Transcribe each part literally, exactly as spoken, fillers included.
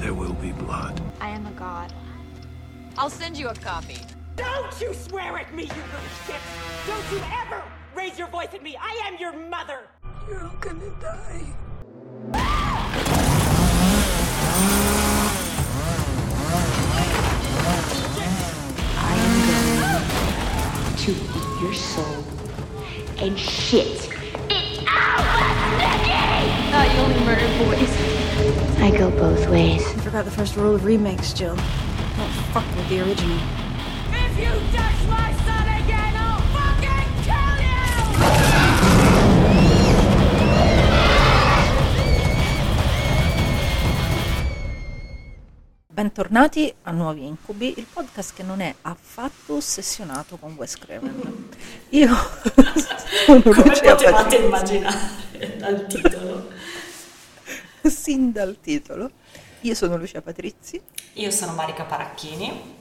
there will be blood. I am a god. I'll send you a copy. Don't you swear at me, you little shit! Don't you ever raise your voice at me! I am your mother! You're all gonna die. I am going to eat your soul and shit it out, Nikki! Thought you only murdered boys. I go both ways. You forgot the first rule of remakes, Jill. Don't fuck with the original. If you touch my son again, I'll fucking kill you! Bentornati a Nuovi Incubi, il podcast che non è affatto ossessionato con Wes Craven. Io sono Come Lucia potevate Patrizzi. immaginare dal titolo? Sin dal titolo. Io sono Lucia Patrizzi Io sono Marica Paracchini.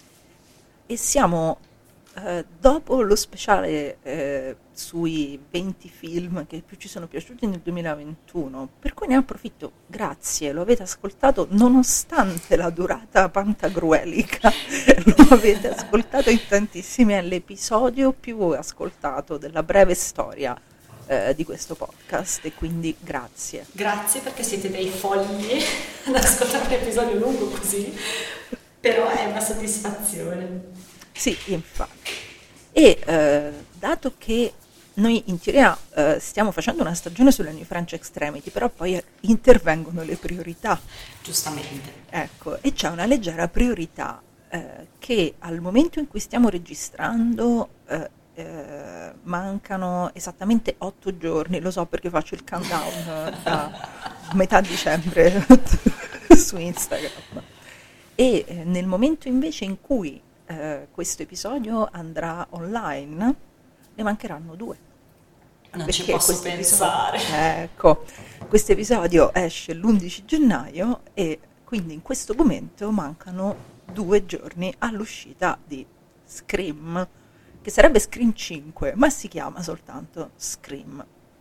e siamo eh, dopo lo speciale eh, sui venti film che più ci sono piaciuti nel duemilaventuno, per cui ne approfitto, grazie, lo avete ascoltato nonostante la durata pantagruelica, lo avete ascoltato in tantissimi, è l'episodio più ascoltato della breve storia eh, di questo podcast, e quindi grazie. Grazie perché siete dei folli ad ascoltare un episodio lungo così, però è una soddisfazione. Sì, infatti. E eh, dato che noi in teoria eh, stiamo facendo una stagione sulle New French Extremity, però poi intervengono le priorità. Giustamente. Ecco, e c'è una leggera priorità eh, che al momento in cui stiamo registrando eh, eh, mancano esattamente otto giorni, lo so perché faccio il countdown eh, da metà dicembre su Instagram. E eh, nel momento invece in cui eh, questo episodio andrà online, ne mancheranno due. Non ci Perché posso questo pensare. episodio- ecco, questo episodio esce l'undici gennaio e quindi in questo momento mancano due giorni all'uscita di Scream, che sarebbe Scream cinque, ma si chiama soltanto Scream.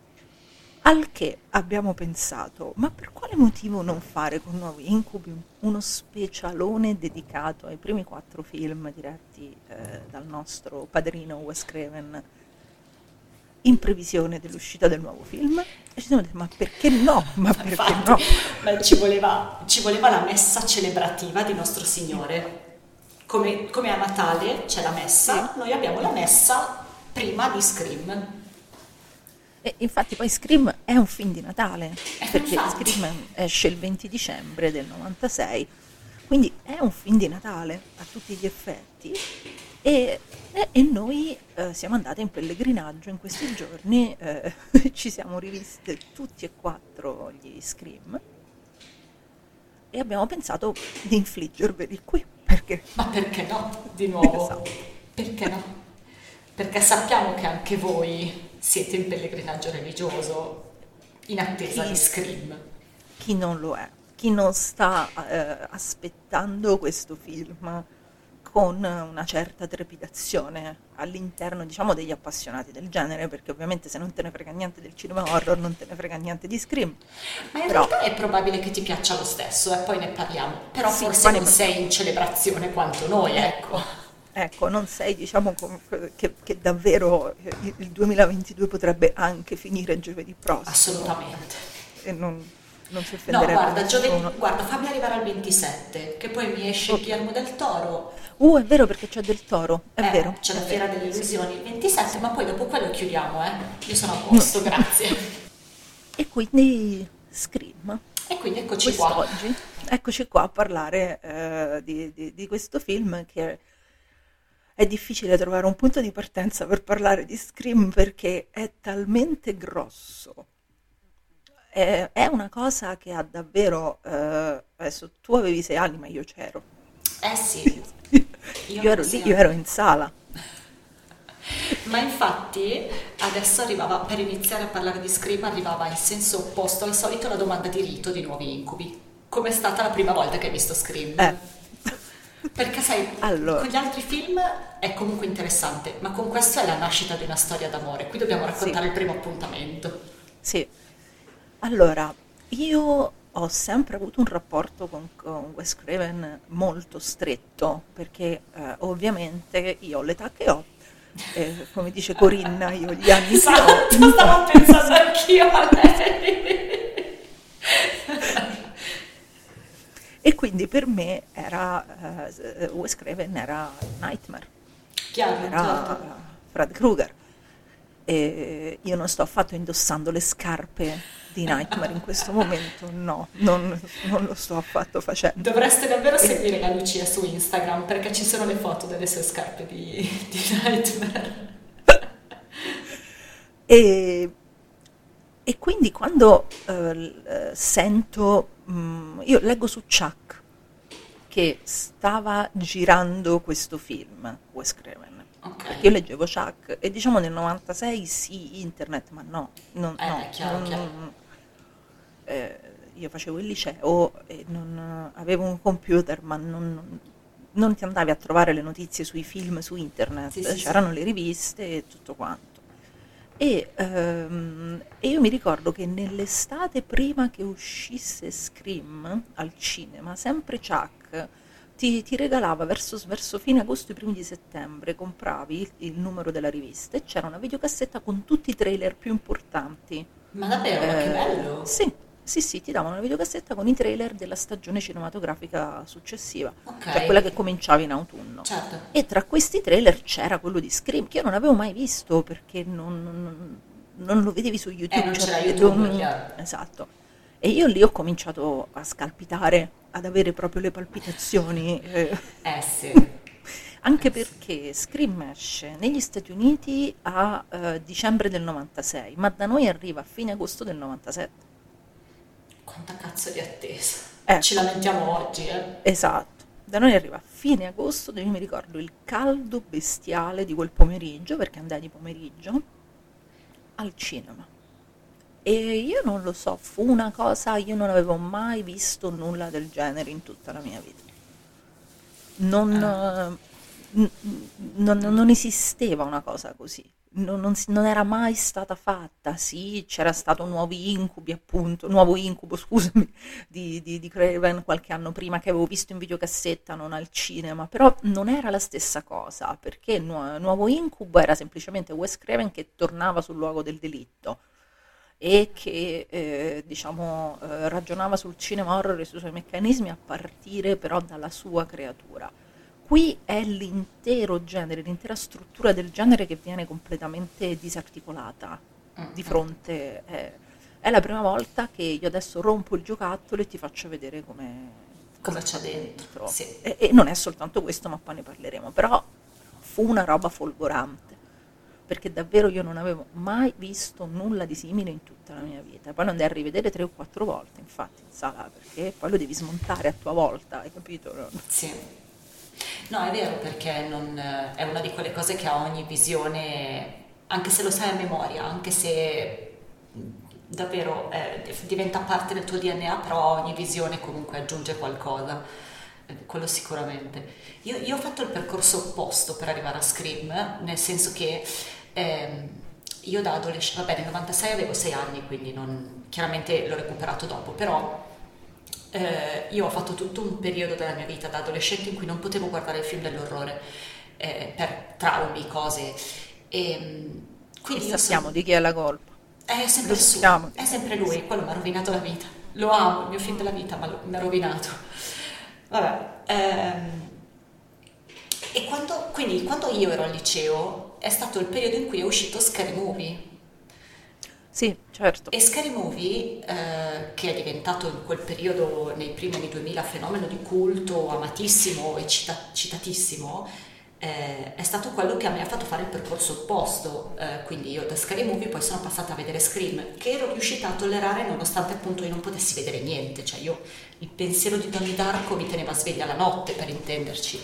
Al che abbiamo pensato, ma per quale motivo non fare con Nuovi Incubi un- uno specialone dedicato ai primi quattro film diretti eh, dal nostro padrino Wes Craven in previsione dell'uscita del nuovo film? E ci siamo detti, ma perché no? Ma perché Infatti, no? ma ci voleva, ci voleva la messa celebrativa di nostro Signore. Come, come a Natale c'è la messa, Sì. noi abbiamo la messa prima di Scream. E infatti poi Scream è un film di Natale, Eh, perché infatti. Scream esce il venti dicembre del novantasei, quindi è un film di Natale a tutti gli effetti, e, e- e noi eh, siamo andate in pellegrinaggio in questi giorni, eh, ci siamo riviste tutti e quattro gli Scream e abbiamo pensato di infliggerveli qui, perché Ma perché no? Di nuovo. Esatto. Perché no? Perché sappiamo che anche voi siete in pellegrinaggio religioso in attesa Sì. di Scream. chi non lo è, chi non sta eh, aspettando questo film con una certa trepidazione all'interno, diciamo, degli appassionati del genere, perché ovviamente se non te ne frega niente del cinema horror non te ne frega niente di Scream. Ma in Però- realtà è probabile che ti piaccia lo stesso, e poi ne parliamo. Però Sì, forse poi ne non parliamo. sei in celebrazione quanto noi, ecco. Ecco, non sei, diciamo, com- che, che davvero eh, il il duemilaventidue potrebbe anche finire giovedì prossimo. Assolutamente. E non, non si No, offenderebbe guarda, nessuno. giovedì, guarda, fammi arrivare al ventisette, che poi mi esce Ok. Guillermo del Toro. Uh, è vero, perché c'è del Toro, è Eh, vero. C'è la è fiera vero. delle illusioni il ventisette, ma poi dopo quello chiudiamo, eh. Io sono a posto, grazie. E quindi Scream. E quindi eccoci qua. Quest'oggi, eccoci qua a parlare eh, di, di- di questo film, che è difficile trovare un punto di partenza per parlare di Scream perché è talmente grosso. È, è una cosa che ha davvero... eh, adesso tu avevi sei anni, ma io c'ero. Eh sì. Io, Io ero sì. lì, io ero in sala. Ma infatti adesso arrivava, per iniziare a parlare di Scream, arrivava in senso opposto al solito la domanda di rito di Nuovi Incubi. Com'è stata la prima volta che hai visto Scream? Eh. Perché sai, Allora. con gli altri film è comunque interessante, ma con questo è la nascita di una storia d'amore. Qui dobbiamo raccontare Sì. il primo appuntamento. Sì. Allora, io ho sempre avuto un rapporto con, con Wes Craven molto stretto, perché eh, ovviamente io ho l'età che ho, eh, come dice Corinna, io ho gli anni esatto, che ho. stavo pensando anch'io a lei. E quindi per me era uh, Wes Craven era Nightmare, Chiaro, era certo. Fred Krueger. E io non sto affatto indossando le scarpe di Nightmare in questo momento, no, non, non lo sto affatto facendo. Dovreste davvero seguire la Lucia su Instagram, perché ci sono le foto delle sue scarpe di, di Nightmare. E, e quindi quando uh, sento, um, io leggo su Chuck che stava girando questo film, Wes Craven, Okay. perché io leggevo Chuck e diciamo nel novantasei sì, internet, ma no, non, Eh, no, chiaro, non- chiaro. eh, io facevo il liceo e non avevo un computer, ma non, non- non ti andavi a trovare le notizie sui film su internet, Sì, sì, c'erano le riviste e tutto quanto. E, ehm, e io mi ricordo che nell'estate prima che uscisse Scream al cinema, sempre Chuck ti, ti regalava verso, verso fine agosto e primi di settembre, compravi il, il numero della rivista e c'era una videocassetta con tutti i trailer più importanti. Ma davvero, ma che Eh, bello! Sì, sì, sì, ti davano una videocassetta con i trailer della stagione cinematografica successiva, Ok. cioè quella che cominciava in autunno. Certo. E tra questi trailer c'era quello di Scream, che io non avevo mai visto perché non, non- non lo vedevi su YouTube. Eh, non cioè, c'era vedo- YouTube, chiaro. Esatto. E io lì ho cominciato a scalpitare, ad avere proprio le palpitazioni, eh, Eh sì. anche perché Scream esce negli Stati Uniti a eh, dicembre del novantasei, ma da noi arriva a fine agosto del novantasette. Quanta cazzo di attesa. Ecco. Ci lamentiamo oggi, eh. Esatto, da noi arriva a fine agosto, dove io mi ricordo il caldo bestiale di quel pomeriggio, perché andai di pomeriggio, al cinema. E io non lo so, fu una cosa, io non avevo mai visto nulla del genere in tutta la mia vita. Non, eh, n- non- non esisteva una cosa così, non, non si- non era mai stata fatta. Sì, c'era stato Nuovi Incubi, appunto, Nuovo Incubo, scusami, di, di, di Craven qualche anno prima che avevo visto in videocassetta, non al cinema, però non era la stessa cosa, perché Nu- Nuovo Incubo era semplicemente Wes Craven che tornava sul luogo del delitto e che eh, diciamo eh, ragionava sul cinema horror e sui suoi meccanismi a partire però dalla sua creatura. Qui è l'intero genere, l'intera struttura del genere che viene completamente disarticolata di fronte. È, è la prima volta che io adesso rompo il giocattolo e ti faccio vedere come Cosa c'è dentro, sì. E, e non è soltanto questo, ma poi ne parleremo. Però fu una roba folgorante, perché davvero io non avevo mai visto nulla di simile in tutta la mia vita. Poi lo andai a rivedere tre o quattro volte, infatti, in sala, perché poi lo devi smontare a tua volta, hai capito? No? Sì. No, è vero, perché non, è una di quelle cose che a ogni visione, anche se lo sai a memoria, anche se davvero eh, diventa parte del tuo D N A, però ogni visione comunque aggiunge qualcosa, eh, quello sicuramente. Io, io ho fatto il percorso opposto per arrivare a Scream, nel senso che ehm, io da adolescente, vabbè nel novantasei avevo sei anni, quindi non, chiaramente l'ho recuperato dopo, però eh, io ho fatto tutto un periodo della mia vita da adolescente in cui non potevo guardare il film dell'orrore eh, per traumi, cose, e quindi E io sappiamo sono- di chi è la colpa. è sempre Lo suo, sappiamo. è sempre lui, quello mi ha rovinato la vita. Lo amo, il mio film della vita, ma lo- mi ha rovinato. Vabbè, ehm, e quando, quindi quando io ero al liceo è stato il periodo in cui è uscito Scary Movie. Sì, certo. E Scary Movie, eh, che è diventato in quel periodo, nei primi anni duemila, fenomeno di culto, amatissimo e cita- citatissimo, eh, è stato quello che a me ha fatto fare il percorso opposto. Eh, quindi io da Scary Movie poi sono passata a vedere Scream, che ero riuscita a tollerare nonostante appunto io non potessi vedere niente. Cioè io, il pensiero di Donnie Darko mi teneva sveglia la notte, per intenderci.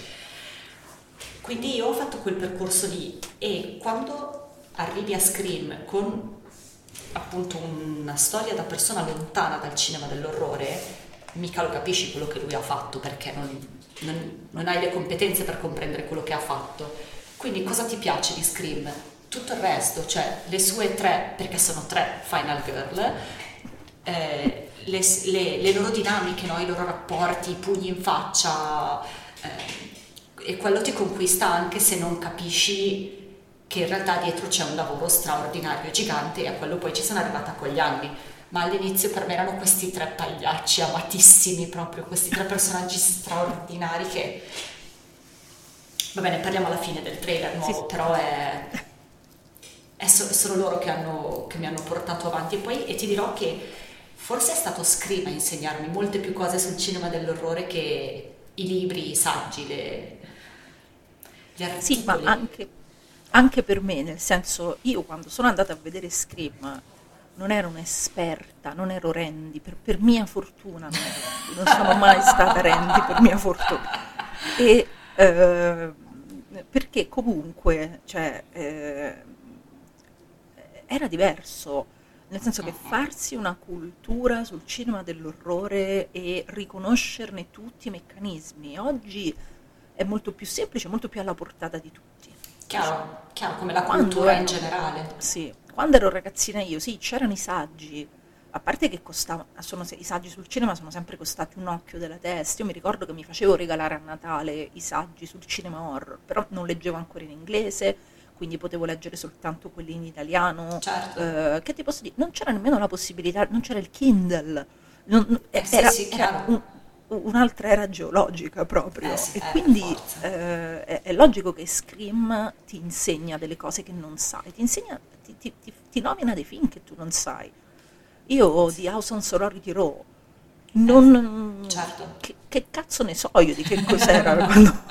Quindi io ho fatto quel percorso lì, e quando arrivi a Scream con appunto una storia da persona lontana dal cinema dell'orrore, mica lo capisci quello che lui ha fatto, perché non, non, non hai le competenze per comprendere quello che ha fatto. Quindi cosa ti piace di Scream? Tutto il resto, cioè le sue tre, perché sono tre Final Girl, eh, le, le- le loro dinamiche, no? I loro rapporti, i pugni in faccia, eh, e quello ti conquista anche se non capisci che in realtà dietro c'è un lavoro straordinario e gigante, e a quello poi ci sono arrivata con gli anni. Ma all'inizio per me erano questi tre pagliacci amatissimi, proprio questi tre personaggi straordinari che... Va bene, parliamo alla fine del trailer nuovo, Sì, sì. però è... è so- sono loro che, hanno, che mi hanno portato avanti. E poi e ti dirò che forse è stato Scream a insegnarmi molte più cose sul cinema dell'orrore che i libri, i saggi, le, gli articoli. Sì, ma anche, anche per me, nel senso, io quando sono andata a vedere Scream non ero un'esperta, non ero Randy, per, per mia fortuna non ero Randy, non sono mai stata Randy, per mia fortuna. E eh, perché comunque, cioè, eh, era diverso, nel senso che farsi una cultura sul cinema dell'orrore e riconoscerne tutti i meccanismi oggi è molto più semplice, molto più alla portata di tutti. Chiaro, chiaro, come la Quando cultura in ero- generale. Sì, quando ero ragazzina io, sì, c'erano i saggi, a parte che costavano, sono, se- i saggi sul cinema sono sempre costati un occhio della testa. Io mi ricordo che mi facevo regalare a Natale i saggi sul cinema horror, però non leggevo ancora in inglese, quindi potevo leggere soltanto quelli in italiano. Certo. Eh, che ti posso dire? Non c'era nemmeno la possibilità, non c'era il Kindle, non- non- Eh, sì, era, sì, era chiaro. un- un'altra era geologica proprio. Eh, sì, E eh, quindi per forza. eh, è, è logico che Scream ti insegna delle cose che non sai, ti insegna, ti, ti- ti- ti nomina dei film che tu non sai. Io di House on Sorority Row non... certo. Che, che cazzo ne so io di che cos'era quando...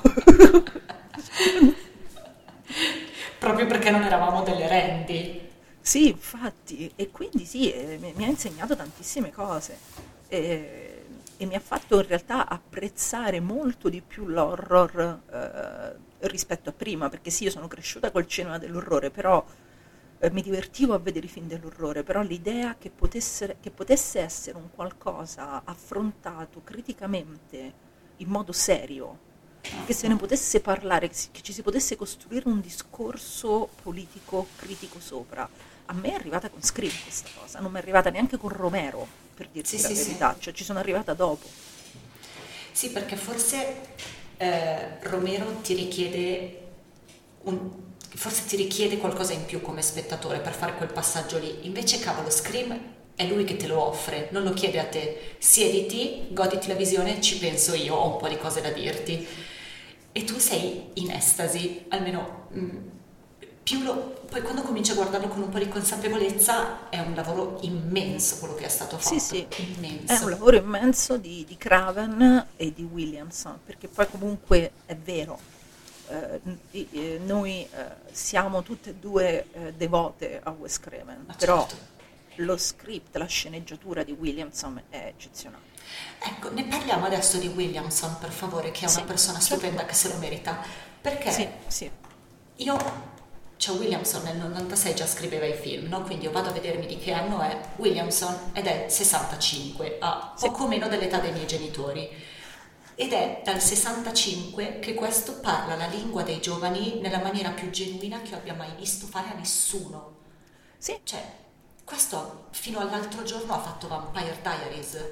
Proprio perché non eravamo delle Randy. Sì, infatti, e quindi sì, eh, mi, mi ha insegnato tantissime cose e, e mi ha fatto in realtà apprezzare molto di più l'horror eh, rispetto a prima, perché sì, io sono cresciuta col cinema dell'orrore, però eh, mi divertivo a vedere i film dell'orrore, però l'idea che potesse, che potesse essere un qualcosa affrontato criticamente in modo serio, che se ne potesse parlare, che, si- che ci si potesse costruire un discorso politico critico sopra. A me è arrivata con Scream questa cosa, non mi è arrivata neanche con Romero, per dirti Sì, la sì, sì. verità, cioè ci sono arrivata dopo. Sì, perché forse eh, Romero ti richiede un, forse ti richiede qualcosa in più come spettatore per fare quel passaggio lì. Invece, cavolo, Scream è lui che te lo offre, non lo chiede a te. Siediti, goditi la visione, ci penso io, ho un po' di cose da dirti. E tu sei in estasi, almeno mm, più lo... Poi quando cominci a guardarlo con un po' di consapevolezza è un lavoro immenso quello che è stato fatto. Sì, sì, Immenso. è un lavoro immenso di, di Craven e di Williamson, perché poi comunque è vero, eh, n- i- eh, noi eh, siamo tutte e due eh, devote a Wes Craven, Ma però certo. lo script, la sceneggiatura di Williamson è eccezionale. Ecco, ne parliamo adesso di Williamson, per favore, che è una Sì, persona certo. stupenda che se lo merita. Perché Sì, sì. io, cioè Williamson nel novantasei già scriveva i film, no? Quindi io vado a vedermi di che anno è Williamson ed è sessantacinque, ha Sì. poco meno dell'età dei miei genitori. Ed è dal sessantacinque che questo parla la lingua dei giovani nella maniera più genuina che io abbia mai visto fare a nessuno. Sì, Cioè, questo fino all'altro giorno ha fatto Vampire Diaries.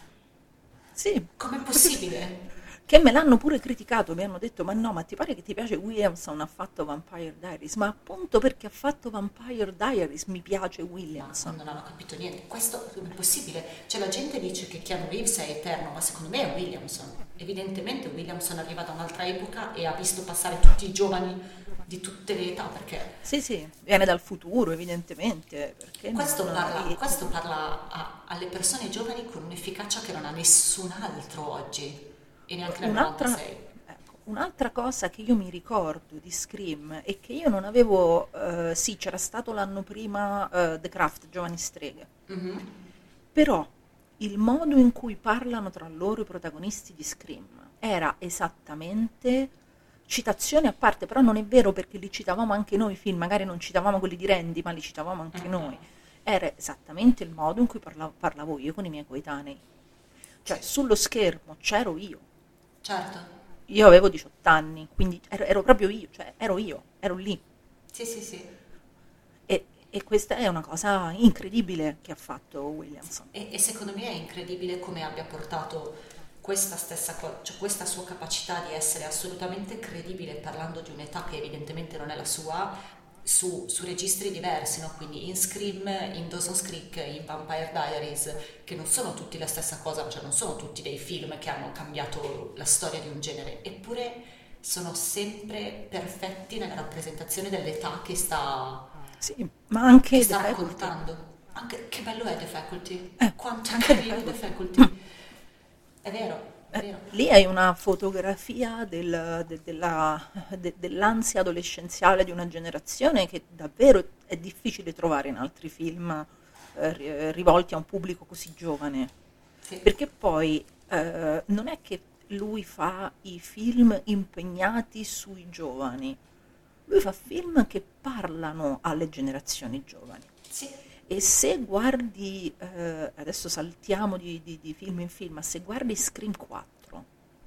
sì. Com'è possibile? Che me l'hanno pure criticato, mi hanno detto ma no, ma ti pare che ti piace Williamson ha fatto Vampire Diaries? Ma appunto perché ha fatto Vampire Diaries mi piace Ma Williamson. non hanno capito niente. Questo non è possibile. Cioè la gente dice che Keanu Reeves è eterno, ma secondo me è Williamson. Evidentemente Williamson arriva da un'altra epoca e ha visto passare tutti i giovani di tutte le età, perché Sì, sì, viene dal futuro evidentemente. Perché questo non- parla, e- questo parla a- alle persone giovani con un'efficacia che non ha nessun altro oggi. E neanche nel Un'altra, novantasei. ecco, un'altra cosa che io mi ricordo di Scream è che io non avevo, eh, sì, c'era stato l'anno prima eh, The Craft, Giovani Streghe, Mhm. però il modo in cui parlano tra loro i protagonisti di Scream era esattamente citazione a parte, però non è vero perché li citavamo anche noi i film, magari non citavamo quelli di Randy, ma li citavamo anche Mhm. noi. Era esattamente il modo in cui parla- parlavo io con i miei coetanei. Cioè, sullo schermo c'ero io. Certo. Io avevo diciotto anni, quindi ero, ero proprio io, cioè ero io, ero lì. Sì, sì, sì. E, e questa è una cosa incredibile che ha fatto Williamson. E, e secondo me è incredibile come abbia portato questa stessa cosa, cioè questa sua capacità di essere assolutamente credibile parlando di un'età che evidentemente non è la sua, su, su registri diversi, no? Quindi in Scream, in Dawson's Creek, in Vampire Diaries, che non sono tutti la stessa cosa, cioè non sono tutti dei film che hanno cambiato la storia di un genere, eppure sono sempre perfetti nella rappresentazione dell'età che sta, sì, ma anche che sta The raccontando. Anche, che bello è The Faculty, Eh, quanto è anche The carino The Faculty. Faculty. È vero, è Eh, vero. lì hai una fotografia del- de- della- de- dell'ansia adolescenziale di una generazione che davvero è difficile trovare in altri film eh, ri- rivolti a un pubblico così giovane. Sì. Perché poi eh, non è che lui fa i film impegnati sui giovani, lui fa film che parlano alle generazioni giovani. Sì. E se guardi, eh, adesso saltiamo di, di- di film in film, ma se guardi Scream quattro,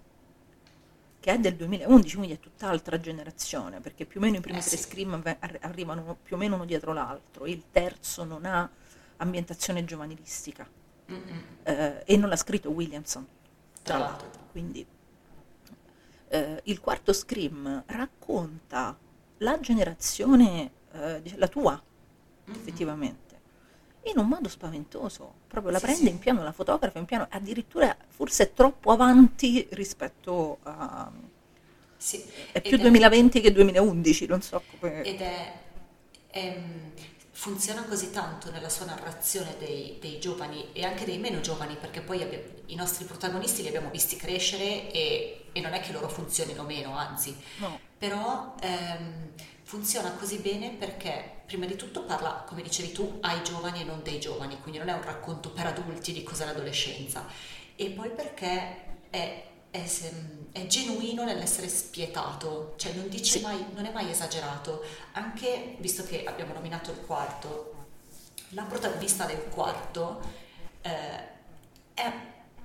che è del duemilaundici, quindi è tutt'altra generazione, perché più o meno i primi Eh, tre sì. Scream avve- arri- arrivano più o meno uno dietro l'altro, il terzo non ha ambientazione giovanilistica, Mm-mm. eh, e non l'ha scritto Williamson, tra Tra l'altro. l'altro. Quindi eh, il quarto Scream racconta la generazione, eh, dice- la tua, Mm-mm. effettivamente, in un modo spaventoso, proprio la Sì, prende sì. in piano, la fotografa in piano, addirittura forse è troppo avanti rispetto a... Sì. è Ed più duemilaventi che duemilaundici, non so come... Ed è, ehm, funziona così tanto nella sua narrazione dei, dei giovani e anche dei meno giovani, perché poi abbiamo- i nostri protagonisti li abbiamo visti crescere e, e non è che loro funzionino meno, anzi, No. però ehm, funziona così bene perché prima di tutto parla, come dicevi tu, ai giovani e non dei giovani, quindi non è un racconto per adulti di cos'è l'adolescenza, e poi perché è, è sem- è genuino nell'essere spietato, cioè non dice Sì. mai, non è mai esagerato. Anche, visto che abbiamo nominato il quarto, la protagonista del quarto eh, è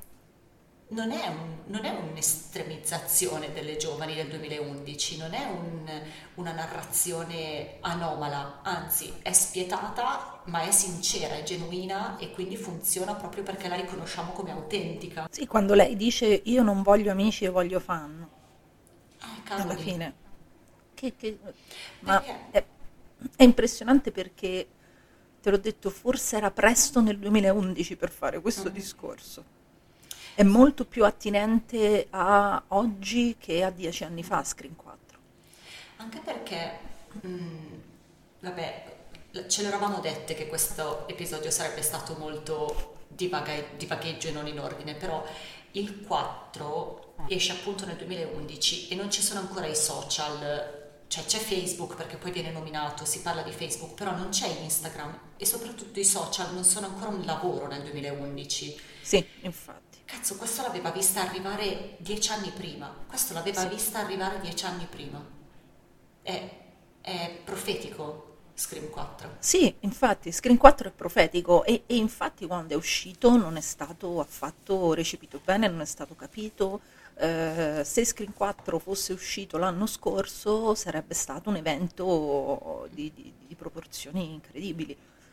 non è, un- non è un'estremizzazione delle giovani del duemilaundici, non è un- una narrazione anomala, anzi è spietata ma è sincera, è genuina e quindi funziona proprio perché la riconosciamo come autentica. Sì, quando lei dice io non voglio amici, io voglio fan, Ah, cavoli. alla fine. Che, che- ma Perché? è, è impressionante perché, te l'ho detto, forse era presto nel duemilaundici per fare questo Mm. discorso. È molto più attinente a oggi che a dieci anni fa, Scream quattro. Anche perché, mm, vabbè, l- ce l'eravamo dette che questo episodio sarebbe stato molto divaga- divagheggio e non in ordine, però il quattro esce appunto nel duemilaundici e non ci sono ancora i social, cioè c'è Facebook perché poi viene nominato, si parla di Facebook, però non c'è Instagram e soprattutto i social non sono ancora un lavoro nel duemilaundici. Sì, infatti. Cazzo, questo l'aveva vista arrivare dieci anni prima. Questo l'aveva Sì. vista arrivare dieci anni prima. È, è profetico Scream quattro. Sì, infatti, Scream quattro è profetico e, e infatti quando è uscito non è stato affatto recepito bene, non è stato capito. Eh, se Scream quattro fosse uscito l'anno scorso sarebbe stato un evento di, di- di proporzioni incredibili.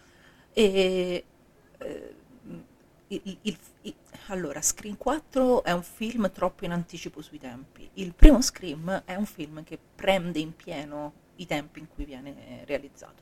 E, eh, il- il- il- allora, Scream quattro è un film troppo in anticipo sui tempi. Il primo Scream è un film che prende in pieno i tempi in cui viene realizzato.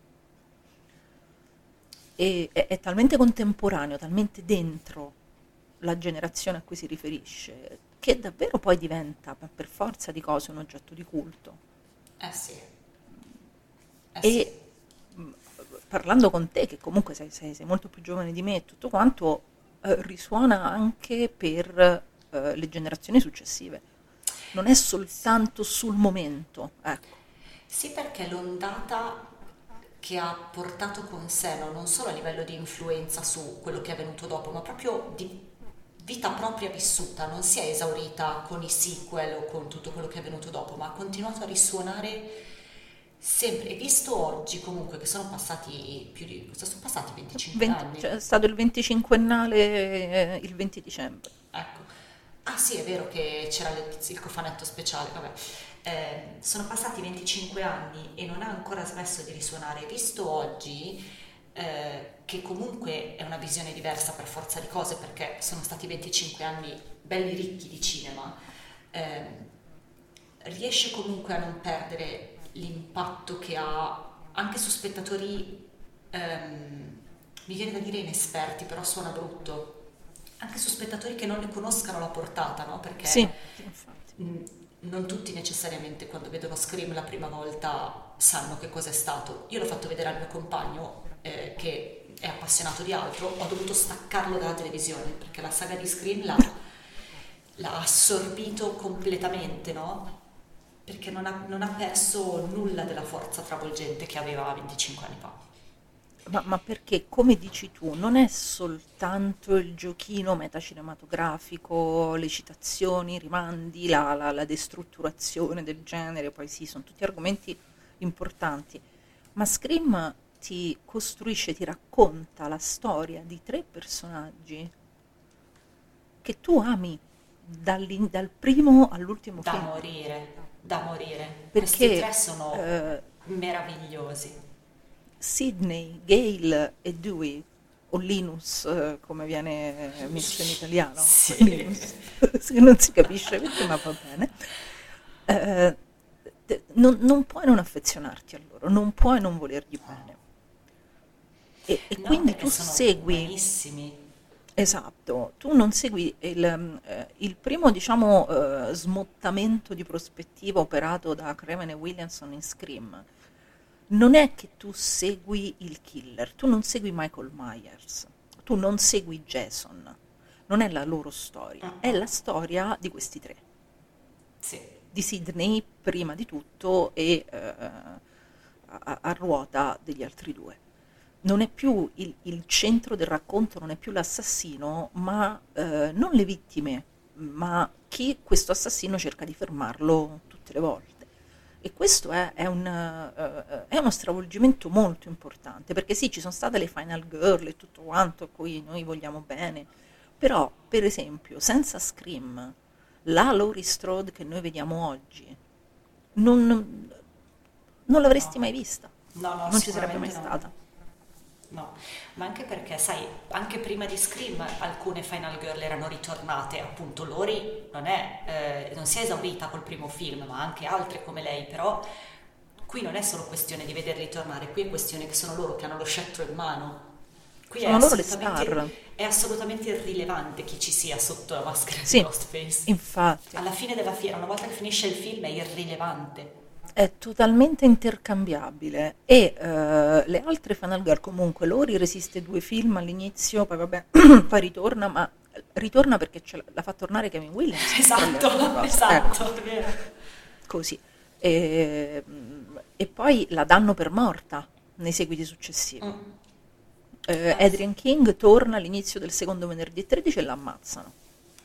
E è, è talmente contemporaneo, talmente dentro la generazione a cui si riferisce, che davvero poi diventa per per forza di cose un oggetto di culto. Eh sì. Eh E mh, parlando con te, che comunque sei, sei- sei molto più giovane di me e tutto quanto, eh, risuona anche per eh, le generazioni successive. Non è soltanto sul momento, ecco. Sì, perché l'ondata che ha portato con sé, no, non solo a livello di influenza su quello che è venuto dopo, ma proprio di vita propria vissuta, non si è esaurita con i sequel o con tutto quello che è venuto dopo, ma ha continuato a risuonare sempre. E visto oggi comunque che sono passati più di, cosa sono passati venticinque venti anni? cioè, è stato il venticinquennale eh, il venti dicembre. Ecco. Ah sì, è vero che c'era il, il cofanetto speciale, vabbè. eh, sono passati venticinque anni e non ha ancora smesso di risuonare, visto oggi eh, che comunque è una visione diversa per forza di cose, perché sono stati venticinque anni belli ricchi di cinema, eh, riesce comunque a non perdere l'impatto che ha anche su spettatori, ehm, mi viene da dire inesperti, però suona brutto, anche su spettatori che non ne conoscano la portata, no? Perché Sì, infatti. mh, non tutti necessariamente quando vedono Scream la prima volta sanno che cosa è stato. Io l'ho fatto vedere al mio compagno eh, che è appassionato di altro, ho dovuto staccarlo dalla televisione perché la saga di Scream l'ha, l'ha assorbito completamente, no? Perché non ha, non ha perso nulla della forza travolgente che aveva venticinque anni fa. Ma, ma perché, come dici tu, non è soltanto il giochino metacinematografico, le citazioni, i rimandi, la, la, la destrutturazione del genere, poi sì, sono tutti argomenti importanti, ma Scream ti costruisce, ti racconta la storia di tre personaggi che tu ami dall'in- dal primo all'ultimo Da film. morire, da morire. Perché, Questi tre sono eh, meravigliosi. Sidney, Gale e Dewey, o Linus, eh, come viene messo in italiano, Sì. Linus, che non si capisce perché, ma va bene. Eh, te- non, non puoi non affezionarti a loro, non puoi non volergli bene. E, e No, quindi perché tu sono segui, buonissimi. esatto, tu non segui il, mm, eh, il primo, diciamo, eh, smottamento di prospettiva operato da Craven e Williamson in Scream. Non è che tu segui il killer, tu non segui Michael Myers, tu non segui Jason, non è la loro storia, è la storia di questi tre, Sì. di Sidney prima di tutto e eh, a, a ruota degli altri due. Non è più il, il centro del racconto, non è più l'assassino, ma eh, non le vittime, ma chi questo assassino cerca di fermarlo tutte le volte. E questo è, è, un, eh, è uno stravolgimento molto importante, perché sì, ci sono state le Final Girl e tutto quanto, a cui noi vogliamo bene, però, per esempio, senza Scream, la Laurie Strode che noi vediamo oggi, non, non l'avresti No. mai vista, No, no, non ci sarebbe mai sicuramente no. stata. No, ma anche perché, sai, anche prima di Scream alcune Final Girl erano ritornate, appunto Lori non è, eh, non si è esaurita col primo film, ma anche altre come lei, però qui non è solo questione di vederli tornare, qui è questione che sono loro che hanno lo scettro in mano. Qui Sono è loro le assolutamente, star. è assolutamente irrilevante chi ci sia sotto la maschera Sì, di Ghostface. infatti. Alla fine della fiera, una volta che finisce il film, è irrilevante. È totalmente intercambiabile e eh, le altre Final Girl comunque Lori resiste due film all'inizio, poi vabbè, poi ritorna, ma ritorna perché ce l'ha, la fa tornare Kevin Williams. tra le altre Esatto, cose. esatto, Ecco, è vero. così. E, e poi la danno per morta nei seguiti successivi. Mm. Eh, Adrian King torna all'inizio del secondo venerdì e tredici e l'ammazzano.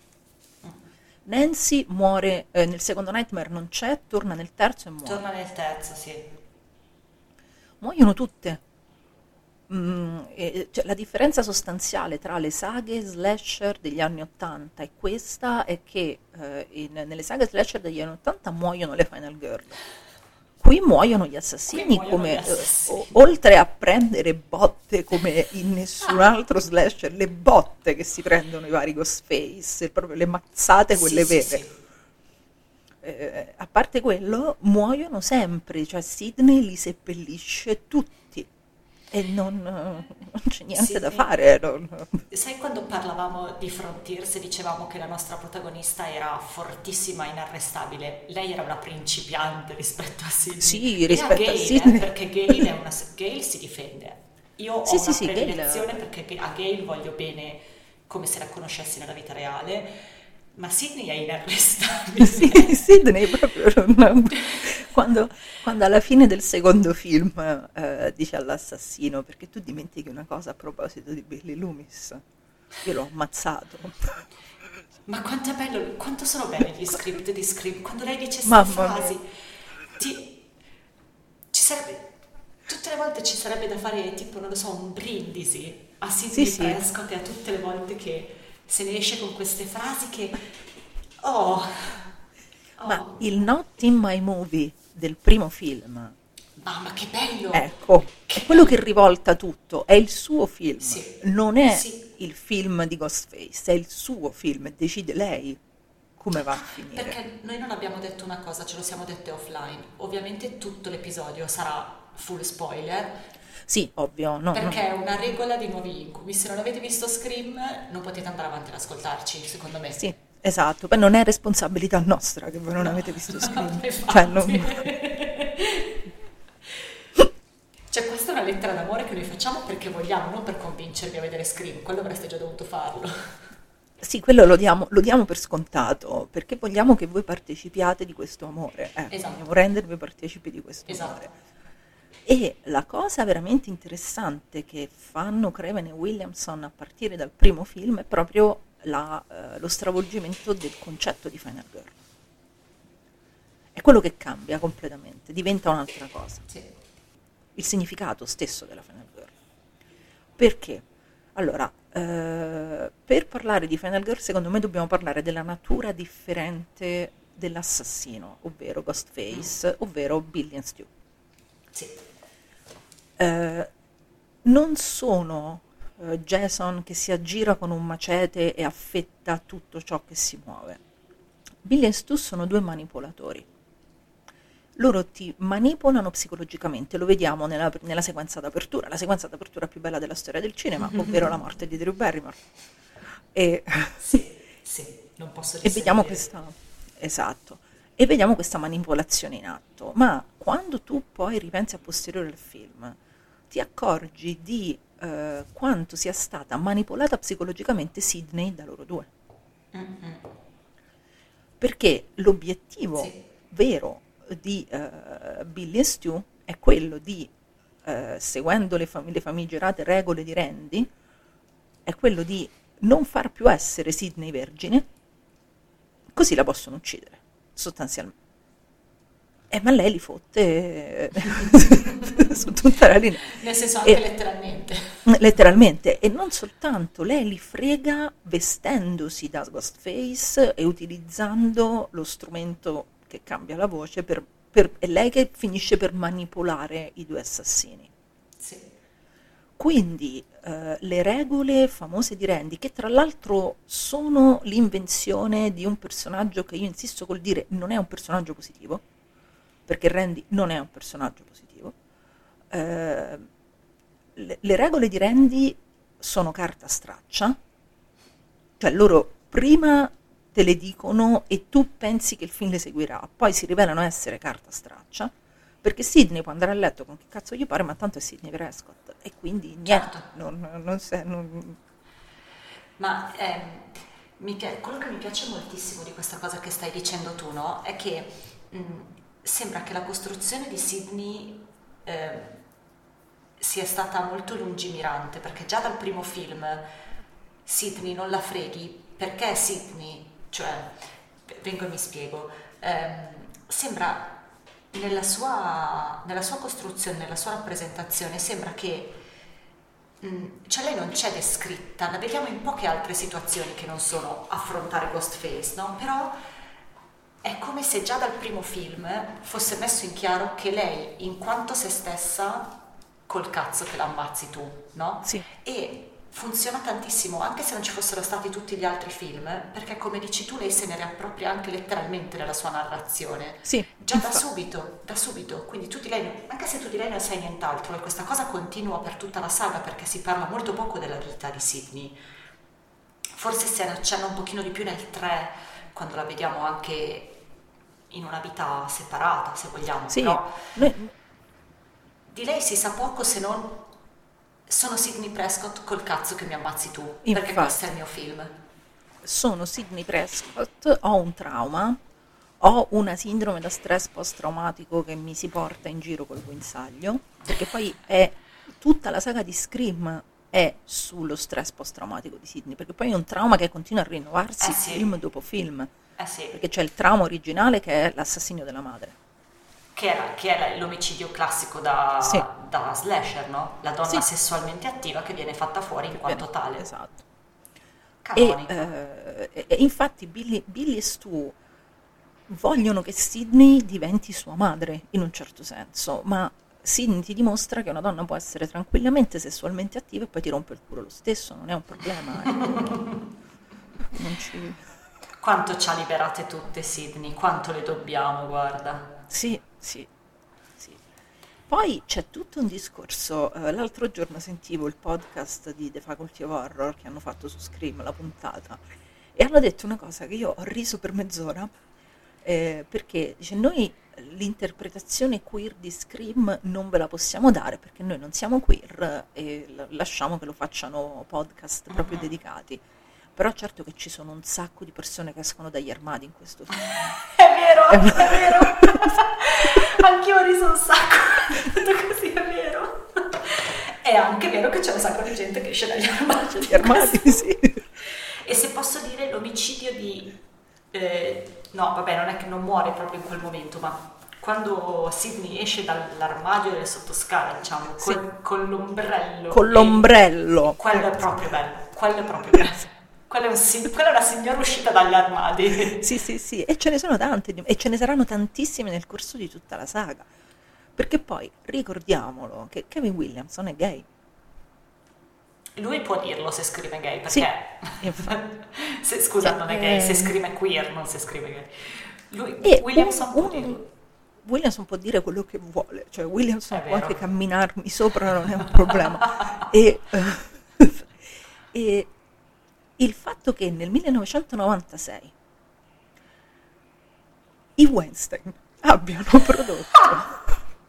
Nancy muore eh, nel secondo Nightmare, non c'è, torna nel terzo e muore. Torna nel terzo, sì. Muoiono tutte. Mm, e, cioè, la differenza sostanziale tra le saghe slasher degli anni ottanta e questa è che eh, in- nelle saghe slasher degli anni ottanta muoiono le Final Girl. Qui muoiono gli assassini, Qui muoiono come, gli eh, assassini. o- oltre a prendere botte come in nessun altro slasher, le botte che si prendono i vari Ghostface, proprio le mazzate quelle Sì, vere. sì, sì. Eh, a parte quello, muoiono sempre, cioè Sidney li seppellisce tutti e non, non c'è niente da Sidney- fare. non- Sai quando parlavamo di Frontiers e dicevamo che la nostra protagonista era fortissima, inarrestabile? Lei era una principiante rispetto a Sidney. Sì, E rispetto a Gale, Sidney. eh, perché Gale, è una, Gale si difende. Io ho Sì, una sì, sì, Gale- predilezione perché a Gale voglio bene come se la conoscessi nella vita reale, ma Sidney è inarrestabile. Sì, Sidney proprio non- quando, quando alla fine del secondo film eh, dice all'assassino, perché tu dimentichi una cosa a proposito di Billy Loomis, io l'ho ammazzato. Ma quanto è bello, quanto sono belli gli script di Scream, quando lei dice queste Mamma frasi, mia. ti, ci sarebbe, tutte le volte ci sarebbe da fare tipo, non lo so, un brindisi a Sidney Sì, sì. Prescott e a tutte le volte che se ne esce con queste frasi che, oh, Ma Oh. il Not in My Movie del primo film, Mamma, che bello! ecco, è quello che rivolta tutto, è il suo film, Sì. non è Sì. il film di Ghostface, è il suo film e decide lei come va a finire. Perché noi non abbiamo detto una cosa, ce lo siamo dette offline. Ovviamente tutto l'episodio sarà full spoiler, Sì, ovvio, no, no. perché è una regola di Nuovi Incubi. Se non avete visto Scream, non potete andare avanti ad ascoltarci, secondo me. Sì, esatto, poi non è responsabilità nostra che voi non avete visto Scream. Infatti. Cioè, non- Cioè, questa è una lettera d'amore che noi facciamo perché vogliamo, non per convincervi a vedere Scream, quello avreste già dovuto farlo. Sì, quello lo diamo, lo diamo per scontato, perché vogliamo che voi partecipiate di questo amore, eh, Esatto. vogliamo rendervi partecipi di questo Esatto. amore. E la cosa veramente interessante che fanno Craven e Williamson a partire dal primo film è proprio la, eh, lo stravolgimento del concetto di Final Girl. È quello che cambia completamente, diventa un'altra cosa. Sì. Il significato stesso della Final Girl. Perché? Allora, eh, per parlare di Final Girl, secondo me dobbiamo parlare della natura differente dell'assassino, ovvero Ghostface, ovvero Billy and Stu. Sì. Eh, non sono eh, Jason che si aggira con un macete e affetta tutto ciò che si muove. Billy e Stu sono due manipolatori. Loro ti manipolano psicologicamente, lo vediamo nella, nella sequenza d'apertura, la sequenza d'apertura più bella della storia del cinema, ovvero la morte di Drew Barrymore. E, Sì, sì, non posso e vediamo dissentire. questa, esatto, e vediamo questa manipolazione in atto. Ma quando tu poi ripensi a posteriore al film, ti accorgi di eh, quanto sia stata manipolata psicologicamente Sidney da loro due. Mm-mm. Perché l'obiettivo Sì. vero di eh, Billy e Stu è quello di, eh, seguendo le, fam- le famigerate regole di Randy, è quello di non far più essere Sidney vergine, così la possono uccidere, sostanzialmente. Eh, ma lei li fotte eh, su tutta la linea. Nel senso anche E- letteralmente. Letteralmente, e non soltanto, lei li frega vestendosi da Ghostface e utilizzando lo strumento che cambia la voce, per, per- è lei che finisce per manipolare i due assassini. Sì. Quindi eh, le regole famose di Randy, che tra l'altro sono l'invenzione di un personaggio che io insisto col dire non è un personaggio positivo, perché Randy non è un personaggio positivo, eh, le, le regole di Randy sono carta straccia, cioè loro prima te le dicono e tu pensi che il film le seguirà, poi si rivelano essere carta straccia, perché Sidney può andare a letto con che cazzo gli pare, ma tanto è Sidney Prescott, e quindi niente, Certo. non, non, se- non- Ma ehm, mi pia- quello che mi piace moltissimo di questa cosa che stai dicendo tu, no? È che mh, sembra che la costruzione di Sidney ehm, sia stata molto lungimirante, perché già dal primo film Sidney non la freghi, perché Sidney, cioè, vengo e mi spiego, ehm, sembra nella sua, nella sua costruzione, nella sua rappresentazione, sembra che Mm, cioè lei non c'è descritta, la vediamo in poche altre situazioni che non sono affrontare Ghostface, no? Però è come se già dal primo film fosse messo in chiaro che lei, in quanto se stessa, col cazzo che la ammazzi tu, no? Sì. E funziona tantissimo, anche se non ci fossero stati tutti gli altri film, perché come dici tu lei se ne riappropria anche letteralmente nella sua narrazione. Sì, Già da infatti. subito, da subito, quindi tu di lei, anche se tu di lei non sai nient'altro, e questa cosa continua per tutta la saga perché si parla molto poco della vita di Sidney. Forse se ne accenna un pochino di più nel tre, quando la vediamo anche in una vita separata, se vogliamo, Sì, però noi- di lei si sa poco se non sono Sidney Prescott col cazzo che mi ammazzi tu, perché Infatti. questo è il mio film. sono Sidney Prescott, ho un trauma, ho una sindrome da stress post-traumatico che mi si porta in giro col guinzaglio, perché poi è tutta la saga di Scream è sullo stress post-traumatico di Sidney, perché poi è un trauma che continua a rinnovarsi Eh sì. film dopo film, Eh sì, perché c'è il trauma originale che è l'assassinio della madre. che era, che era l'omicidio classico da, Sì. da slasher, no? La donna Sì. sessualmente attiva che viene fatta fuori in quanto Bene, tale. Esatto. E, Canonica. eh, e- e infatti Billy, Billy e Stu vogliono che Sydney diventi sua madre, in un certo senso, ma Sydney ti dimostra che una donna può essere tranquillamente sessualmente attiva e poi ti rompe il culo lo stesso, non è un problema. Ecco. Non ci... Quanto ci ha liberate tutte Sydney, quanto le dobbiamo, guarda. Sì, sì, sì. Poi c'è tutto un discorso, eh, l'altro giorno sentivo il podcast di The Faculty of Horror che hanno fatto su Scream, la puntata, e hanno detto una cosa che io ho riso per mezz'ora, eh, perché dice noi l'interpretazione queer di Scream non ve la possiamo dare perché noi non siamo queer e l- lasciamo che lo facciano podcast proprio dedicati. Però certo che ci sono un sacco di persone che escono dagli armadi in questo film. È vero, è vero. Anch'io ho riso un sacco. Detto così, è vero. È anche vero che c'è un sacco di gente che esce dagli armadi. Gli armadi, sì. E se posso dire l'omicidio di... Eh, no, vabbè, non è che non muore proprio in quel momento, ma quando Sydney esce dall'armadio delle sottoscale, diciamo, col, Sì. con l'ombrello. Con e- l'ombrello. Quello è proprio bello, quello è proprio bello. Quella è, un sig- quella è una signora uscita dagli armadi. Sì, sì, sì, e ce ne sono tante, di- e ce ne saranno tantissime nel corso di tutta la saga. Perché poi, ricordiamolo, che Kevin Williamson è gay. Lui può dirlo se scrive gay, Sì, perché... infatti. se, scusa, Cioè, non è gay, se eh, scrive queer, non se scrive gay. Lui, E Williamson un- può un- dirlo. Williamson può dire quello che vuole, cioè Williamson È può vero. anche camminarmi sopra, non è un problema. e, eh, e il fatto che nel millenovecentonovantasei i Weinstein abbiano prodotto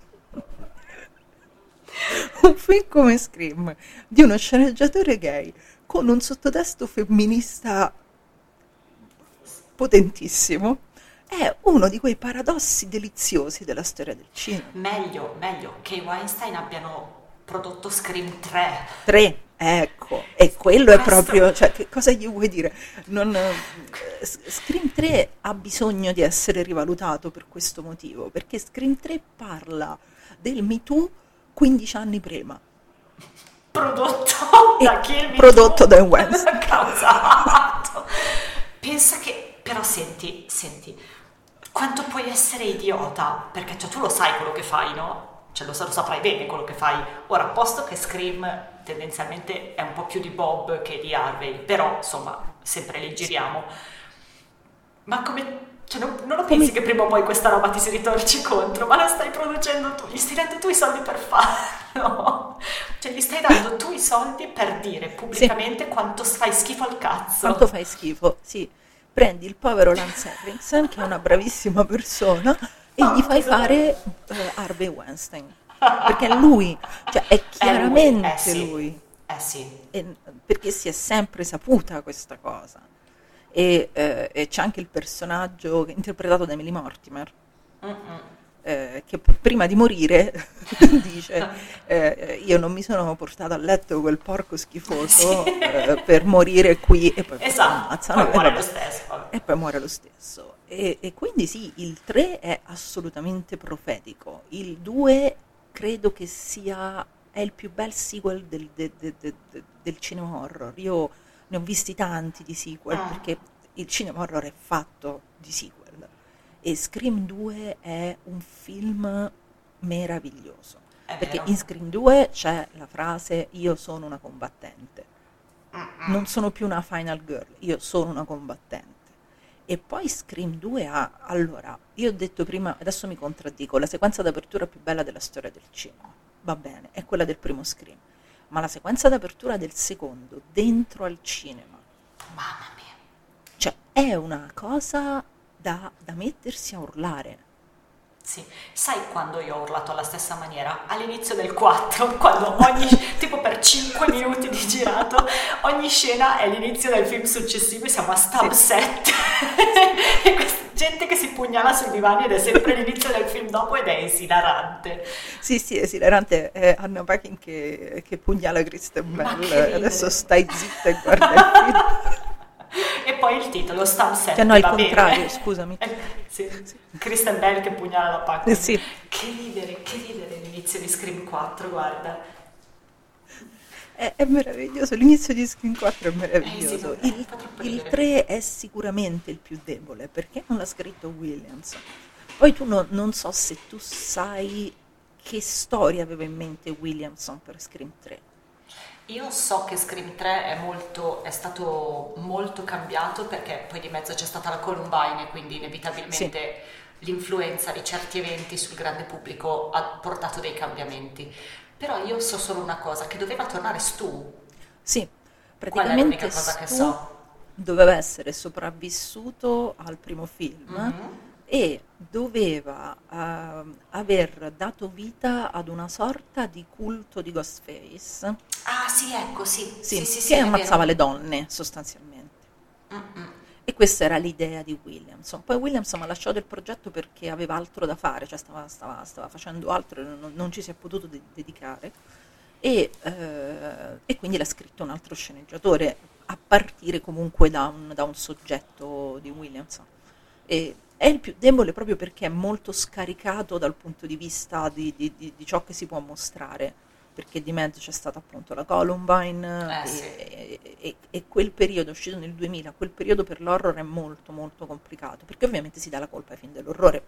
un film come Scream di uno sceneggiatore gay con un sottotesto femminista potentissimo è uno di quei paradossi deliziosi della storia del cinema. Meglio, meglio che i Weinstein abbiano prodotto Scream tre. Tre, ecco, e quello è Questo- proprio, cioè che cosa gli vuoi dire? Non, eh, S- Scream tre ha bisogno di essere rivalutato per questo motivo, perché Scream tre parla del Me Too quindici anni prima. Prodotto E da chi il prodotto da Weinstein. Causato. Pensa che, però senti, senti, quanto puoi essere idiota, perché cioè, tu lo sai quello che fai, no? Cioè lo, sa- lo saprai bene quello che fai. Ora, posto che Scream tendenzialmente è un po' più di Bob che di Harvey, però insomma, sempre li giriamo. Ma come... Cioè, non, non lo pensi Come- che prima o poi questa roba ti si ritorci contro? Ma la stai producendo tu, gli stai dando tu i soldi per farlo. Cioè, gli stai dando tu i soldi per dire pubblicamente quanto fai schifo al cazzo. Quanto fai schifo? Sì, prendi il povero Lance Henriksen, che è una bravissima persona, e gli fai fare eh, Harvey Weinstein. Perché è lui, cioè è chiaramente eh sì. lui. Eh sì. E- perché si è sempre saputa questa cosa. E, eh, e c'è anche il personaggio che- interpretato da Emily Mortimer, Mm-mm. eh, che p- prima di morire dice eh, io non mi sono portato a letto quel porco schifoso Sì. eh, per morire qui e poi Esatto, lo ammazzano, poi e muore vabbè. lo stesso. vabbè. E poi muore lo stesso. E, e quindi sì, il tre è assolutamente profetico. Il due credo che sia è il più bel sequel del, de- de- de- de- del cinema horror. Io ne ho visti tanti di sequel Ah. perché il cinema horror è fatto di sequel. E Scream due è un film meraviglioso. È Perché vero. in Scream due c'è la frase io sono una combattente. Mm-mm. Non sono più una final girl, io sono una combattente. E poi Scream due ha, allora, io ho detto prima, adesso mi contraddico, la sequenza d'apertura più bella della storia del cinema, va bene, è quella del primo Scream, ma la sequenza d'apertura del secondo, dentro al cinema, Mamma mia. cioè è una cosa da, da mettersi a urlare. Sì, sai quando io ho urlato alla stessa maniera? All'inizio del quattro, quando ogni, tipo per cinque minuti di girato, ogni scena è l'inizio del film successivo e siamo a stab sette. E questa gente che si pugnala sui divani ed è sempre l'inizio del film dopo ed è esilarante. Sì, sì, è esilarante, è Anna Paquin che, che pugnala Kristen Ma Bell, che ridere. adesso stai zitta e guarda il film. E poi il titolo, stab sette, Cioè no, il va bene. contrario, scusami. Eh, sì. Kristen Bell che pugnala la pacca. Eh, sì. Che ridere, che ridere l'inizio di Scream quattro, guarda. è, è meraviglioso, l'inizio di Scream quattro è Eh sì, meraviglioso. vabbè, Il, fa troppo il ridere. tre è sicuramente il più debole perché non l'ha scritto Williams. Poi tu no- non so se tu sai che storia aveva in mente Williamson per Scream tre. Io so che Scream tre è molto, è stato molto cambiato perché poi di mezzo c'è stata la Columbine e quindi inevitabilmente l'influenza di certi eventi sul grande pubblico ha portato dei cambiamenti. Però io so solo una cosa, che doveva tornare Stu. Sì, Quella è l'unica praticamente cosa che Stu so. doveva essere sopravvissuto al primo film Mhm. e doveva ehm, aver dato vita ad una sorta di culto di Ghostface, Ah sì, ecco, sì, sì, sì, sì, che sì, è ammazzava vero. le donne sostanzialmente. Mm-mm. E questa era l'idea di Williamson. Poi Williamson ha lasciato il progetto perché aveva altro da fare, cioè stava, stava- stava facendo altro e non, non ci si è potuto de- dedicare. E, eh, e quindi l'ha scritto un altro sceneggiatore, a partire comunque da un, da un soggetto di Williamson. E è il più debole proprio perché è molto scaricato dal punto di vista di, di- di- di ciò che si può mostrare, perché di mezzo c'è stata appunto la Columbine Eh, e, sì. e- e- e quel periodo, uscito nel duemila, quel periodo per l'horror è molto molto complicato, perché ovviamente si dà la colpa ai film dell'orrore,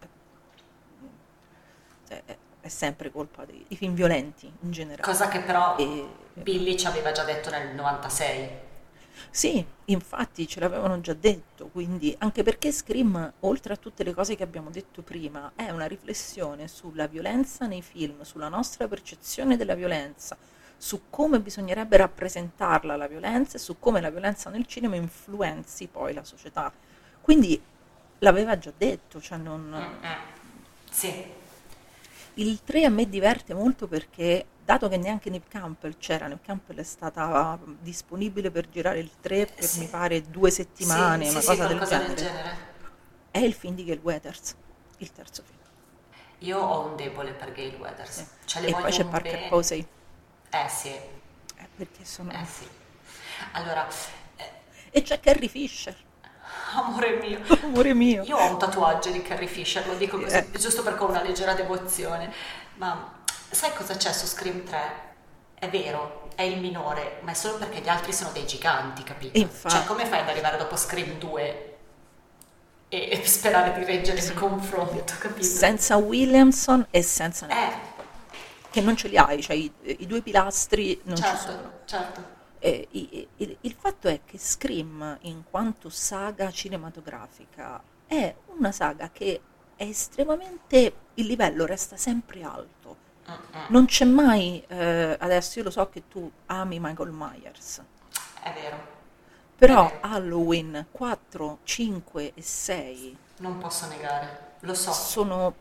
cioè, è, è sempre colpa dei, dei film violenti in generale. Cosa che però E- Billy ci aveva già detto nel novantasei. Sì, infatti ce l'avevano già detto, quindi anche perché Scream, oltre a tutte le cose che abbiamo detto prima, è una riflessione sulla violenza nei film, sulla nostra percezione della violenza, su come bisognerebbe rappresentarla la violenza e su come la violenza nel cinema influenzi poi la società. Quindi l'aveva già detto, cioè non... Mm-mm. Sì. Il tre a me diverte molto perché, dato che neanche Neve Campbell c'era, Neve Campbell è stata disponibile per girare il tre per Sì. mi pare due settimane, Sì, una sì, cosa sì, del qualcosa genere. del genere. È il film di Gail Weathers, il terzo film. Io ho un debole per Gail Weathers. Sì. Cioè, le E voglio poi c'è un Parker bene. Posey, Eh sì, eh, perché sono... eh sì. Allora, eh, E c'è Carrie Fisher, amore mio, amore mio. io ho un tatuaggio di Carrie Fisher, lo dico così, Eh. giusto perché ho una leggera devozione. Ma sai cosa c'è su Scream tre? È vero, è il minore, ma è solo perché gli altri sono dei giganti, capito? Infatti. Cioè, come fai ad arrivare dopo Scream due e, e sperare di reggere il confronto, capito? Senza Williamson e senza Neve Eh, Campbell, che non ce li hai, cioè i, i due pilastri non ci sono. certo, certo. Eh, i- il, il fatto è che Scream, in quanto saga cinematografica, è una saga che è estremamente, il livello resta sempre alto. Mm-mm. Non c'è mai, eh, adesso io lo so che tu ami Michael Myers, È vero, però È vero. Halloween quattro, cinque e sei non posso negare, lo so, sono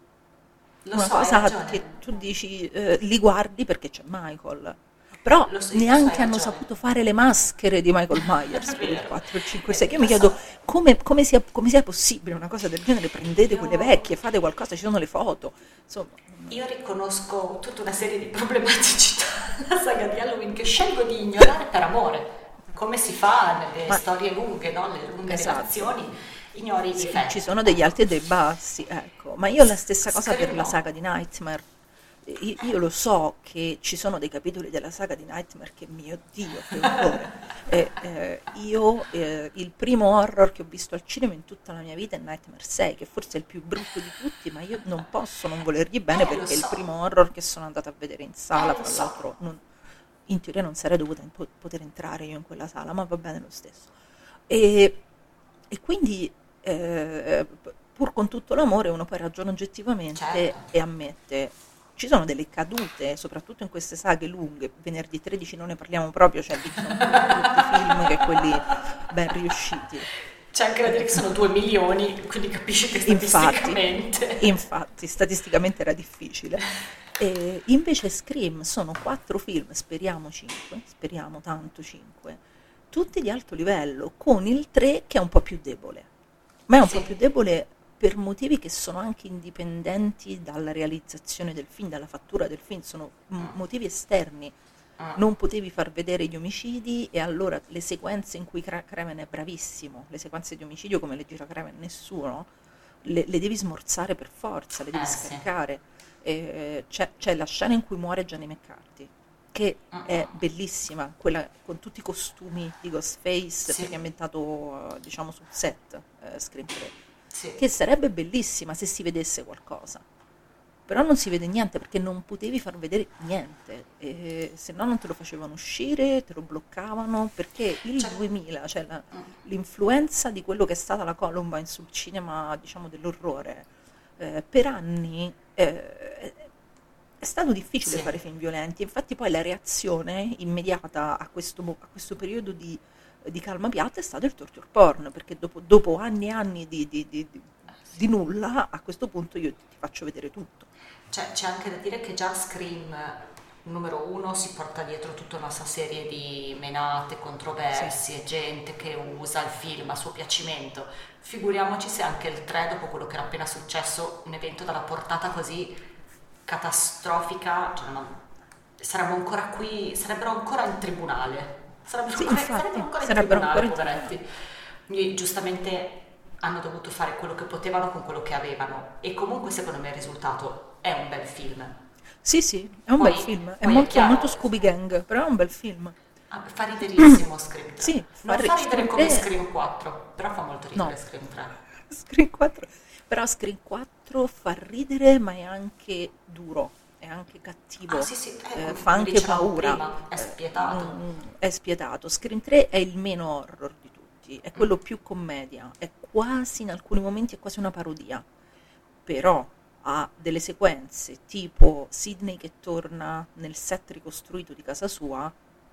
lo una so, hai cosa ragione. che tu dici, eh, li guardi perché c'è Michael. Però Lo so, io so, neanche hai hanno ragione. saputo fare le maschere di Michael Myers È per il vero. quattro, il cinque, il sei. Eh, Io mi lo chiedo so. come, come sia, come sia possibile una cosa del genere. Prendete Io- quelle vecchie, fate qualcosa, ci sono le foto. Insomma, Io riconosco tutta una serie di problematicità nella saga di Halloween che scelgo di ignorare per amore, come si fa nelle Ma- storie lunghe, no? Le lunghe Esatto. relazioni, ignori i sì, difetti. ci sono degli alti e dei bassi, ecco. Ma io la stessa cosa per Scream la no. saga di Nightmare. Io, io lo so che ci sono dei capitoli della saga di Nightmare che, mio Dio, che orrore. Eh, eh, io, eh, il primo horror che ho visto al cinema in tutta la mia vita è Nightmare sei, che forse è il più brutto di tutti, ma io non posso non volergli bene Eh, lo perché è il so. primo horror che sono andata a vedere in sala, Eh, lo tra so. l'altro non- in teoria non sarei dovuta in- po- poter entrare io in quella sala, ma va bene lo stesso. E, e quindi, eh, pur con tutto l'amore, uno poi ragiona oggettivamente Certo. e ammette. Ci sono delle cadute, soprattutto in queste saghe lunghe. Venerdì tredici non ne parliamo proprio, cioè lì sono più brutti film che quelli ben riusciti. C'è anche da dire che sono due milioni, quindi capisci che Infatti, statisticamente... infatti, statisticamente era difficile. E invece Scream sono quattro film, speriamo cinque, speriamo tanto cinque, tutti di alto livello, con il tre che è un po' più debole. Ma è un Sì. po' più debole per motivi che sono anche indipendenti dalla realizzazione del film, dalla fattura del film, sono m- motivi esterni. Ah. Non potevi far vedere gli omicidi e allora le sequenze in cui Cra- Craven è bravissimo, le sequenze di omicidio come le gira Craven nessuno, le, le devi smorzare per forza, le devi Eh, sì. scaricare. Eh, c'è, c'è la scena in cui muore Gianni McCarthy che è bellissima, quella con tutti i costumi di Ghostface, Sì. perché è ambientato, eh, diciamo, sul set, eh, Scream tre, Sì. che sarebbe bellissima se si vedesse qualcosa. Però non si vede niente perché non potevi far vedere niente, e se no non te lo facevano uscire, te lo bloccavano, perché il Cioè- duemila, cioè la- Mm. l'influenza di quello che è stata la Columbine sul cinema, diciamo, dell'orrore, eh, per anni eh, è stato difficile Sì. fare film violenti. Infatti poi la reazione immediata a questo, mo- a questo periodo di, di calma piatta è stato il torture porn, perché dopo, dopo anni e anni di, di- di- di- di nulla, a questo punto io ti faccio vedere tutto. Cioè, c'è anche da dire che già Scream numero uno si porta dietro tutta una sua serie di menate, controversie, gente che usa il film a suo piacimento. Figuriamoci se anche il tre, dopo quello che era appena successo, un evento dalla portata così catastrofica, cioè non- saremmo ancora qui, sarebbero ancora in tribunale. Sarebbero, Sì, ancora, infatti, sarebbero ancora in sarebbero tribunale, ancora in poveretti. Quindi giustamente hanno dovuto fare quello che potevano con quello che avevano, e comunque secondo me il risultato è un bel film. Sì, sì, è un Poi- bel film, è poi è molto, chiaro. molto Scooby Gang, però è un bel film. Ah, fa riderissimo Scream tre. Sì, non fa fa ri- ridere come Scream tre- Scream quattro, però fa molto ridere No. Scream tre. Scream quattro, però Scream quattro fa ridere, ma è anche duro, è anche cattivo, Ah, sì, sì, eh, eh, come fa anche dicevamo paura. prima, è spietato. Mm, è spietato. Scream tre è il meno horror di tutti, è quello più commedia, è quasi, in alcuni momenti è quasi una parodia, però ha delle sequenze tipo Sidney che torna nel set ricostruito di casa sua,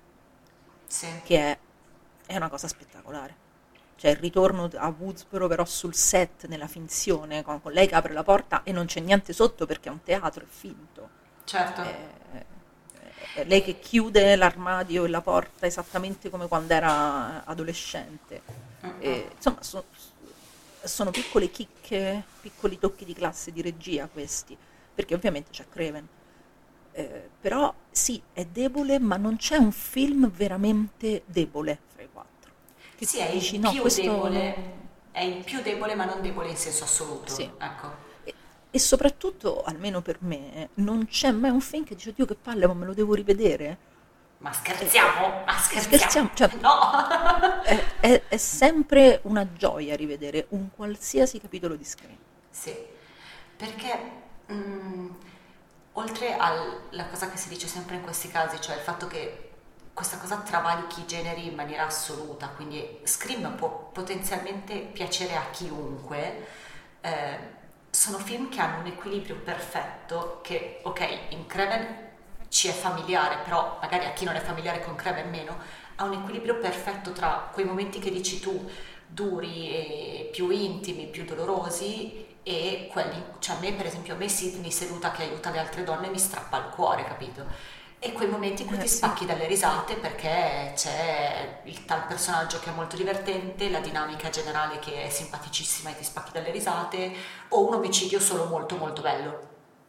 Sì. che è, è una cosa spettacolare. Cioè il ritorno a Woodsboro però sul set, nella finzione, con, con lei che apre la porta e non c'è niente sotto perché è un teatro, è finto. Certo. È, è lei che chiude l'armadio e la porta esattamente come quando era adolescente. E, insomma, so- sono piccole chicche, piccoli tocchi di classe di regia questi, perché ovviamente c'è Craven. Eh, però sì, è debole, ma non c'è un film veramente debole fra i quattro. Che Sì, tu è il dici, no, più questo debole, non- è il più debole ma non debole in senso assoluto. Sì. Ecco. E, e soprattutto, almeno per me, non c'è mai un film che dice, Dio che palle, ma me lo devo rivedere? Ma scherziamo? Ma scherziamo? Scherziamo, cioè- No! È, è- è sempre una gioia rivedere un qualsiasi capitolo di Scream. Sì, perché mm, oltre alla cosa che si dice sempre in questi casi, cioè il fatto che questa cosa travalichi i generi in maniera assoluta, quindi Scream può potenzialmente piacere a chiunque, eh, sono film che hanno un equilibrio perfetto che, ok, in Craven ci è familiare, però magari a chi non è familiare con Craven meno, ha un equilibrio perfetto tra quei momenti che dici tu, duri e più intimi, più dolorosi, e quelli, cioè a me per esempio, a me Sidney seduta che aiuta le altre donne mi strappa il cuore, capito? E quei momenti in cui Eh, ti sì. spacchi dalle risate perché c'è il tal personaggio che è molto divertente, la dinamica generale che è simpaticissima e ti spacchi dalle risate, o un omicidio solo molto molto bello.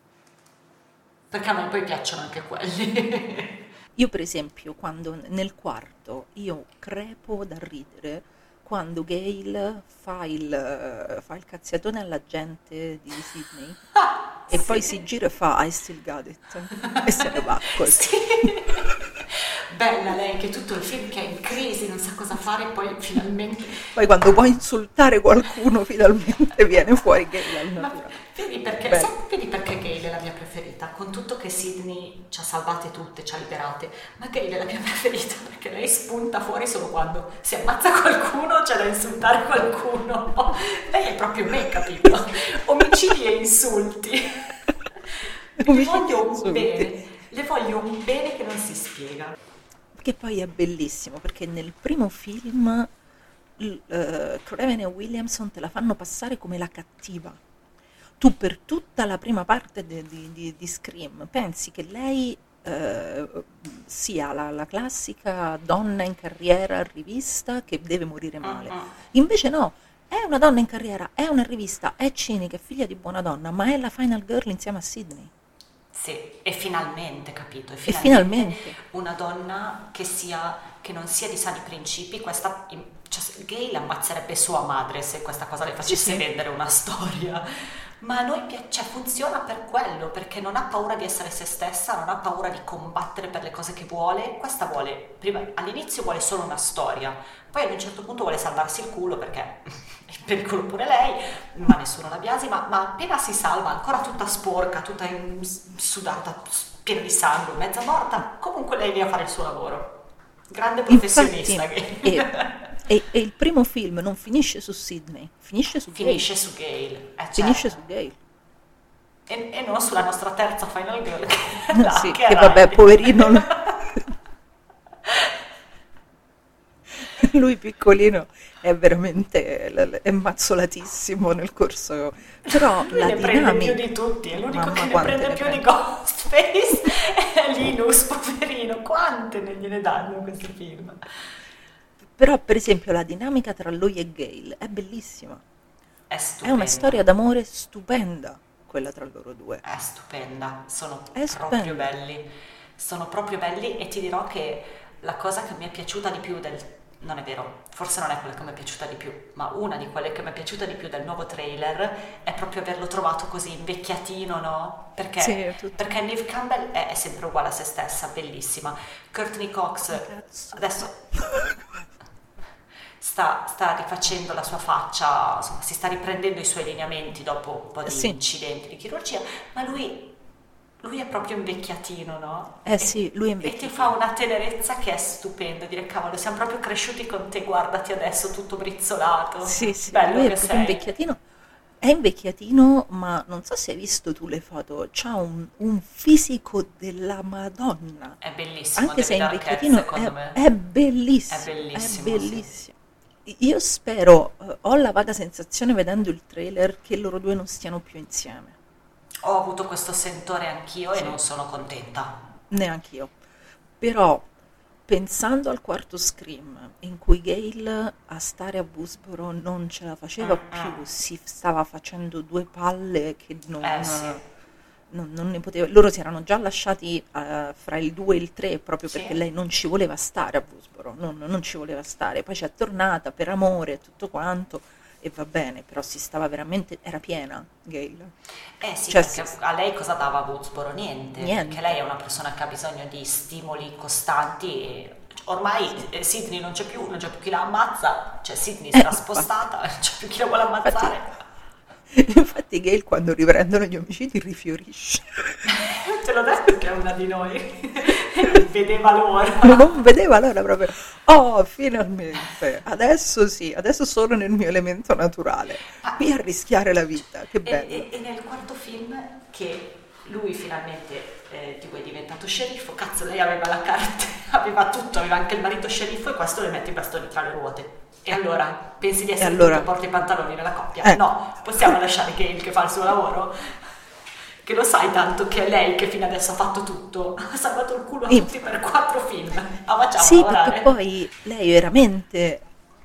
Perché a me poi piacciono anche quelli. Io per esempio, quando nel quarto, io crepo da ridere quando Gail fa il, fa il cazziatone alla gente di Sidney e Sì. poi si gira e fa I still got it e se ne va così. Sì. Bella lei che tutto il film che è in crisi, non sa cosa fare, poi finalmente... Poi quando può insultare qualcuno finalmente viene fuori Gail al Ma naturale. vedi perché, Beh. sai, vedi perché Gail è la mia preferita? Con tutto che Sidney ci ha salvate tutte, ci ha liberate, ma Gail è la mia preferita perché lei spunta fuori solo quando si ammazza qualcuno, c'è da insultare qualcuno. Lei è proprio me, capito? Omicidi e insulti. Le Omicidi voglio e un insulti. bene, le voglio un bene che non si spiega. Che poi è bellissimo perché nel primo film l- eh, Craven e Williamson te la fanno passare come la cattiva. Tu per tutta la prima parte de- di, di- di Scream pensi che lei eh, sia la, la classica donna in carriera a rivista che deve morire male. Uh-uh. Invece no, è una donna in carriera, è una rivista, è cinica, è figlia di buona donna, ma è la final girl insieme a Sidney. Sì, e finalmente, capito? E E finalmente. una donna che sia che non sia di sani principi, questa cioè, Gail ammazzerebbe sua madre se questa cosa le facesse Sì, sì. vendere una storia. Ma a noi piace, cioè, funziona per quello, perché non ha paura di essere se stessa, non ha paura di combattere per le cose che vuole. Questa vuole, prima, all'inizio vuole solo una storia, poi ad un certo punto vuole salvarsi il culo perché è in pericolo pure lei, ma nessuno la biasima, ma appena si salva, ancora tutta sporca, tutta in, sudata, piena di sangue, mezza morta, comunque lei viene a fare il suo lavoro. Grande professionista. Infatti, che... e, e, e il primo film non finisce su Sydney, finisce su Finisce Gale. su Gale. Eh, Finisce certo. su Gale. E, e non sulla nostra terza Final Girl. Che, No, là, sì, che che era- vabbè, poverino. Lui piccolino è veramente è mazzolatissimo nel corso, però Lui la ne prende più dinamica di tutti, è l'unico Mamma, che ne quante prende ne più di prende. Ghostface è Linus, poverino, quante ne gliene danno in questi film? Però per esempio la dinamica tra lui e Gale è bellissima, È è stupenda. una storia d'amore stupenda quella tra loro due. È stupenda, sono È proprio stupenda. belli, sono proprio belli e ti dirò che la cosa che mi è piaciuta di più del... non è vero, forse non è quella che mi è piaciuta di più, ma una di quelle che mi è piaciuta di più del nuovo trailer è proprio averlo trovato così invecchiatino, no? Perché, Sì, tutto. perché Neve Campbell è, è sempre uguale a se stessa, bellissima. Courtney Cox Cazzo. adesso sta, sta rifacendo la sua faccia, insomma, si sta riprendendo i suoi lineamenti dopo un po' di Sì. incidenti di chirurgia, ma lui, lui è proprio invecchiatino, no? Eh sì, lui è E ti invecchiato. fa una tenerezza che è stupenda, dire cavolo, siamo proprio cresciuti con te, guardati adesso tutto brizzolato. Sì, sì, bello lui è che proprio sei. invecchiatino. È invecchiatino, ma non so se hai visto tu le foto, c'ha un, un fisico della Madonna. È bellissimo, Anche se è David Arquette, invecchiatino, secondo è, me. è bellissimo. È bellissimo, È bellissimo. Io spero, eh, ho la vaga sensazione vedendo il trailer che loro due non stiano più insieme. Ho avuto questo sentore anch'io Sì. e non sono contenta. Neanche io. Però, pensando al quarto Scream, in cui Gale a stare a Woodsboro non ce la faceva Mm-mm. più, si stava facendo due palle che non, Eh, sì. non, non ne poteva. Loro si erano già lasciati eh, fra il due e il tre proprio Sì. perché lei non ci voleva stare a Woodsboro, non, non ci voleva stare. Poi ci è tornata per amore e tutto quanto, e va bene, però si stava veramente, era piena Gale. Eh sì, Cioè, perché sì, a lei cosa dava Woodsboro? Niente, Niente. perché lei è una persona che ha bisogno di stimoli costanti e ormai eh, Sydney non c'è più, non c'è più chi la ammazza, cioè Sydney si Eh, era infatti. spostata, non c'è più chi la vuole ammazzare. Infatti Gale quando riprendono gli omicidi rifiorisce. Te l'ho detto che è una di noi, vedeva l'ora. Non vedeva allora proprio, oh finalmente, adesso sì, adesso sono nel mio elemento naturale, qui a rischiare la vita, che E, bello. e- e nel quarto film che lui finalmente eh, tipo è diventato sceriffo, cazzo lei aveva la carta, aveva tutto, aveva anche il marito sceriffo e questo le mette i bastoni tra le ruote. E allora, pensi di essere allora? tu che porta i pantaloni nella coppia? Eh. No, possiamo lasciare Gale che fa il suo lavoro? Che lo sai tanto che è lei che fino adesso ha fatto tutto, ha salvato il culo a Sì. tutti per quattro film. Ah, facciamo Sì, lavorare. perché poi lei veramente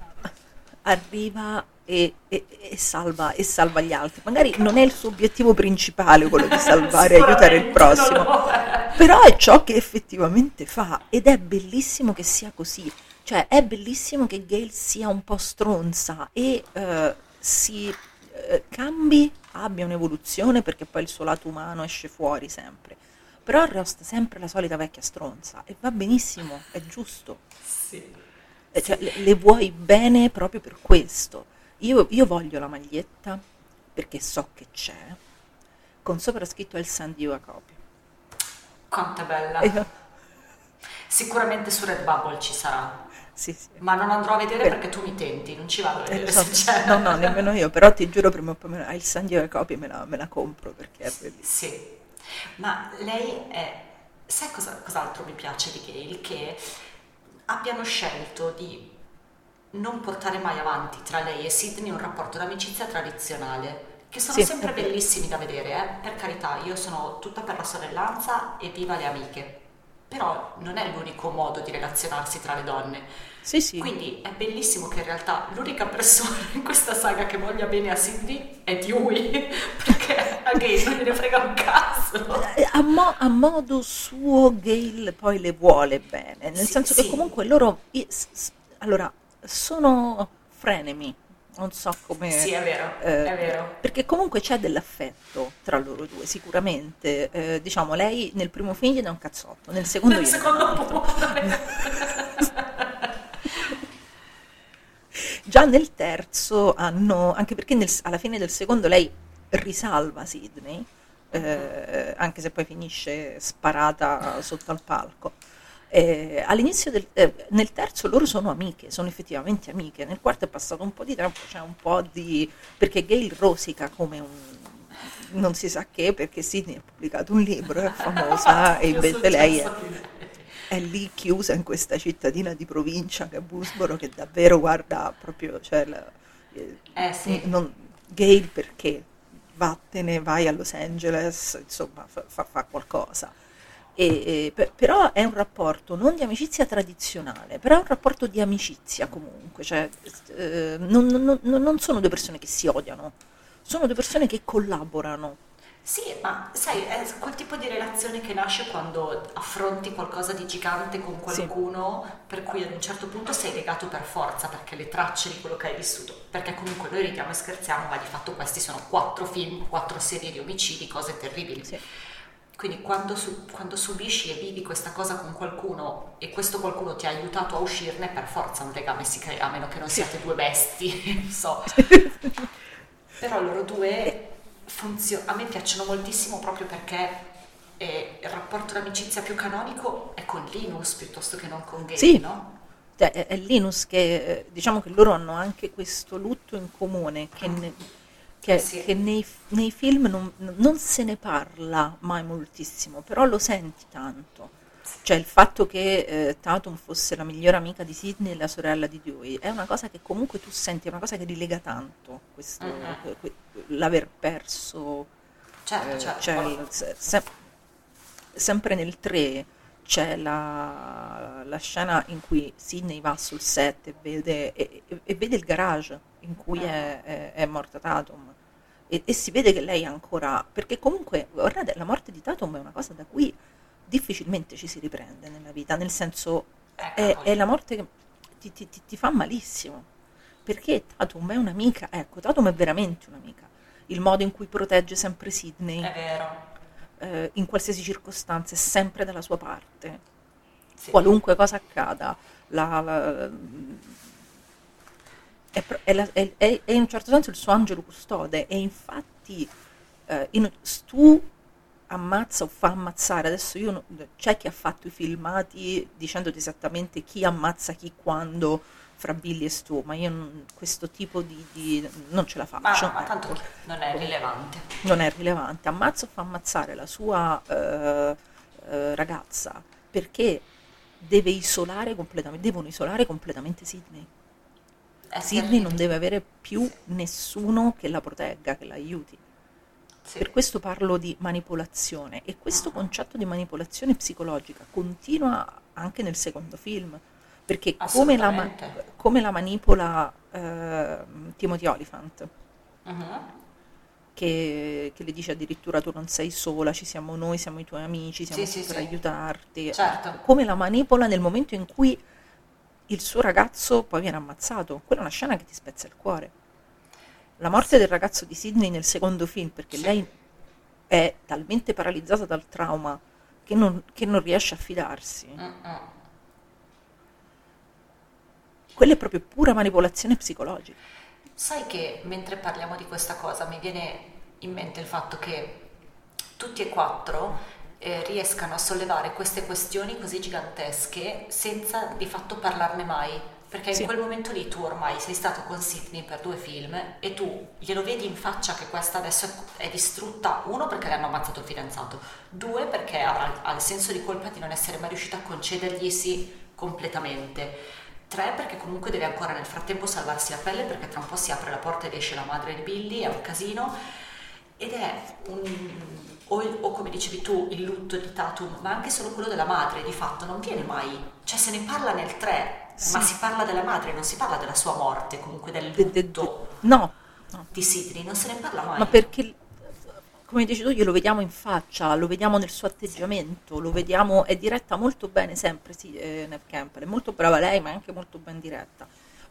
arriva e, e- e salva, e salva gli altri. Magari non è il suo obiettivo principale quello di salvare e aiutare il Sicuramente prossimo, non lo è. però è ciò che effettivamente fa ed è bellissimo che sia così. Cioè è bellissimo che Gale sia un po' stronza e eh, si eh, cambi, abbia un'evoluzione perché poi il suo lato umano esce fuori sempre, però resta sempre la solita vecchia stronza e va benissimo, è giusto. Sì. Eh, cioè, le, le vuoi bene proprio per questo. Io, io voglio la maglietta perché so che c'è, con sopra scritto il San Diego a copia. Quanto è bella. E- Sicuramente su Redbubble ci sarà. sì, sì. Ma non andrò a vedere Per- perché tu mi tenti, non ci vado a Eh, vedere lo so, se c'è. no, no, nemmeno io, però ti giuro prima o poi me la- il San Diego a copia me la, me la compro perché è bellissimo. Sì, ma lei è... Sai cosa, cos'altro mi piace di Gale? Che abbiano scelto di non portare mai avanti tra lei e Sydney un rapporto d'amicizia tradizionale, che sono Sì, sempre è vero. bellissimi da vedere, eh? Per carità, io sono tutta per la sorellanza e viva le amiche, però non è l'unico modo di relazionarsi tra le donne. Sì, sì. Quindi è bellissimo che in realtà l'unica persona in questa saga che voglia bene a Sydney è Dewey, perché a Gale non gliene frega un cazzo. Eh, A, mo- a modo suo Gale poi le vuole bene, nel Sì, senso sì. che comunque loro, i- s- s- allora, sono frenemy, non so come... Sì, è vero, eh, è vero. Perché comunque c'è dell'affetto tra loro due, sicuramente. Eh, diciamo, lei nel primo film gli dà un cazzotto, nel secondo Nel gli dà secondo un punto. Già nel terzo hanno, anche perché nel- alla fine del secondo lei risalva Sidney, eh, anche se poi finisce sparata sotto al palco. Eh, all'inizio del, eh, nel terzo loro sono amiche, sono effettivamente amiche. Nel quarto è passato un po' di tempo, c'è un po' di... perché Gail rosica come un... non si sa che, perché Sidney ha pubblicato un libro, è famosa, e Che è invece lei è, successo di lei? è lì chiusa in questa cittadina di provincia che è Boosboro, che davvero guarda proprio, cioè, la- eh, Eh sì. non, Gail perché? Vattene, vai a Los Angeles, insomma, fa, fa- fa qualcosa. E, e, pe- però è un rapporto non di amicizia tradizionale, però è un rapporto di amicizia comunque, cioè, eh, non, non- non- non sono due persone che si odiano, sono due persone che collaborano. Sì, ma sai, è quel tipo di relazione che nasce quando affronti qualcosa di gigante con qualcuno, per cui ad un certo punto sei legato per forza, perché le tracce di quello che hai vissuto, perché comunque noi ridiamo e scherziamo, ma di fatto questi sono quattro film, quattro serie di omicidi, cose terribili. Sì. Quindi quando, su- quando subisci e vivi questa cosa con qualcuno e questo qualcuno ti ha aiutato a uscirne, per forza un legame si crea, a meno che non siate due bestie, non so. Però loro due funzio- a me piacciono moltissimo proprio perché eh, il rapporto d'amicizia più canonico è con Linus piuttosto che non con Gail, Sì. no? Cioè, è, è Linus che, eh, diciamo che loro hanno anche questo lutto in comune, che, ne- che- Sì. che nei, nei film non, non se ne parla mai moltissimo, però lo senti tanto. Cioè il fatto che eh, Tatum fosse la migliore amica di Sidney e la sorella di Dewey è una cosa che comunque tu senti, è una cosa che rilega tanto, questo, Mhm. que- que- l'aver perso. Certo, eh, certo. c'è poi- il- se- se- sempre nel tre c'è la, la scena in cui Sidney va sul set e vede, e, e- e vede il garage in cui è, è- è morta Tatum, e, e si vede che lei ancora, perché comunque guardate, la morte di Tatum è una cosa da cui difficilmente ci si riprende nella vita, nel senso Eh, è, cavoli. è la morte che ti, ti- ti- ti fa malissimo, perché Tatum è un'amica, ecco, Tatum è veramente un'amica, il modo in cui protegge sempre Sidney, È vero. eh, in qualsiasi circostanza, è sempre dalla sua parte, Sì. qualunque cosa accada, la- la- è, pro- è la- è- è- è in un certo senso il suo angelo custode, e infatti eh, in- Stu ammazza o fa ammazzare, adesso io no- c'è chi ha fatto i filmati dicendoti esattamente chi ammazza chi quando fra Billy e Stu, ma io non- questo tipo di, di- non ce la Ma, faccio, ma tanto ecco. non è rilevante. Non è rilevante, ammazza o fa ammazzare la sua eh, eh, ragazza perché deve isolare completamente, devono isolare completamente Sidney. È Sidney non terribile. deve avere più nessuno che la protegga, che la aiuti. Sì. Per questo parlo di manipolazione, e questo concetto di manipolazione psicologica continua anche nel secondo film, perché come la, ma- Assolutamente. come la manipola eh, Timothy Olyphant, Mhm. che, che le dice addirittura tu non sei sola, ci siamo noi, siamo i tuoi amici, siamo Sì, qui sì, per sì. aiutarti. Certo. Come la manipola nel momento in cui il suo ragazzo poi viene ammazzato. Quella è una scena che ti spezza il cuore. La morte del ragazzo di Sidney nel secondo film, perché Sì. lei è talmente paralizzata dal trauma che non, che non riesce a fidarsi. Mm-mm. Quella è proprio pura manipolazione psicologica. Sai che mentre parliamo di questa cosa mi viene in mente il fatto che tutti e quattro eh, riescano a sollevare queste questioni così gigantesche senza di fatto parlarne mai, perché Sì. in quel momento lì tu ormai sei stato con Sidney per due film e tu glielo vedi in faccia che questa adesso è, è distrutta, uno perché le hanno ammazzato il fidanzato, due perché ha, ha il senso di colpa di non essere mai riuscita a concederglisi completamente, tre perché comunque deve ancora nel frattempo salvarsi la pelle perché tra un po' si apre la porta ed esce la madre di Billy, è un casino, ed è un o, il- o come dicevi tu il lutto di Tatum, ma anche solo quello della madre di fatto non viene mai, cioè se ne parla nel tre, ma si parla della madre, non si parla della sua morte, comunque del De- de- lutto de- no, no. di Sidney, non se ne parla mai. Ma perché, come dici tu, glielo vediamo in faccia, lo vediamo nel suo atteggiamento, lo vediamo, è diretta molto bene sempre, sì, eh, Neve Campbell, è molto brava lei, ma è anche molto ben diretta.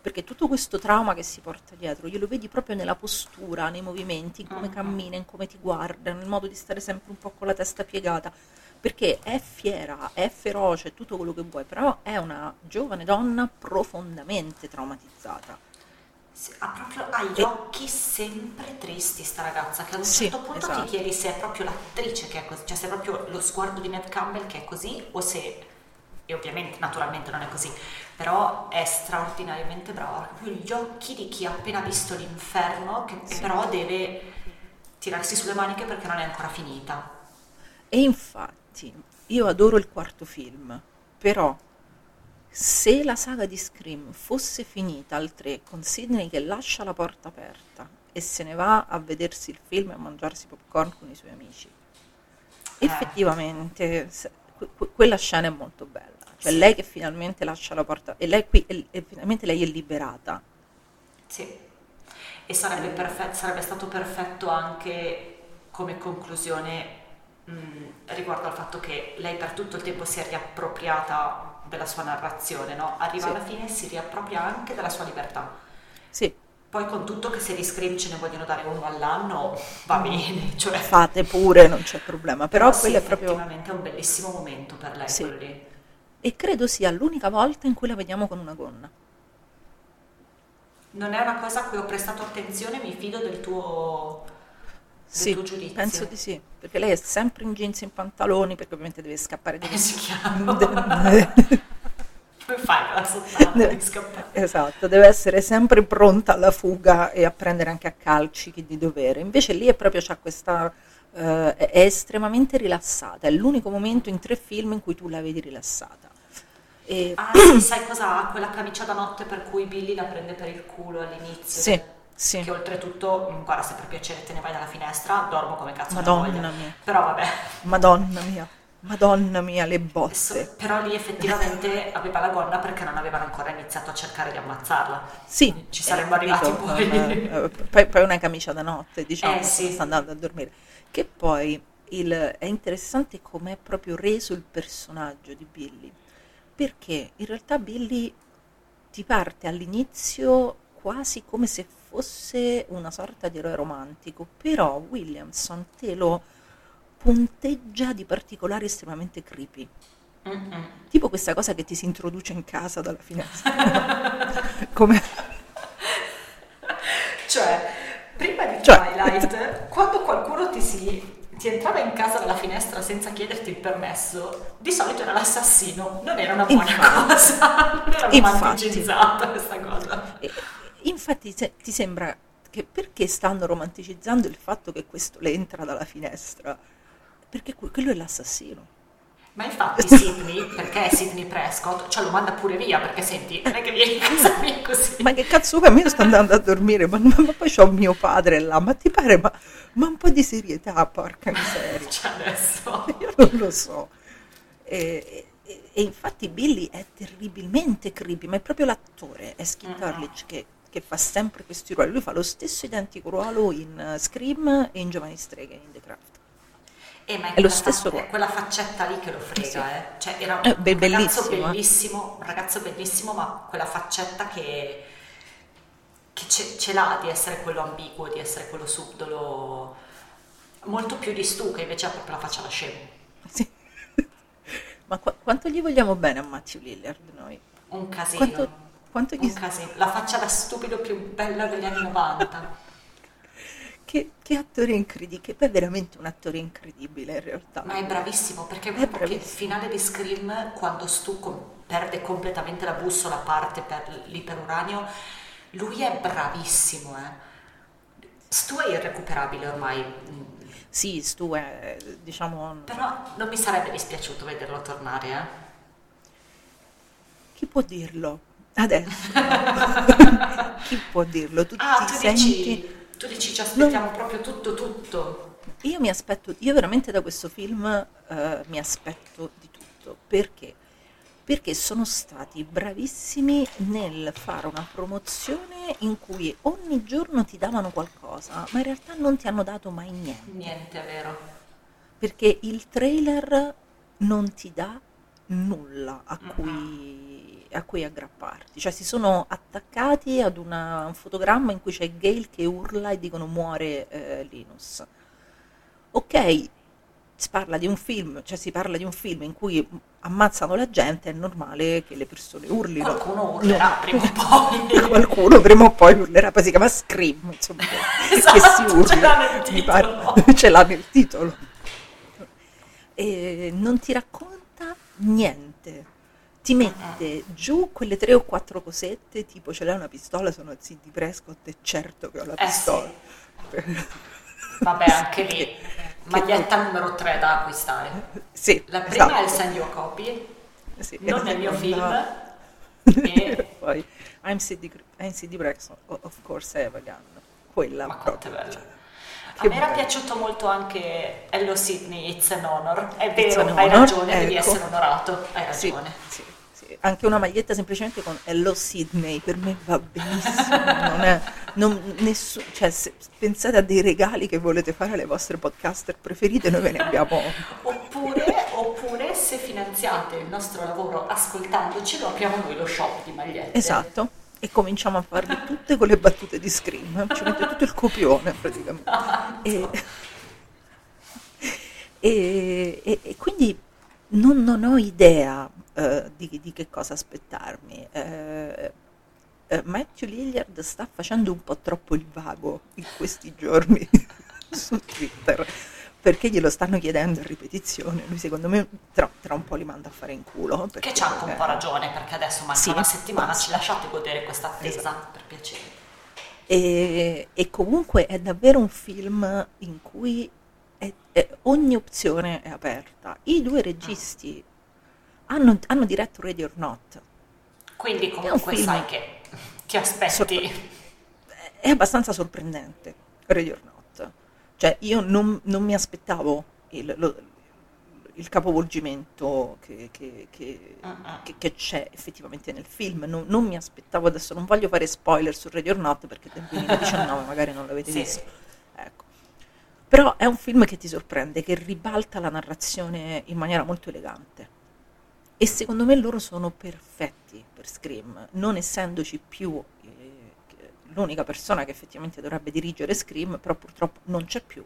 perché tutto questo trauma che si porta dietro glielo vedi proprio nella postura, nei movimenti, in come Mhm. cammina, in come ti guarda, nel modo di stare sempre un po' con la testa piegata, perché è fiera, è feroce, tutto quello che vuoi, però è una giovane donna profondamente traumatizzata. Sì, ha proprio ha gli E- occhi sempre tristi sta ragazza, che ad un Sì, certo punto esatto. ti chiedi se è proprio l'attrice che è così, cioè se è proprio lo sguardo di Neve Campbell che è così o se, e ovviamente naturalmente non è così, però è straordinariamente brava, ha proprio gli occhi di chi ha appena visto l'inferno che e Sì. però deve tirarsi sulle maniche perché non è ancora finita. E infatti io adoro il quarto film, però se la saga di Scream fosse finita al tre con Sidney che lascia la porta aperta e se ne va a vedersi il film e a mangiarsi popcorn con i suoi amici, Eh. effettivamente se- que- que- quella scena è molto bella. Cioè Sì. lei che finalmente lascia la porta e lei qui e, e finalmente lei è liberata. Sì, e sarebbe, perfe- sarebbe stato perfetto anche come conclusione mh, riguardo al fatto che lei per tutto il tempo si è riappropriata della sua narrazione, no? Arriva Sì. alla fine e si riappropria anche della sua libertà. Sì, Poi con tutto che se di Scream ce ne vogliono dare uno all'anno, va bene, cioè... fate pure, non c'è problema, però sì, quello è proprio effettivamente è un bellissimo momento per lei, Sì. quello lì. e credo sia l'unica volta in cui la vediamo con una gonna. Non è una cosa a cui ho prestato attenzione, mi fido del tuo, del Sì, tuo giudizio. penso di sì, perché lei è sempre in jeans e in pantaloni, perché ovviamente deve scappare di Eh, sì, chiaro. De- Come fai con la sottana di scappare? Esatto, deve essere sempre pronta alla fuga e a prendere anche a calci chi di dovere. Invece lì è proprio c'ha questa eh, è è estremamente rilassata, è l'unico momento in tre film in cui tu la vedi rilassata. E Ah sì, sai cosa ha? Quella camicia da notte per cui Billy la prende per il culo all'inizio. Sì, sì. Che oltretutto, mm, guarda, se per piacere te ne vai dalla finestra, dormo come cazzo Madonna ne voglia. mia. Però vabbè. Madonna mia, Madonna mia, le Adesso- botte. però lì effettivamente aveva la gonna perché non avevano ancora iniziato a cercare di ammazzarla. Sì, Ci eh, saremmo arrivati capito, poi. non- eh, poi. Poi una camicia da notte, diciamo, Eh, sì. sta andando a dormire. Che poi il- è interessante com'è proprio reso il personaggio di Billy, perché in realtà Billy ti parte all'inizio quasi come se fosse una sorta di eroe romantico, però Williamson te lo punteggia di particolari estremamente creepy. Mm-mm. Tipo questa cosa che ti si introduce in casa dalla finestra. Come... Cioè, prima di Cioè- Twilight, quando qualcuno ti si ti entrava in casa dalla finestra senza chiederti il permesso, di solito era l'assassino, non era una buona Infatti. cosa, non era Infatti. romanticizzata questa cosa. E- Infatti se- ti sembra che perché stanno romanticizzando il fatto che questo le entra dalla finestra? Perché que- quello è l'assassino. Ma infatti Sidney, perché è Sidney Prescott, cioè lo manda pure via, perché senti, non è che vieni in casa mia così. Ma che cazzo che io sto andando a dormire, ma, ma poi c'ho mio padre là, ma ti pare, ma, ma un po' di serietà, porca miseria. Cioè adesso... Io non lo so. E, e- e infatti Billy è terribilmente creepy, ma è proprio l'attore, è Skip Turridge, che, che fa sempre questi ruoli. Lui fa lo stesso identico ruolo in eh, Scream e in Giovani Streghe, in The Craft. Eh, ma è, È lo quella stesso fa- ruolo. è quella faccetta lì che lo frega, Sì. eh. Cioè era Eh, un be- ragazzo bellissimo, eh. bellissimo, un ragazzo bellissimo, ma quella faccetta che, che ce, ce l'ha di essere quello ambiguo, di essere quello subdolo, molto più di Stu, che invece ha proprio la faccia da scemo. Sì. Ma qua- quanto gli vogliamo bene a Matthew Lillard noi? Un casino. Quanto, quanto gli Un casino. La faccia da stupido più bella degli anni novanta. Che, che attore incredibile, che poi è veramente un attore incredibile in realtà. Ma è bravissimo, perché È proprio che il bravissimo. finale di Scream, quando Stu com- perde completamente la bussola, parte per l'iperuranio, lui è bravissimo, eh. Stu è irrecuperabile ormai, mm, Sì, Stu è, diciamo, però non mi sarebbe dispiaciuto vederlo tornare, eh. chi può dirlo? Adesso. Chi può dirlo? Tu Ah, ti tu senti... dici, tu dici ci aspettiamo proprio tutto tutto. Io mi aspetto, io veramente da questo film eh, mi aspetto di tutto, perché? Perché sono stati bravissimi nel fare una promozione in cui ogni giorno ti davano qualcosa, ma in realtà non ti hanno dato mai niente, Niente, è vero. perché il trailer non ti dà nulla a Mm-mm. cui, a cui aggrapparti, cioè si sono attaccati ad una, un fotogramma in cui c'è Gale che urla e dicono muore eh, Linus. Ok, si parla di un film, cioè si parla di un film in cui ammazzano la gente, è normale che le persone urlino. Qualcuno urlerà No. prima o poi. Qualcuno prima o poi urlerà, poi si chiama Scream, insomma, Esatto, che si urla. ce l'ha nel Mi titolo. pare- ce l'ha nel titolo. E non ti racconta niente. Ti mette giù quelle tre o quattro cosette, tipo ce l'hai una pistola, sono Sidney Prescott e certo che ho la Eh, pistola. Vabbè, anche lì. Che- Maglietta numero tre da acquistare. Sì, La prima è il esatto. Send You a Copy, Sì, non e nel mio seconda- film. E... Poi I'm Sidney, I'm Sidney Prescott, o- of course Eva Gunn. Quella Ma quanto è proprio. bello. cioè, A che me era bello. piaciuto molto anche Hello Sydney, it's an honor. È It's vero, an hai honor, ragione, devi ecco. essere onorato. Hai Sì, ragione. sì, sì. Anche una maglietta semplicemente con Hello Sydney per me va benissimo. Non è, non, nessu- cioè, se pensate a dei regali che volete fare alle vostre podcaster preferite, noi ve ne abbiamo. Oppure, oppure se finanziate il nostro lavoro ascoltandoci, lo apriamo noi lo shop di magliette. Esatto. E cominciamo a farle tutte con le battute di Scream, ci mette tutto il copione praticamente. E, e- e- e quindi non, non ho idea eh, di, di che cosa aspettarmi. Eh, eh, Matthew Lillard sta facendo un po' troppo il vago in questi giorni su Twitter, perché glielo stanno chiedendo a ripetizione. Lui secondo me tra, tra un po' li manda a fare in culo. Che c'ha anche un po' ragione, perché adesso manca Sì, una settimana, basta. ci lasciate godere questa attesa, Esatto. per piacere. E, e comunque è davvero un film in cui è- è- ogni opzione è aperta. I due registi hanno, hanno diretto Ready or Not. Quindi comunque film. sai che ti aspetti... Sorpre- È abbastanza sorprendente Ready or Not. Cioè io non, non mi aspettavo il, lo- il capovolgimento che, che- che- Uh-uh. che- che c'è effettivamente nel film. Non, non mi aspettavo, adesso non voglio fare spoiler su Ready or Not perché del duemiladiciannove magari non l'avete Sì. visto. Ecco. Però è un film che ti sorprende, che ribalta la narrazione in maniera molto elegante. E secondo me loro sono perfetti per Scream, non essendoci più eh, che- l'unica persona che effettivamente dovrebbe dirigere Scream, però purtroppo non c'è più.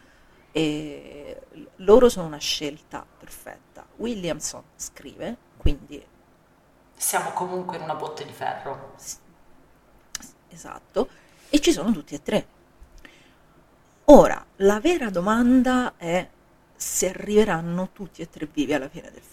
E l- loro sono una scelta perfetta. Williamson scrive, quindi Siamo comunque in una botte di ferro. esatto, e ci sono tutti e tre. Ora, la vera domanda è se arriveranno tutti e tre vivi alla fine del film.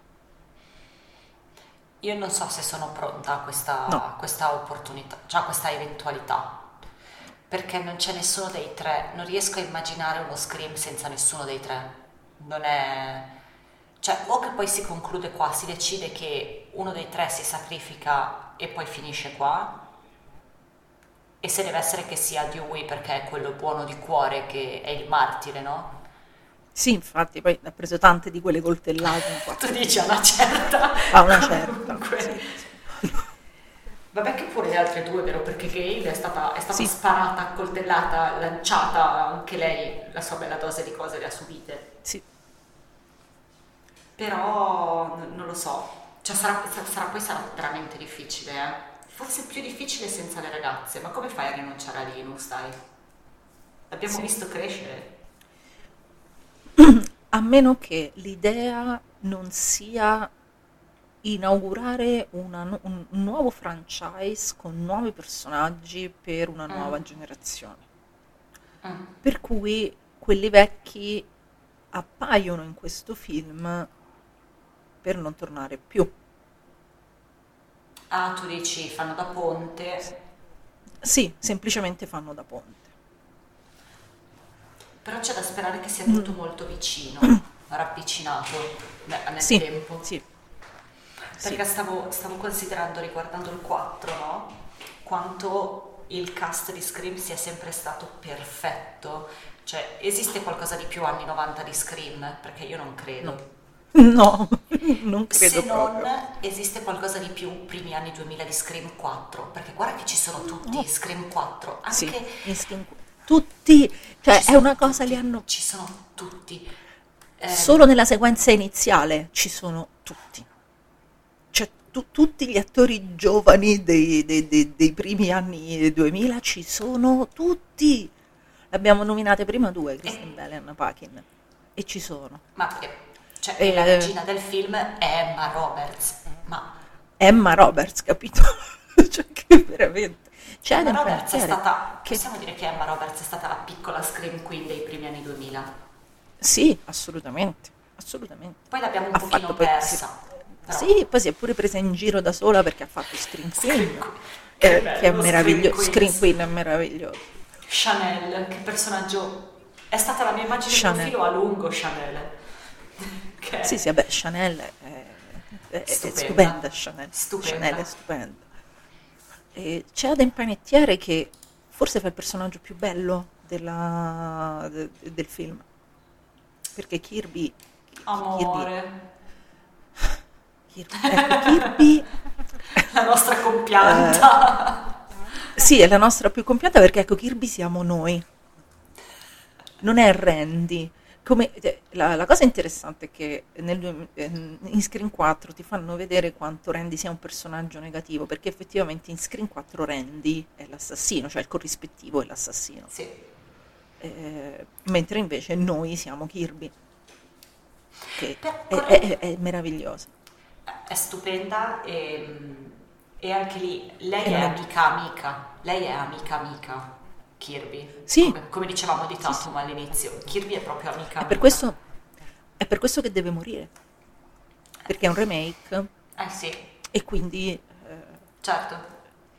Io non so se sono pronta a questa, No. a questa opportunità, cioè a questa eventualità, perché non c'è nessuno dei tre, non riesco a immaginare uno Scream senza nessuno dei tre. Non è... Cioè, o che poi si conclude qua, si decide che uno dei tre si sacrifica e poi finisce qua, e se deve essere che sia Dewey perché è quello buono di cuore che è il martire, no? Sì, infatti, poi ha preso tante di quelle coltellate. in quattro Tu dici a una certa... A una certa, Comunque- sì. Vabbè che pure le altre due, vero? Perché Gale è stata, è stata Sì. sparata, coltellata, lanciata, anche lei la sua bella dose di cose le ha subite. Sì. Però n- non lo so, cioè sarà, sa- sarà- poi sarà veramente difficile, eh? Forse più difficile senza le ragazze, ma come fai a rinunciare a Linus, dai? L'abbiamo Sì. visto crescere. A meno che l'idea non sia inaugurare una nu- un un nuovo franchise con nuovi personaggi per una nuova Mm. generazione. Mm. Per cui quelli vecchi appaiono in questo film per non tornare più. Ah, tu dici, fanno da ponte, Sì, semplicemente fanno da ponte. però c'è da sperare che sia tutto molto vicino, ravvicinato ne- nel Sì, tempo. sì. Perché Sì. stavo, stavo considerando, riguardando il quattro, no? Quanto il cast di Scream sia sempre stato perfetto. Cioè, esiste qualcosa di più anni novanta di Scream? Perché io non credo. No, non credo Se non proprio. esiste qualcosa di più primi anni duemila di Scream quattro, perché guarda che ci sono tutti No. Scream quattro, anche Sì, in Scream- tutti, cioè ci è sono una cosa, tutti, li hanno ci sono tutti. Eh, solo nella sequenza iniziale ci sono tutti. C'è tu- tutti gli attori giovani dei, dei- dei- dei primi anni duemila ci sono tutti. Abbiamo nominate prima due, Kristen Bell e Anna Paquin, e ci sono. Ma eh, cioè, Eh, la regina del film è Emma Roberts, ma Emma Roberts, capito? Cioè che veramente. C'è Emma da Roberts è pensare stata, che possiamo dire che Emma Roberts è stata la piccola scream queen dei primi anni duemila. sì, assolutamente, assolutamente. Poi l'abbiamo un Ha pochino fatto poi- persa. però- Sì, poi si è pure presa in giro da sola perché ha fatto Scream Queen, Scream Queen. eh, Che che è bello, meraviglioso. Scream Scream Queen. Queen è meraviglioso. Chanel, che personaggio, è stata la mia immagine di Chanel. profilo a lungo, Chanel. Che Sì, sì, vabbè, Chanel è, è- è Stupenda. stupenda, Chanel. Stupenda. Chanel è stupenda. E c'è Adam Panettiere che forse fa il personaggio più bello della- de- del film, perché Kirby... amore, Kirby, ecco, Kirby la nostra compianta. sì, è la nostra più compianta perché ecco, Kirby siamo noi, non è Randy. Come, eh, la, la cosa interessante è che nel, due- eh, in Scream quattro ti fanno vedere quanto Randy sia un personaggio negativo, perché effettivamente in Scream quattro Randy è l'assassino, cioè il corrispettivo è l'assassino, Sì. eh, mentre invece noi siamo Kirby, che Per- è, è- è meravigliosa. È stupenda e, e anche lì lei E è non è- amica amica, lei è amica amica Kirby, Sì. come, come dicevamo di Tatum all'inizio, Kirby è proprio amica È amica. per questo, è per questo che deve morire, perché è un remake Eh sì, e quindi eh, certo.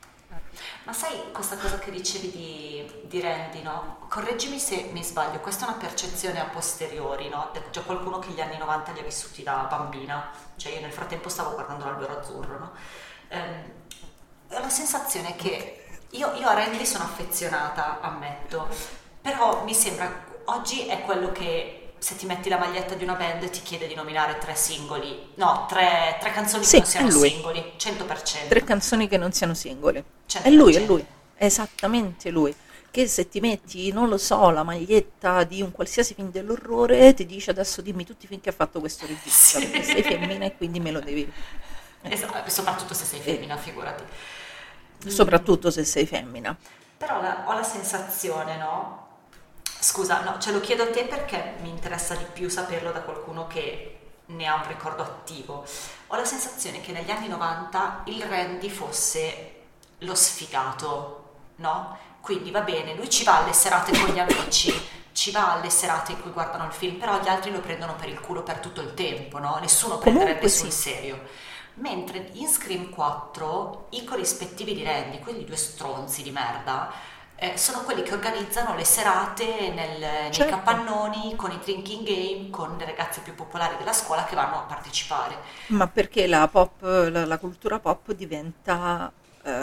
Ma sai questa cosa che dicevi di, di Randy, no? Correggimi se mi sbaglio, questa è una percezione a posteriori, no? C'è qualcuno che gli anni novanta li ha vissuti da bambina, cioè io nel frattempo stavo guardando l'Albero Azzurro, no? Ehm, ho la sensazione che io, io a Randy sono affezionata, ammetto, però mi sembra, oggi è quello che se ti metti la maglietta di una band ti chiede di nominare tre singoli, no, tre, tre canzoni Sì, che non è siano lui. singoli, cento per cento. tre canzoni che non siano singole. Cento È lui, per è cento. lui, è esattamente lui. Che se ti metti, non lo so, la maglietta di un qualsiasi film dell'orrore, ti dice adesso dimmi tutti i film che ha fatto questo regista, Sì. perché sei femmina e quindi me lo devi. Esatto, soprattutto se sei femmina, figurati. Soprattutto se sei femmina. Però la- ho la sensazione, no? Scusa, no, ce lo chiedo a te perché mi interessa di più saperlo da qualcuno che ne ha un ricordo attivo. Ho la sensazione che negli anni novanta il Randy fosse lo sfigato, no? Quindi va bene, lui ci va alle serate con gli amici, ci va alle serate in cui guardano il film, però gli altri lo prendono per il culo per tutto il tempo, no? Nessuno prenderebbe Comunque sul sì. serio. Mentre in Scream quattro i corrispettivi di Randy, quelli due stronzi di merda, eh, sono quelli che organizzano le serate nel- nei Certo. capannoni con i drinking game, con le ragazze più popolari della scuola che vanno a partecipare. Ma perché la pop, la, la cultura pop diventa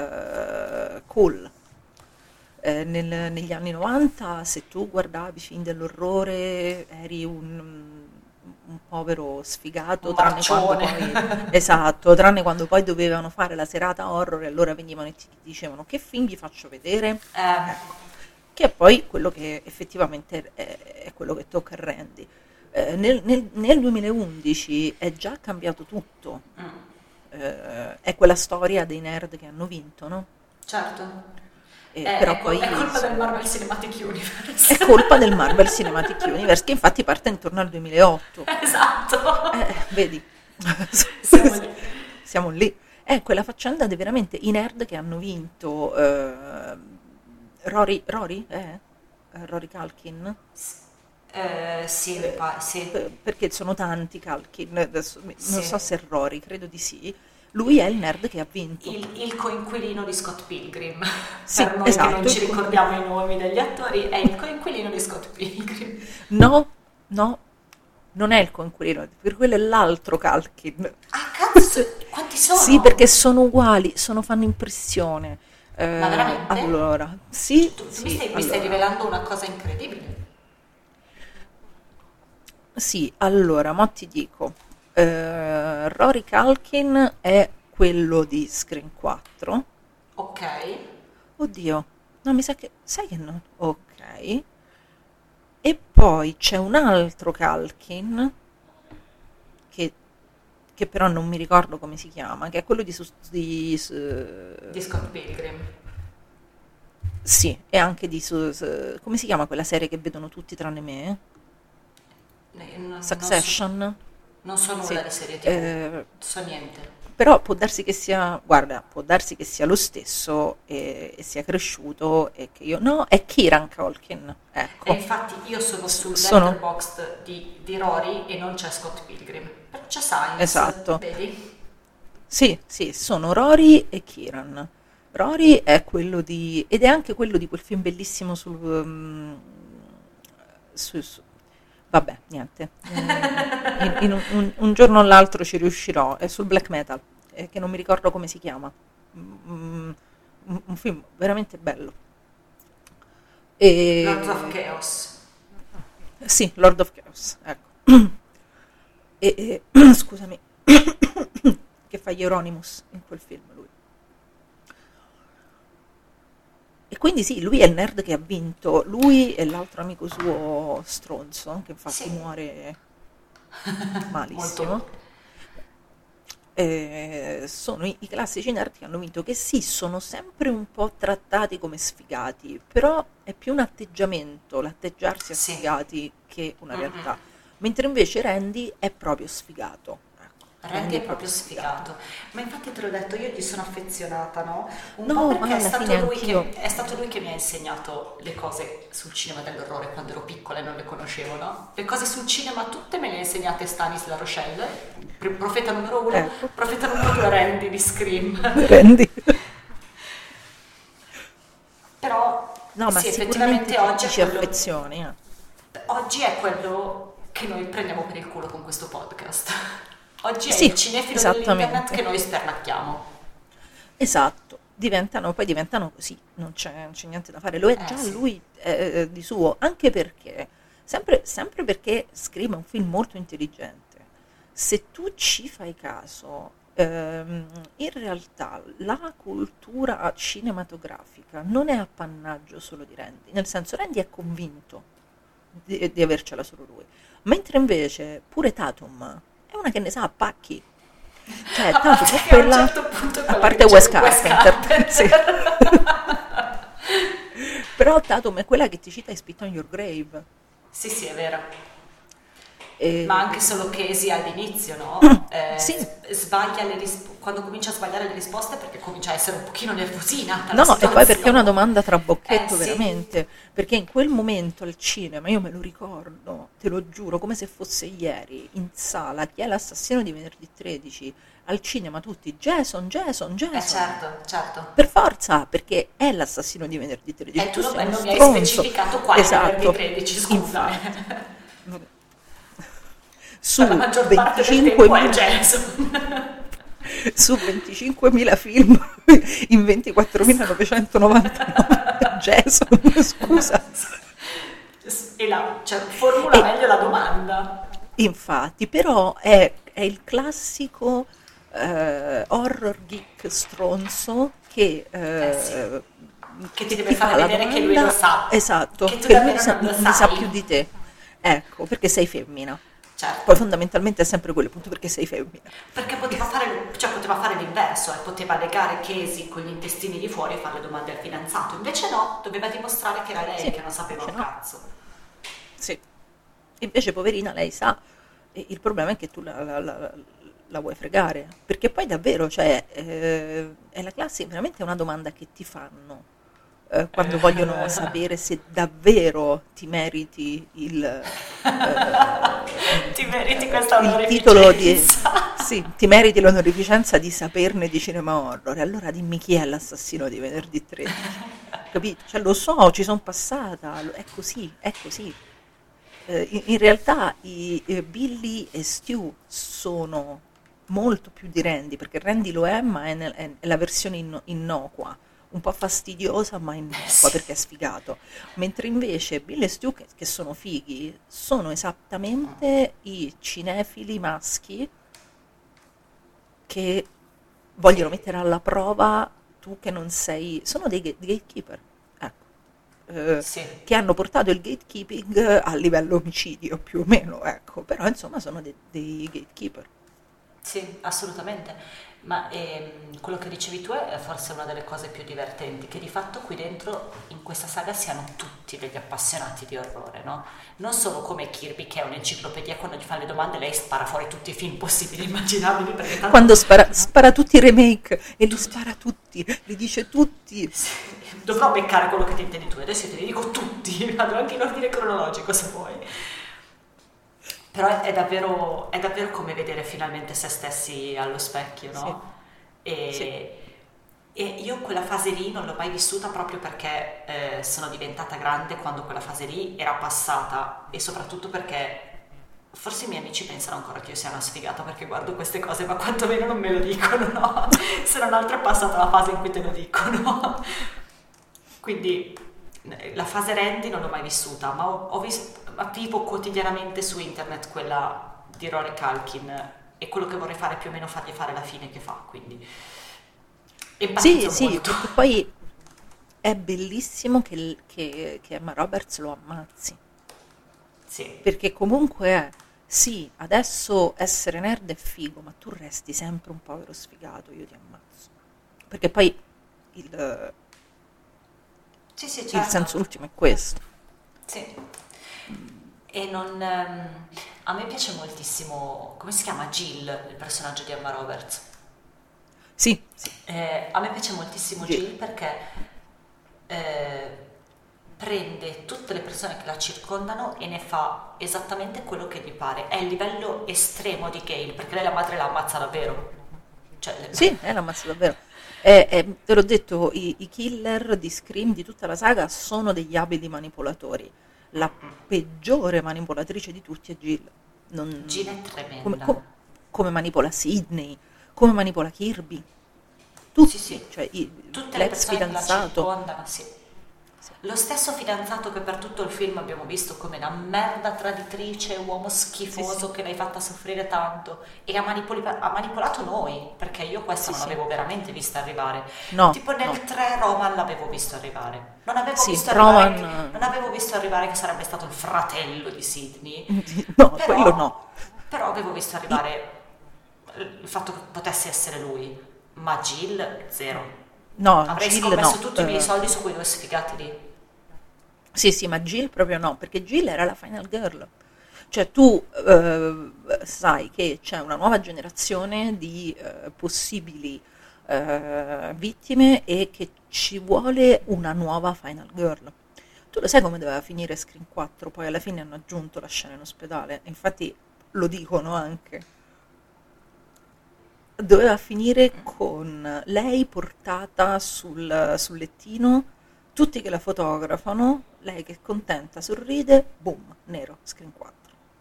eh, cool. Eh, nel- negli anni novanta, se tu guardavi film dell'orrore, eri un, un povero sfigato, Un tranne quando marcione. poi, esatto, tranne quando poi dovevano fare la serata horror e allora venivano e ti dicevano che film vi faccio vedere, Eh, che è poi quello che effettivamente è, è quello che tocca a Randy. Eh, nel, nel- nel duemilaundici è già cambiato tutto. mm, Eh, è quella storia dei nerd che hanno vinto, no? certo. Eh, È, però è col- poi è colpa del sì, Marvel Cinematic Universe. è colpa del Marvel Cinematic Universe che infatti parte intorno al duemilaotto. Esatto. Eh, vedi? Siamo lì. Siamo lì. È quella faccenda di veramente i nerd che hanno vinto eh, Rory, Rory? Eh? Eh, Rory Culkin? Eh, sì, mi pare, sì. Eh, perché sono tanti Culkin, adesso mi- non Sì. so se è Rory, credo di sì. Lui è il nerd che ha vinto. Il, il coinquilino di Scott Pilgrim, Sì, per noi esatto, che non ci il co- ricordiamo i nomi degli attori, è il coinquilino di Scott Pilgrim. No, no, non è il coinquilino, per quello è l'altro Culkin. Ah, cazzo, quanti sono? Sì, perché sono uguali, sono, fanno impressione. Eh, Ma veramente? Allora, sì, Tu, tu sì, mi, stai, mi stai allora. rivelando una cosa incredibile. Sì, allora, ma ti dico, eh, Rory Culkin è quello di Scream quattro. Ok. Oddio, no, mi sa che, sai che no? Ok. E poi c'è un altro Culkin che, che però non mi ricordo come si chiama, che è quello di, sus- di s- Di Scott Pilgrim. sì, e anche di su- s- come si chiama quella serie che vedono tutti tranne me? Ne- non- Succession. Non so, non so nulla Sì. di serie tv, Eh, non so niente. Però può darsi che sia, guarda, può darsi che sia lo stesso e, e sia cresciuto e che io, no, è Kieran Culkin, ecco. E infatti io sono sul Sono- Letterboxd di, di Rory e non c'è Scott Pilgrim, però c'è Science, Esatto. vedi? Sì, sì, sono Rory e Kieran. Rory è quello di, ed è anche quello di quel film bellissimo sul, um, su, su- vabbè, niente. Eh, in, in un, un- un giorno o l'altro ci riuscirò, è sul black metal, eh, che non mi ricordo come si chiama. Mm, un, un film veramente bello. E, Lords of Chaos. Sì, Lord of Chaos, ecco. E, e- scusami, che fa Euronymous in quel film lui. E quindi sì, lui è il nerd che ha vinto, lui e l'altro amico suo stronzo, che infatti Sì. muore malissimo. Molto. Eh, sono i, i classici nerd che hanno vinto, che sì, sono sempre un po' trattati come sfigati, però è più un atteggiamento, l'atteggiarsi a Sì. sfigati che una Mhm. realtà. Mentre invece Randy è proprio sfigato. Ecco, Randy è proprio sfigato, ma infatti te l'ho detto, io gli sono affezionata, no? Un No, po' ma perché è alla stato, fine lui anch'io. che, è stato lui che mi ha insegnato le cose sul cinema dell'orrore quando ero piccola e non le conoscevo, no? Le cose sul cinema tutte me le ha insegnate Stanis La Rochelle, pr- profeta numero uno, Ecco. profeta numero due Randy di Scream. Randy. Però No, ma sì, sicuramente effettivamente oggi ti è, ci quello, affezioni. eh. oggi è quello che noi prendiamo per il culo con questo podcast. Oggi è Sì, il cinefilo dell'internet esattamente. che noi spernacchiamo. Esatto, diventano, poi diventano così, non c'è, non c'è niente da fare, lo è Eh, già sì. lui eh, di suo, anche perché, sempre, sempre perché Scream è un film molto intelligente, se tu ci fai caso, ehm, in realtà la cultura cinematografica non è appannaggio solo di Randy, nel senso Randy è convinto di, di avercela solo lui, mentre invece pure Tatum è una che ne sa a pacchi. Cioè, A Tatum parte è che a un quella, certo punto a quella parte che Wes c'è Wes Carpenter, sì. Carpenter. Però Tatum è quella che ti cita i Spit on Your Grave. Sì, sì, è vero. E- Ma anche solo Casey all'inizio, no? Eh, Sì. s- Sbaglia le risposte, quando comincia a sbagliare le risposte perché comincia a essere un pochino nervosina. per la No, e poi situazione. perché è una domanda tra bocchetto, Eh, sì. veramente. Perché in quel momento al cinema, io me lo ricordo, te lo giuro, come se fosse ieri, in sala, chi è l'assassino di venerdì tredici? Al cinema tutti, Jason, Jason, Jason. Eh certo, certo. Per forza, perché è l'assassino di venerdì tredici. E tu non, sei uno non mi hai stronzo. specificato quale Esatto. venerdì tredici, scusa. Infatti. Su Per la maggior parte del tempo è venticinquemila Jason. su venticinquemila film in ventiquattromilanovecentonovantanove Jason, scusa. E la, cioè, formula E- meglio la domanda. Infatti, però è, è il classico eh, horror geek stronzo che, eh, Eh sì. Che ti deve fa fare la vedere che lui domanda- lo sa. Esatto, Che tu che lui davvero sa, non lo ne sa sai. più di te. Ecco, perché sei femmina. Certo. Poi fondamentalmente è sempre quello, appunto perché sei femmina. Perché poteva fare, cioè poteva fare l'inverso, eh, poteva legare Casey con gli intestini di fuori e fare le domande al fidanzato. Invece no, doveva dimostrare che era lei Sì, che non sapeva un invece no. cazzo. Sì. Invece, poverina, lei sa, e il problema è che tu la, la- la- la vuoi fregare, perché poi davvero, cioè, eh, è la classica, veramente è una domanda che ti fanno eh, quando vogliono sapere se davvero ti meriti il, eh, Ti meriti questa il titolo di... onorificenza. Sì, ti meriti l'onorificenza di saperne di cinema horror, e allora dimmi chi è l'assassino di venerdì tredici, capito? Cioè, lo so, ci sono passata, lo- è così, è così. Eh, in, in realtà i, eh, Billy e Stu sono molto più di Randy, perché Randy lo è, ma è, nel- è- è la versione inno- innocua, un po' fastidiosa, ma innocua perché è sfigato. Mentre invece Billy e Stu, che, che sono fighi, sono esattamente i cinefili maschi che vogliono mettere alla prova tu che non sei... Sono dei ga- gatekeeper, ecco. Eh, Sì. che hanno portato il gatekeeping a livello omicidio più o meno, ecco, però insomma sono de- dei gatekeeper. Sì, assolutamente. Ma ehm, quello che dicevi tu è forse una delle cose più divertenti, che di fatto qui dentro in questa saga siano tutti degli appassionati di orrore, no? Non solo come Kirby, che è un'enciclopedia, quando gli fanno le domande lei spara fuori tutti i film possibili e immaginabili, perché tanto... Quando spara, spara tutti i remake e li spara tutti, li dice tutti. Sì, dovrò beccare quello che ti intendi tu, adesso te li dico tutti, vado anche in ordine cronologico se vuoi. Però è davvero, è davvero come vedere finalmente se stessi allo specchio, no? Sì. E, Sì. e io quella fase lì non l'ho mai vissuta proprio perché eh, sono diventata grande quando quella fase lì era passata, e soprattutto perché forse i miei amici pensano ancora che io sia una sfigata perché guardo queste cose, ma quantomeno non me lo dicono, no? Se non altro è passata la fase in cui te lo dicono. Quindi la fase Randy non l'ho mai vissuta, ma ho, ho visto... vivo quotidianamente su internet quella di Rory Culkin, e quello che vorrei fare è più o meno fargli fare la fine che fa, quindi empatizzo Sì, molto. sì, perché poi è bellissimo che, il- che, che Emma Roberts lo ammazzi, Sì, perché comunque è, sì, adesso essere nerd è figo, ma tu resti sempre un povero sfigato, io ti ammazzo. Perché poi il, sì, sì, il certo. senso ultimo è questo. Sì. E non... ehm, a me piace moltissimo, come si chiama? Jill, il personaggio di Emma Roberts. Sì, sì, Eh, a me piace moltissimo Jill. Jill perché eh, prende tutte le persone che la circondano e ne fa esattamente quello che gli pare. È il livello estremo di Gale, perché lei la madre la ammazza davvero. Cioè, le- sì, è l'ammazzo davvero. E- e te l'ho detto, i, i killer di Scream di tutta la saga sono degli abili manipolatori. La peggiore manipolatrice di tutti è Jill. Non- Jill è tremenda. come, com- come manipola Sidney, come manipola Kirby. Tutti, Sì, sì. cioè i- Tutte le l'ex persone che la fidanzato. circondano, sì. Lo stesso fidanzato che per tutto il film abbiamo visto come una merda traditrice, uomo schifoso Sì, sì. che l'hai fatta soffrire tanto, e ha, manipoli- ha manipolato noi, perché io questa Sì, non sì. l'avevo veramente vista arrivare. No, Tipo nel no. tre Roman l'avevo visto arrivare. Non avevo, Sì, visto arrivare Roman- che, non avevo visto arrivare che sarebbe stato il fratello di Sidney. No, Però- quello no. Però avevo visto arrivare il fatto che potesse essere lui, ma Jill zero. No, Avrei Jill scommesso no. tutti i miei Eh, soldi su quei due sfigati lì. Sì, sì, ma Jill proprio no, perché Jill era la final girl. Cioè tu eh, sai che c'è una nuova generazione di eh, possibili eh, vittime e che ci vuole una nuova final girl. Tu lo sai come doveva finire Scream quattro? Poi alla fine hanno aggiunto la scena in ospedale, infatti lo dicono anche. Doveva finire con lei portata sul, sul lettino, tutti che la fotografano, lei che è contenta, sorride, boom, nero, Scream quattro.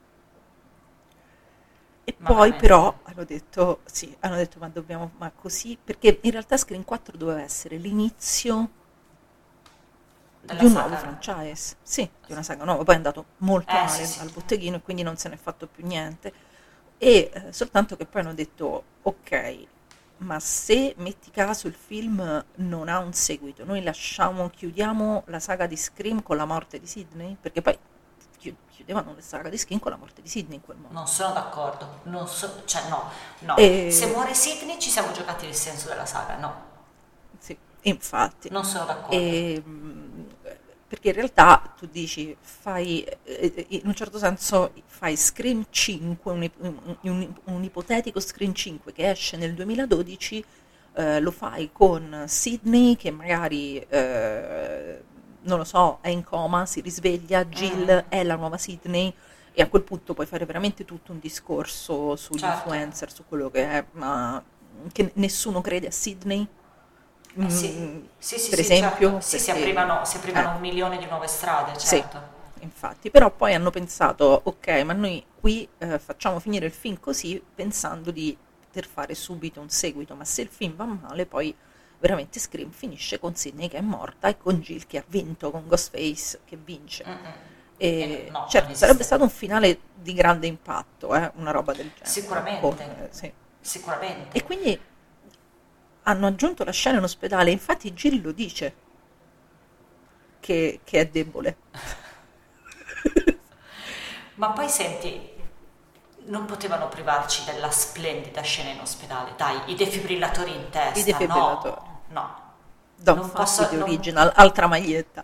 E Ma poi veramente? però hanno detto, sì, hanno detto ma dobbiamo, ma così, perché in realtà Scream quattro doveva essere l'inizio Della di un saga. nuovo franchise, sì, di una saga nuova, poi è andato molto Eh, male sì, sì. al botteghino e quindi non se n'è fatto più niente. E eh, soltanto che poi hanno detto, ok, ma se metti caso il film non ha un seguito, noi lasciamo, chiudiamo la saga di Scream con la morte di Sidney? Perché poi chi- chiudevano la saga di Scream con la morte di Sidney in quel modo. Non sono d'accordo, non so, cioè no, no. E- Se muore Sidney ci siamo giocati il senso della saga, no, Sì, infatti. non sono d'accordo. E, mh, perché in realtà tu dici, fai, eh, in un certo senso fai Scream cinque, un, ip- un- un- un ipotetico Scream cinque che esce nel duemiladodici, eh, lo fai con Sidney che magari, eh, non lo so, è in coma, si risveglia, Jill Mm. è la nuova Sidney, e a quel punto puoi fare veramente tutto un discorso sugli Certo. influencer, su quello che è, ma che nessuno crede a Sidney. Eh sì, Mm, sì, sì, per sì, esempio, certo. Sì, si perché- aprivano, si aprivano eh. un milione di nuove strade, Sì, certo. infatti, però poi hanno pensato, ok, ma noi qui eh, facciamo finire il film così pensando di poter fare subito un seguito, ma se il film va male poi veramente Scream finisce con Sidney che è morta e con Jill che ha vinto, con Ghostface che vince. Mm-mm. E Eh, no, non certo, esiste. sarebbe stato un finale di grande impatto, eh, una roba del genere. Sicuramente. Con- eh, sì. Sicuramente. E quindi hanno aggiunto la scena in ospedale, infatti Jill lo dice che, che è debole. Ma poi senti, non potevano privarci della splendida scena in ospedale. Dai, i defibrillatori in testa. I defibrillatori. No, no. Don't Non fuck posso- with the non- original, altra maglietta.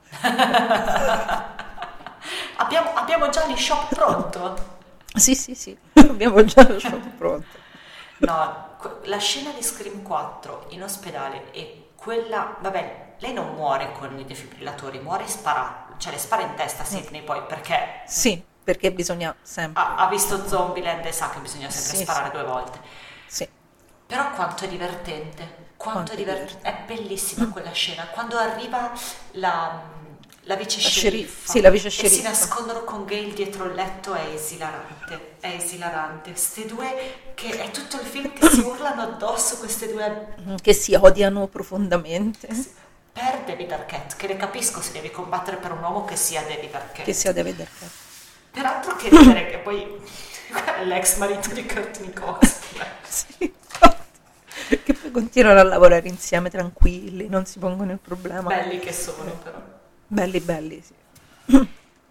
Abbiamo, abbiamo già l'e-shop pronto. Sì, sì, sì, abbiamo già lo shop pronto. No, que- la scena di Scream quattro in ospedale e quella, vabbè, lei non muore con i defibrillatori, muore sparato, cioè le spara in testa a Sidney poi perché Sì, perché bisogna sempre... ha, ha visto Zombieland e sa che bisogna sempre Sì, sparare sì. due volte. Sì, Però quanto è divertente, quanto, Quanto è è divertente, è bellissima quella scena, quando arriva la, la vice La sceriffa sceriff- sì, la vice e si sceriffa. nascondono con Gail dietro il letto, è esilarante, è esilarante. Queste due, che è tutto il film che si urlano addosso, queste due che si odiano profondamente, per David Arquette, che le capisco se devi combattere per un uomo che sia David Arquette. che sia David Arquette. Peraltro che ridere che poi è l'ex marito di Courtney Cox. Sì, che poi continuano a lavorare insieme tranquilli, non si pongono il problema. Belli che sono però. Belli, belli, sì.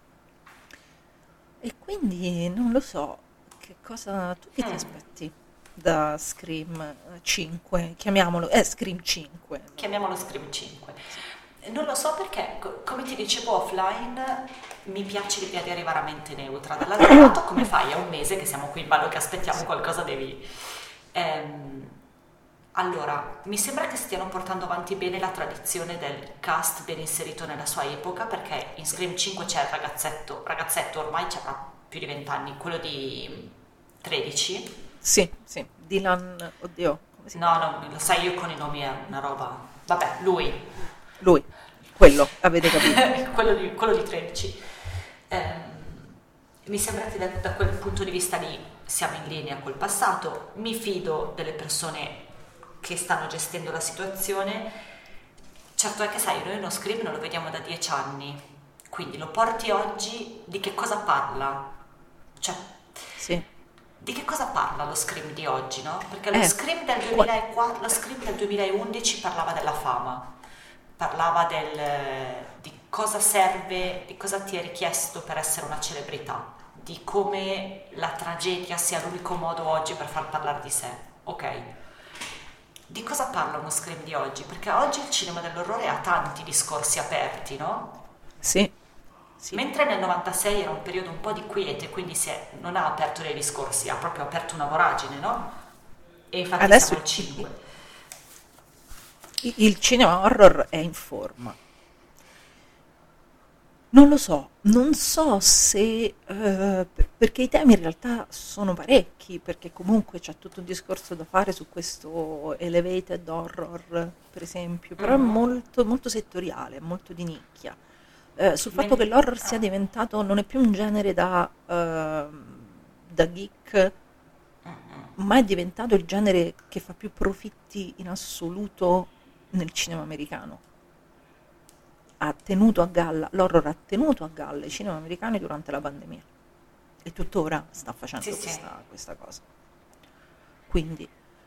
E quindi non lo so, che cosa tu che ti Mm. aspetti da Scream cinque? Chiamiamolo, eh, Scream cinque. no? Chiamiamolo Scream cinque. Non lo so perché, co- come ti dicevo offline, mi piace l'idea di arrivare a mente neutra. Dall'altro lato, come fai? È un mese che siamo qui in ballo che aspettiamo qualcosa, devi... Ehm, allora, mi sembra che stiano portando avanti bene la tradizione del cast ben inserito nella sua epoca, perché in Scream cinque c'è il ragazzetto, ragazzetto ormai c'ha più di venti anni, quello di tredici. Sì, sì, Dylan, oddio, come si No, no, lo sai, io con i nomi è una roba... Vabbè, lui, Lui, quello, avete capito. quello, di, quello di tredici. Ehm, mi sembra che da, da quel punto di vista lì siamo in linea col passato. Mi fido delle persone che stanno gestendo la situazione. Certo è che sai, noi uno Scream non lo vediamo da dieci anni, quindi lo porti oggi, di che cosa parla? Cioè, Sì, di che cosa parla lo Scream di oggi, no? Perché lo Eh, Scream del duemilaquattro, lo Scream del duemilaundici parlava della fama, parlava del, di cosa serve, di cosa ti è richiesto per essere una celebrità, di come la tragedia sia l'unico modo oggi per far parlare di sé, ok? Di cosa parla uno Scream di oggi? Perché oggi il cinema dell'orrore ha tanti discorsi aperti, no? sì, sì. Mentre nel novantasei era un periodo un po' di quiete, quindi si è- non ha aperto dei discorsi, ha proprio aperto una voragine, no? E infatti Adesso siamo al il- cinque. Il il cinema horror è in forma. Non lo so, non so se, eh, per- perché i temi in realtà sono parecchi, perché comunque c'è tutto un discorso da fare su questo elevated horror, per esempio, però è Mhm. molto, molto settoriale, molto di nicchia. Eh, sul fatto Men- che l'horror sia ah. diventato, non è più un genere da, ehm, da geek, ma è diventato il genere che fa più profitti in assoluto nel cinema americano. Ha tenuto a galla, l'horror ha tenuto a galla i cinema americani durante la pandemia e tuttora sta facendo Sì, sì. questa, questa cosa. Quindi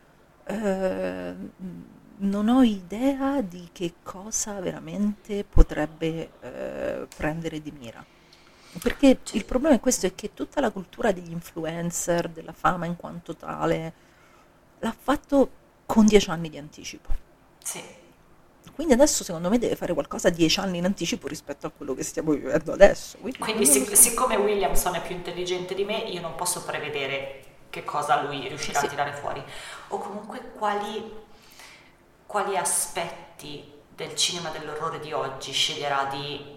eh, non ho idea di che cosa veramente potrebbe eh, prendere di mira. Perché il problema è questo, è che tutta la cultura degli influencer, della fama in quanto tale, l'ha fatto con dieci anni di anticipo. Sì. Quindi adesso secondo me deve fare qualcosa dieci anni in anticipo rispetto a quello che stiamo vivendo adesso. Quindi, Quindi non lo sic- so. siccome Williamson è più intelligente di me, io non posso prevedere che cosa lui riuscirà Sì. a tirare fuori. O comunque quali, quali aspetti del cinema dell'orrore di oggi sceglierà di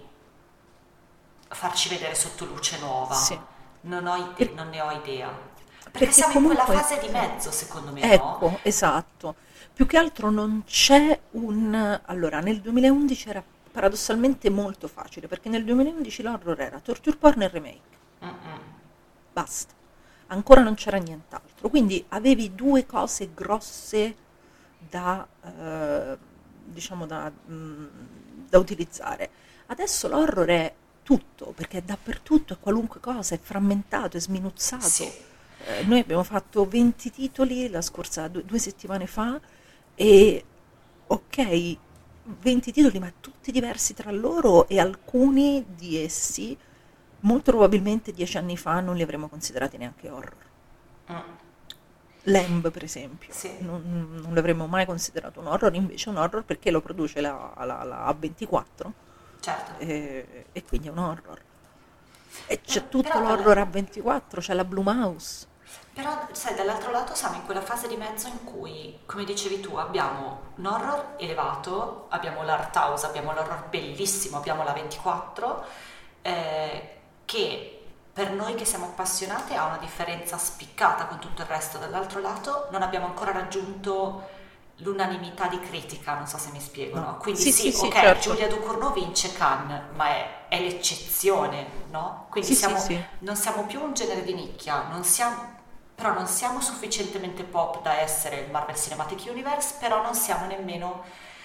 farci vedere sotto luce nuova. Sì. Non, ho ide- Per- non ne ho idea. Perché, perché siamo in comunque- quella fase di mezzo, secondo me, no? Ecco, esatto. Più che altro non c'è un... Allora, nel duemilaundici era paradossalmente molto facile, perché nel duemilaundici l'horror era torture porn e remake. Mm-mm. Basta. Ancora non c'era nient'altro. Quindi avevi due cose grosse da, eh, diciamo, da, mm, da utilizzare. Adesso l'horror è tutto, perché è dappertutto, è qualunque cosa, è frammentato, è sminuzzato. Sì. Eh, noi abbiamo fatto venti titoli la scorsa due, due settimane fa e ok, venti titoli ma tutti diversi tra loro e alcuni di essi molto probabilmente dieci anni fa non li avremmo considerati neanche horror. Mm. Lamb, per esempio, Sì. non, non l'avremmo mai considerato un horror, invece è un horror perché lo produce la, la, la A ventiquattro Certo. e, e quindi è un horror. E c'è Però- tutto però- l'horror A ventiquattro, c'è la Blumhouse. Però, sai, dall'altro lato siamo in quella fase di mezzo in cui, come dicevi tu, abbiamo un horror elevato, abbiamo l'art house, abbiamo l'horror bellissimo, abbiamo la ventiquattro, eh, che per noi che siamo appassionate ha una differenza spiccata con tutto il resto. Dall'altro lato non abbiamo ancora raggiunto l'unanimità di critica, non so se mi spiego, no? No. Quindi Sì, sì, sì, sì, ok, certo. Julia Ducournau vince Cannes, ma è, è l'eccezione, no? Quindi Sì, sì, siamo, sì. non siamo più un genere di nicchia, non siamo, però non siamo sufficientemente pop da essere il Marvel Cinematic Universe, però non siamo nemmeno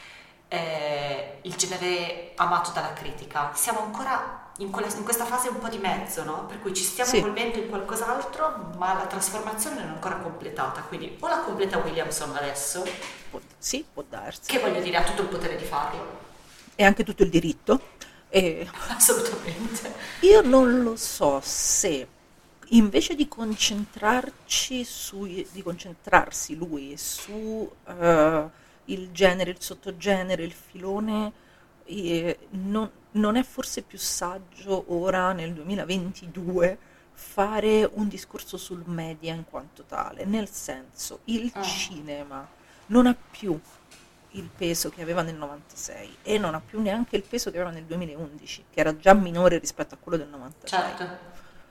eh, il genere amato dalla critica. Siamo ancora in, quella- in questa fase un po' di mezzo, no? Per cui ci stiamo Sì. evolvendo in qualcos'altro, ma la trasformazione non è ancora completata. Quindi o la completa Williamson adesso, Può- sì, può darsi. che voglio dire, ha tutto il potere di farlo, E anche tutto il diritto. E assolutamente. io non lo so se invece di concentrarci sui, di concentrarsi lui su eh, il genere, il sottogenere, il filone, eh, non, non è forse più saggio ora nel duemilaventidue fare un discorso sul media in quanto tale, nel senso il Ah. cinema non ha più il peso che aveva nel novantasei e non ha più neanche il peso che aveva nel duemilaundici, che era già minore rispetto a quello del novantasei. Certo.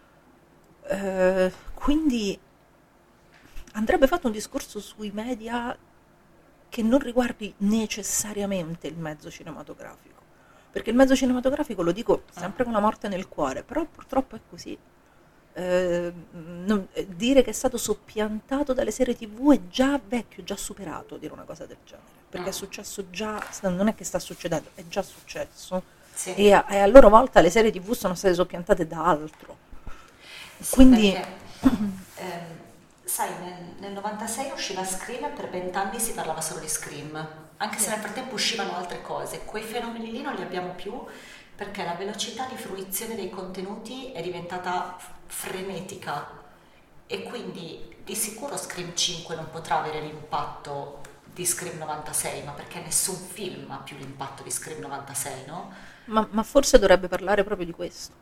Eh, quindi andrebbe fatto un discorso sui media che non riguardi necessariamente il mezzo cinematografico, perché il mezzo cinematografico, lo dico sempre con la morte nel cuore, però purtroppo è così. Eh, non- eh, dire che è stato soppiantato dalle serie tv è già vecchio, già superato dire una cosa del genere, perché è successo già, non è che sta succedendo, è già successo Sì. e a, e a loro volta le serie tv sono state soppiantate da altro. Sì, Quindi perché, ehm, sai, nel, nel novantasei usciva Scream e per vent'anni si parlava solo di Scream, anche se nel frattempo uscivano altre cose. Quei fenomeni lì non li abbiamo più perché la velocità di fruizione dei contenuti è diventata f- frenetica e quindi di sicuro Scream cinque non potrà avere l'impatto di Scream novantasei, ma perché nessun film ha più l'impatto di Scream novantasei, no? Ma, ma forse dovrebbe parlare proprio di questo.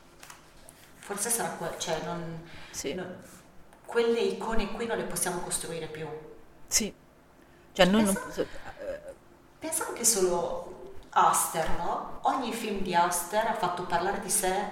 Forse sarà quello, cioè non... Sì, no, quelle icone qui non le possiamo costruire più. sì. Cioè noi non Pensa- eh, Pensa anche solo Aster, no? Ogni film di Aster ha fatto parlare di sé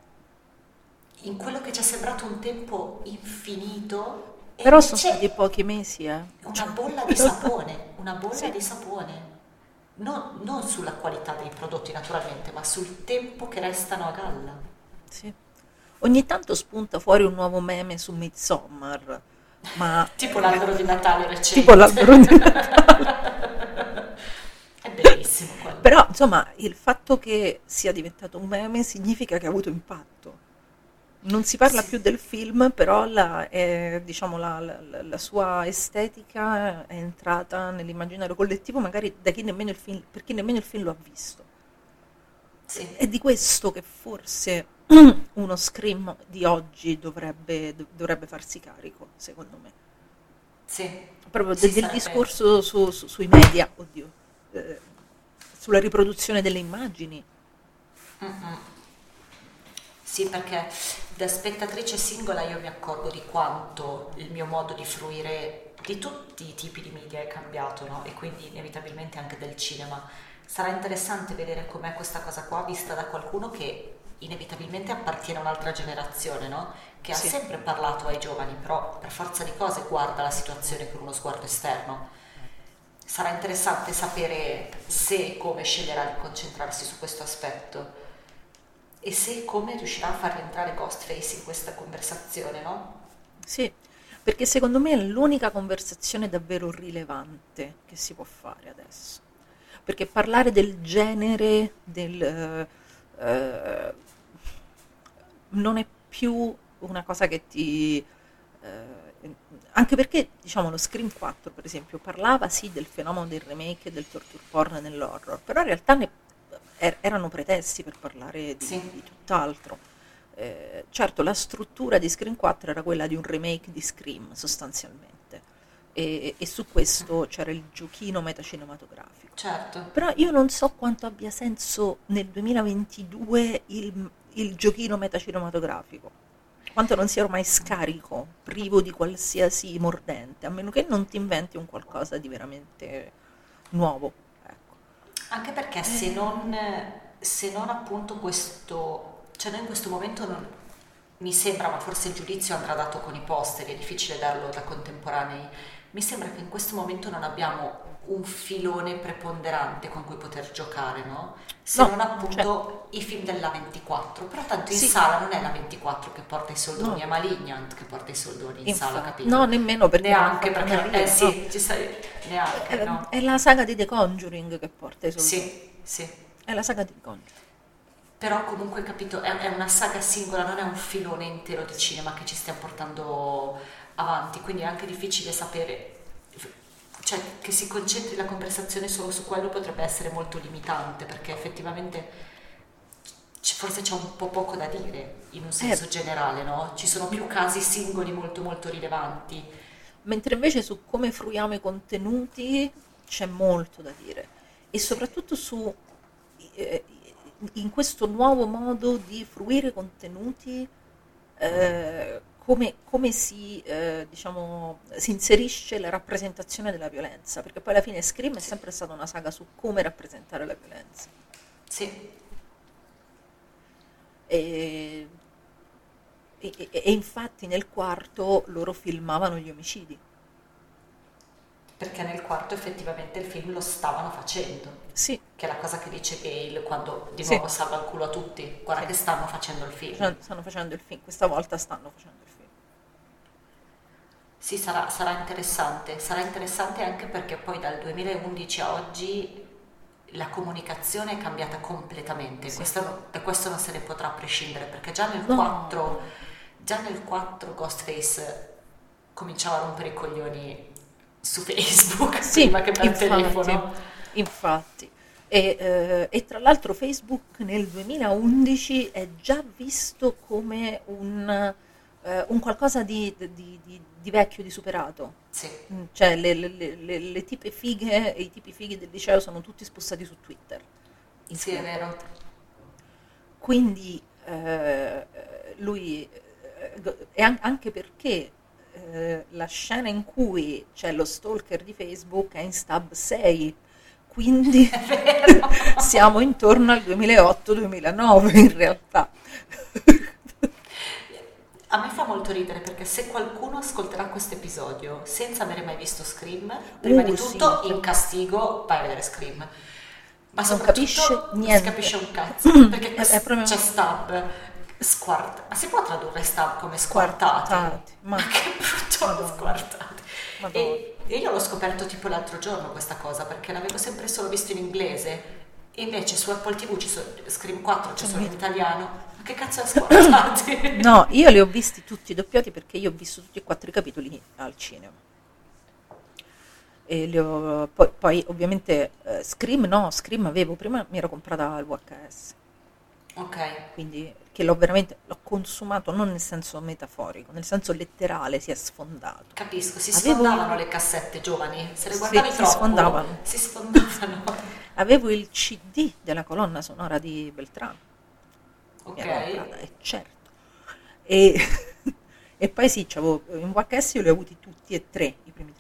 in quello che ci è sembrato un tempo infinito e però sono invece stati pochi mesi, eh. una bolla di sapone, una bolla Sì. di sapone. Non, non sulla qualità dei prodotti naturalmente, ma sul tempo che restano a galla. Sì. Ogni tanto spunta fuori un nuovo meme su Midsommar, ma Tipo l'albero di Natale recente. tipo l'albero di Natale. È bellissimo quello. Però insomma il fatto che sia diventato un meme significa che ha avuto impatto. Non si parla Sì. più del film, però la, eh, diciamo, la, la- la sua estetica è entrata nell'immaginario collettivo, magari da chi nemmeno il film, per chi nemmeno il film lo ha visto. Sì. È di questo che forse uno Scream di oggi dovrebbe, dov- dovrebbe farsi carico, secondo me. Sì. Proprio Sì, de- del sarebbe- discorso su- su- sui media, oddio, eh, sulla riproduzione delle immagini. Mm-mm. Sì, perché da spettatrice singola io mi accorgo di quanto il mio modo di fruire di tutti i tipi di media è cambiato, no? E quindi inevitabilmente anche del cinema. Sarà interessante vedere com'è questa cosa qua vista da qualcuno che inevitabilmente appartiene a un'altra generazione, no? Che ha Sì. sempre parlato ai giovani, però per forza di cose guarda la situazione con uno sguardo esterno. Sarà interessante sapere se e come sceglierà di concentrarsi su questo aspetto e se e come riuscirà a far rientrare Ghostface in questa conversazione, no? Sì, perché secondo me è l'unica conversazione davvero rilevante che si può fare adesso. Perché parlare del genere, del, eh, eh, non è più una cosa che ti... eh, anche perché, diciamo, lo Scream quattro, per esempio, parlava sì del fenomeno del remake e del torture porn nell'horror, però in realtà ne, er- erano pretesti per parlare di, Sì. di tutt'altro. Eh, certo, la struttura di Scream quattro era quella di un remake di Scream, sostanzialmente, e, e su questo c'era il giochino metacinematografico. Certo. Però io non so quanto abbia senso nel duemilaventidue il, il giochino metacinematografico, quanto non sia ormai scarico, privo di qualsiasi mordente, a meno che non ti inventi un qualcosa di veramente nuovo. Ecco. Anche perché se non, se non appunto questo... Cioè noi in questo momento non, mi sembra, ma forse il giudizio andrà dato con i posteri, è difficile darlo da contemporanei, mi sembra che in questo momento non abbiamo un filone preponderante con cui poter giocare, no? Se no, non appunto certo. i film della ventiquattro, però tanto in Sì. sala non è la ventiquattro che porta i soldoni, No. è Malignant che porta i soldoni in Infatti, sala, capito? no, nemmeno perché Neanche non fa perché, venire, eh sì, no. ci stai, neanche, È, no? è la saga di The Conjuring che porta i soldoni. Sì, sì. È la saga di The Conjuring. Però comunque, capito, è, è una saga singola, non è un filone intero di cinema che ci stiamo portando avanti, quindi è anche difficile sapere, cioè che si concentri la conversazione solo su quello potrebbe essere molto limitante, perché effettivamente c- forse c'è un po' poco da dire in un senso Eh. generale, no? Ci sono più casi singoli molto molto rilevanti. Mentre invece su come fruiamo i contenuti c'è molto da dire, e soprattutto su eh, in questo nuovo modo di fruire i contenuti, eh, come, come si, eh, diciamo, si inserisce la rappresentazione della violenza, perché poi alla fine Scream è sempre stata una saga su come rappresentare la violenza. Sì, E, e- e- e infatti nel quarto loro filmavano gli omicidi. perché nel quarto effettivamente il film lo stavano facendo. Sì, Che è la cosa che dice Bale quando di Sì. nuovo salva il culo a tutti. Guarda Sì. che stanno facendo il film. cioè, stanno facendo il film, questa volta stanno facendo il film. Sì, sarà, sarà interessante. Sarà interessante anche perché poi dal duemilaundici a oggi la comunicazione è cambiata completamente. Sì. Questo non- da questo non se ne potrà prescindere, perché già nel No. quattro, già nel quattro Ghostface cominciava a rompere i coglioni su Facebook Sì, prima che per infatti, telefono. infatti. E, eh, e tra l'altro Facebook nel duemilaundici è già visto come un, eh, un qualcosa di, di- di- di vecchio, di superato. Sì, Mm, Cioè le, le- le- le- le tipe fighe e i tipi fighi del liceo sono tutti spostati su Twitter. in sì, è fondo. vero. Quindi eh, lui, eh, e an- anche perché eh, la scena in cui c'è lo stalker di Facebook è in Stab sei, quindi siamo intorno al duemilaotto duemilanove in realtà. A me fa molto ridere perché se qualcuno ascolterà questo episodio senza avere mai visto Scream, prima Uh, di tutto sì. in castigo vai a vedere Scream. Ma Non soprattutto capisce non si niente. capisce un cazzo, perché È- è proprio- c'è Stab, squart... Ma si può tradurre Stab come squartati? Squartati, ma- Ma che brutto, Madonna. squartati. Madonna. E, e io l'ho scoperto tipo l'altro giorno questa cosa, perché l'avevo sempre solo visto in inglese, e invece su Apple tivù ci sono Scream quattro, c'è solo in italiano. Ma che cazzo è squartati? No, io li ho visti tutti doppiati perché io ho visto tutti e quattro i capitoli al cinema. E li ho- poi, poi, ovviamente eh, Scream no, Scream avevo, prima mi ero comprata il V H S, Ok. quindi che l'ho veramente, l'ho consumato non nel senso metaforico, nel senso letterale, si è sfondato. Capisco, si Avevo- sfondavano le cassette, giovani, se le Sì, guardavi si troppo sfondavano. si sfondavano. Avevo il C D della colonna sonora di Beltrano, Ok, mi ero comprata, e certo. E, e poi sì, c'avevo, in V H S io li ho avuti tutti e tre, i primi tre.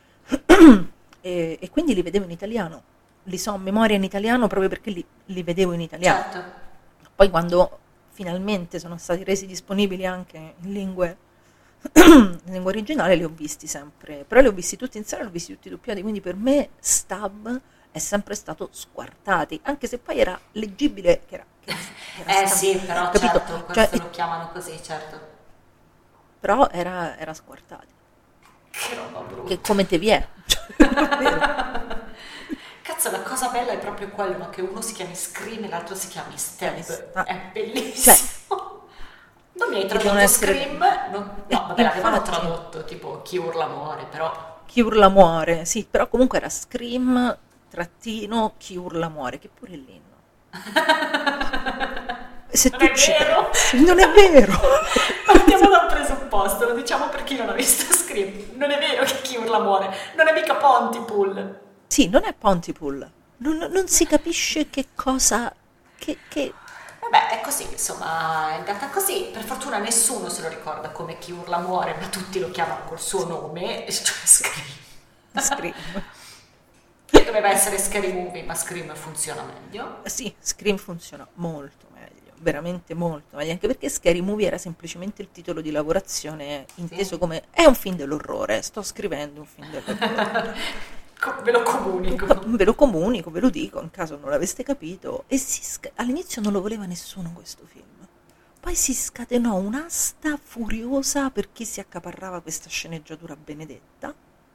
e, e quindi li vedevo in italiano, li so a memoria in italiano proprio perché li, li vedevo in italiano. certo. Poi quando finalmente sono stati resi disponibili anche in lingue, in lingua originale, li ho visti sempre, però li ho visti tutti in sala, li ho visti tutti doppiati, quindi per me Stab è sempre stato Squartati, anche se poi era leggibile che era, che era, che era Eh Stab, sì, però capito? certo, Cioè, questo lo chiamano così, certo. però era, era Squartati, Che roba brutta. che come te vi è. Cioè, Cazzo, la cosa bella è proprio quello, no? Che uno si chiami Scream e l'altro si chiami Stab. Stab. È bellissimo. non mi hai devono tradotto essere- Scream? No, no vabbè, l'avevano Infatti. tradotto tipo Chi urla muore, però... Chi urla muore, sì, però comunque era Scream trattino Chi urla muore, che pure è l'inno. Se Non tu è ci vero. pensi, non è vero. Partiamo da un presupposto, lo diciamo per chi non ha visto Scream. Non è vero che chi urla muore, non è mica Pontypool. Sì, non è Pontypool. Non, non si capisce che cosa... Che, che... Vabbè, è così, insomma, è andata così. Per fortuna nessuno se lo ricorda come chi urla muore, ma tutti lo chiamano col suo nome, cioè Scream. Scream. Che doveva essere Scary Movie, ma Scream funziona meglio. Sì, Scream funziona molto meglio, veramente molto meglio, anche perché Scary Movie era semplicemente il titolo di lavorazione inteso Sì. come è un film dell'orrore, sto scrivendo un film dell'orrore. Co- Ve lo comunico. Ve lo comunico, ve lo dico, in caso non l'aveste capito. E si sca- all'inizio non lo voleva nessuno questo film. Poi si scatenò un'asta furiosa per chi si accaparrava questa sceneggiatura benedetta.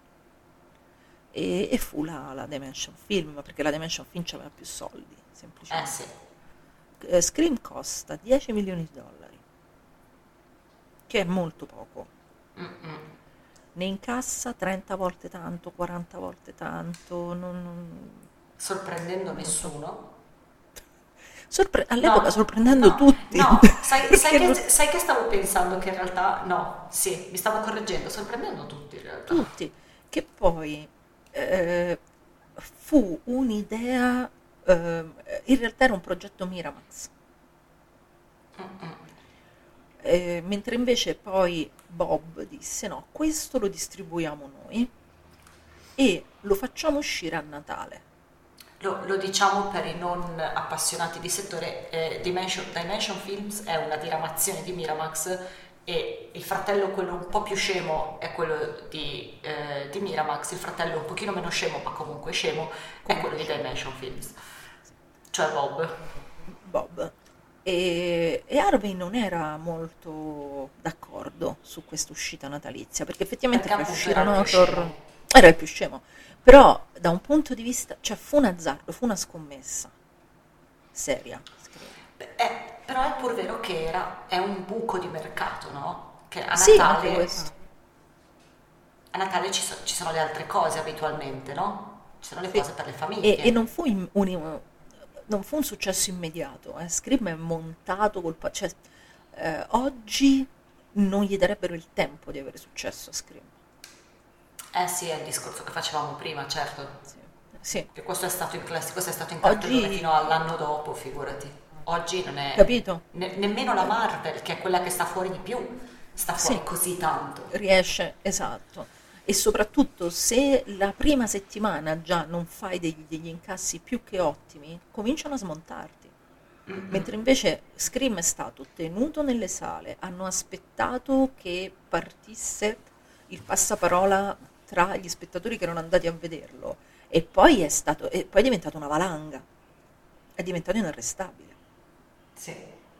E, e fu la, la Dimension Film, perché la Dimension Film aveva più soldi, Eh semplicemente. sì. Eh, Scream costa dieci milioni di dollari, che è molto poco. Mm-mm. Ne incassa trenta volte tanto, quaranta volte tanto. Non, non... Sorprendendo nessuno. Sorpre- all'epoca No, sorprendendo no, tutti. No, sai, sai, Perché che, sai che stavo pensando che in realtà no, sì, mi stavo correggendo, sorprendendo tutti in realtà. tutti, che poi eh, fu un'idea, eh, in realtà era un progetto Miramax. Mm-mm. Eh, mentre invece poi Bob disse no, questo lo distribuiamo noi e lo facciamo uscire a Natale. Lo, lo diciamo per i non appassionati di settore, eh, Dimension, Dimension Films è una diramazione di Miramax e il fratello, quello un po' più scemo, è quello di, eh, di Miramax, il fratello un pochino meno scemo ma comunque scemo è quello di Dimension Films, cioè Bob. Bob. E, e Harvey non era molto d'accordo su questa uscita natalizia, perché effettivamente Perché far appunto uscire era il più Notor scemo. era il più scemo, però da un punto di vista, cioè fu un azzardo, fu una scommessa seria. Eh, però è pur vero che era, è un buco di mercato, no? Che a Sì, Natale, anche questo. a Natale ci, so- ci sono le altre cose abitualmente, no? Ci sono le Sì. cose per le famiglie. E, e non fu in- un, non fu un successo immediato, eh. Scream è montato col pa- cioè, eh, oggi non gli darebbero il tempo di avere successo a Scream. Eh sì, è il discorso che facevamo prima, certo. Sì. Sì. Che questo è stato in classico, questo è stato in Oggi- cartellone fino all'anno dopo, figurati. Oggi non è... Capito? ne- nemmeno la Marvel, che è quella che sta fuori di più, sta fuori Sì. così tanto. Riesce, esatto. E soprattutto se la prima settimana già non fai degli, degli incassi più che ottimi, cominciano a smontarti. Mentre invece Scream è stato tenuto nelle sale, hanno aspettato che partisse il passaparola tra gli spettatori che erano andati a vederlo e poi è stato, e poi è diventato una valanga, è diventato inarrestabile. Sì.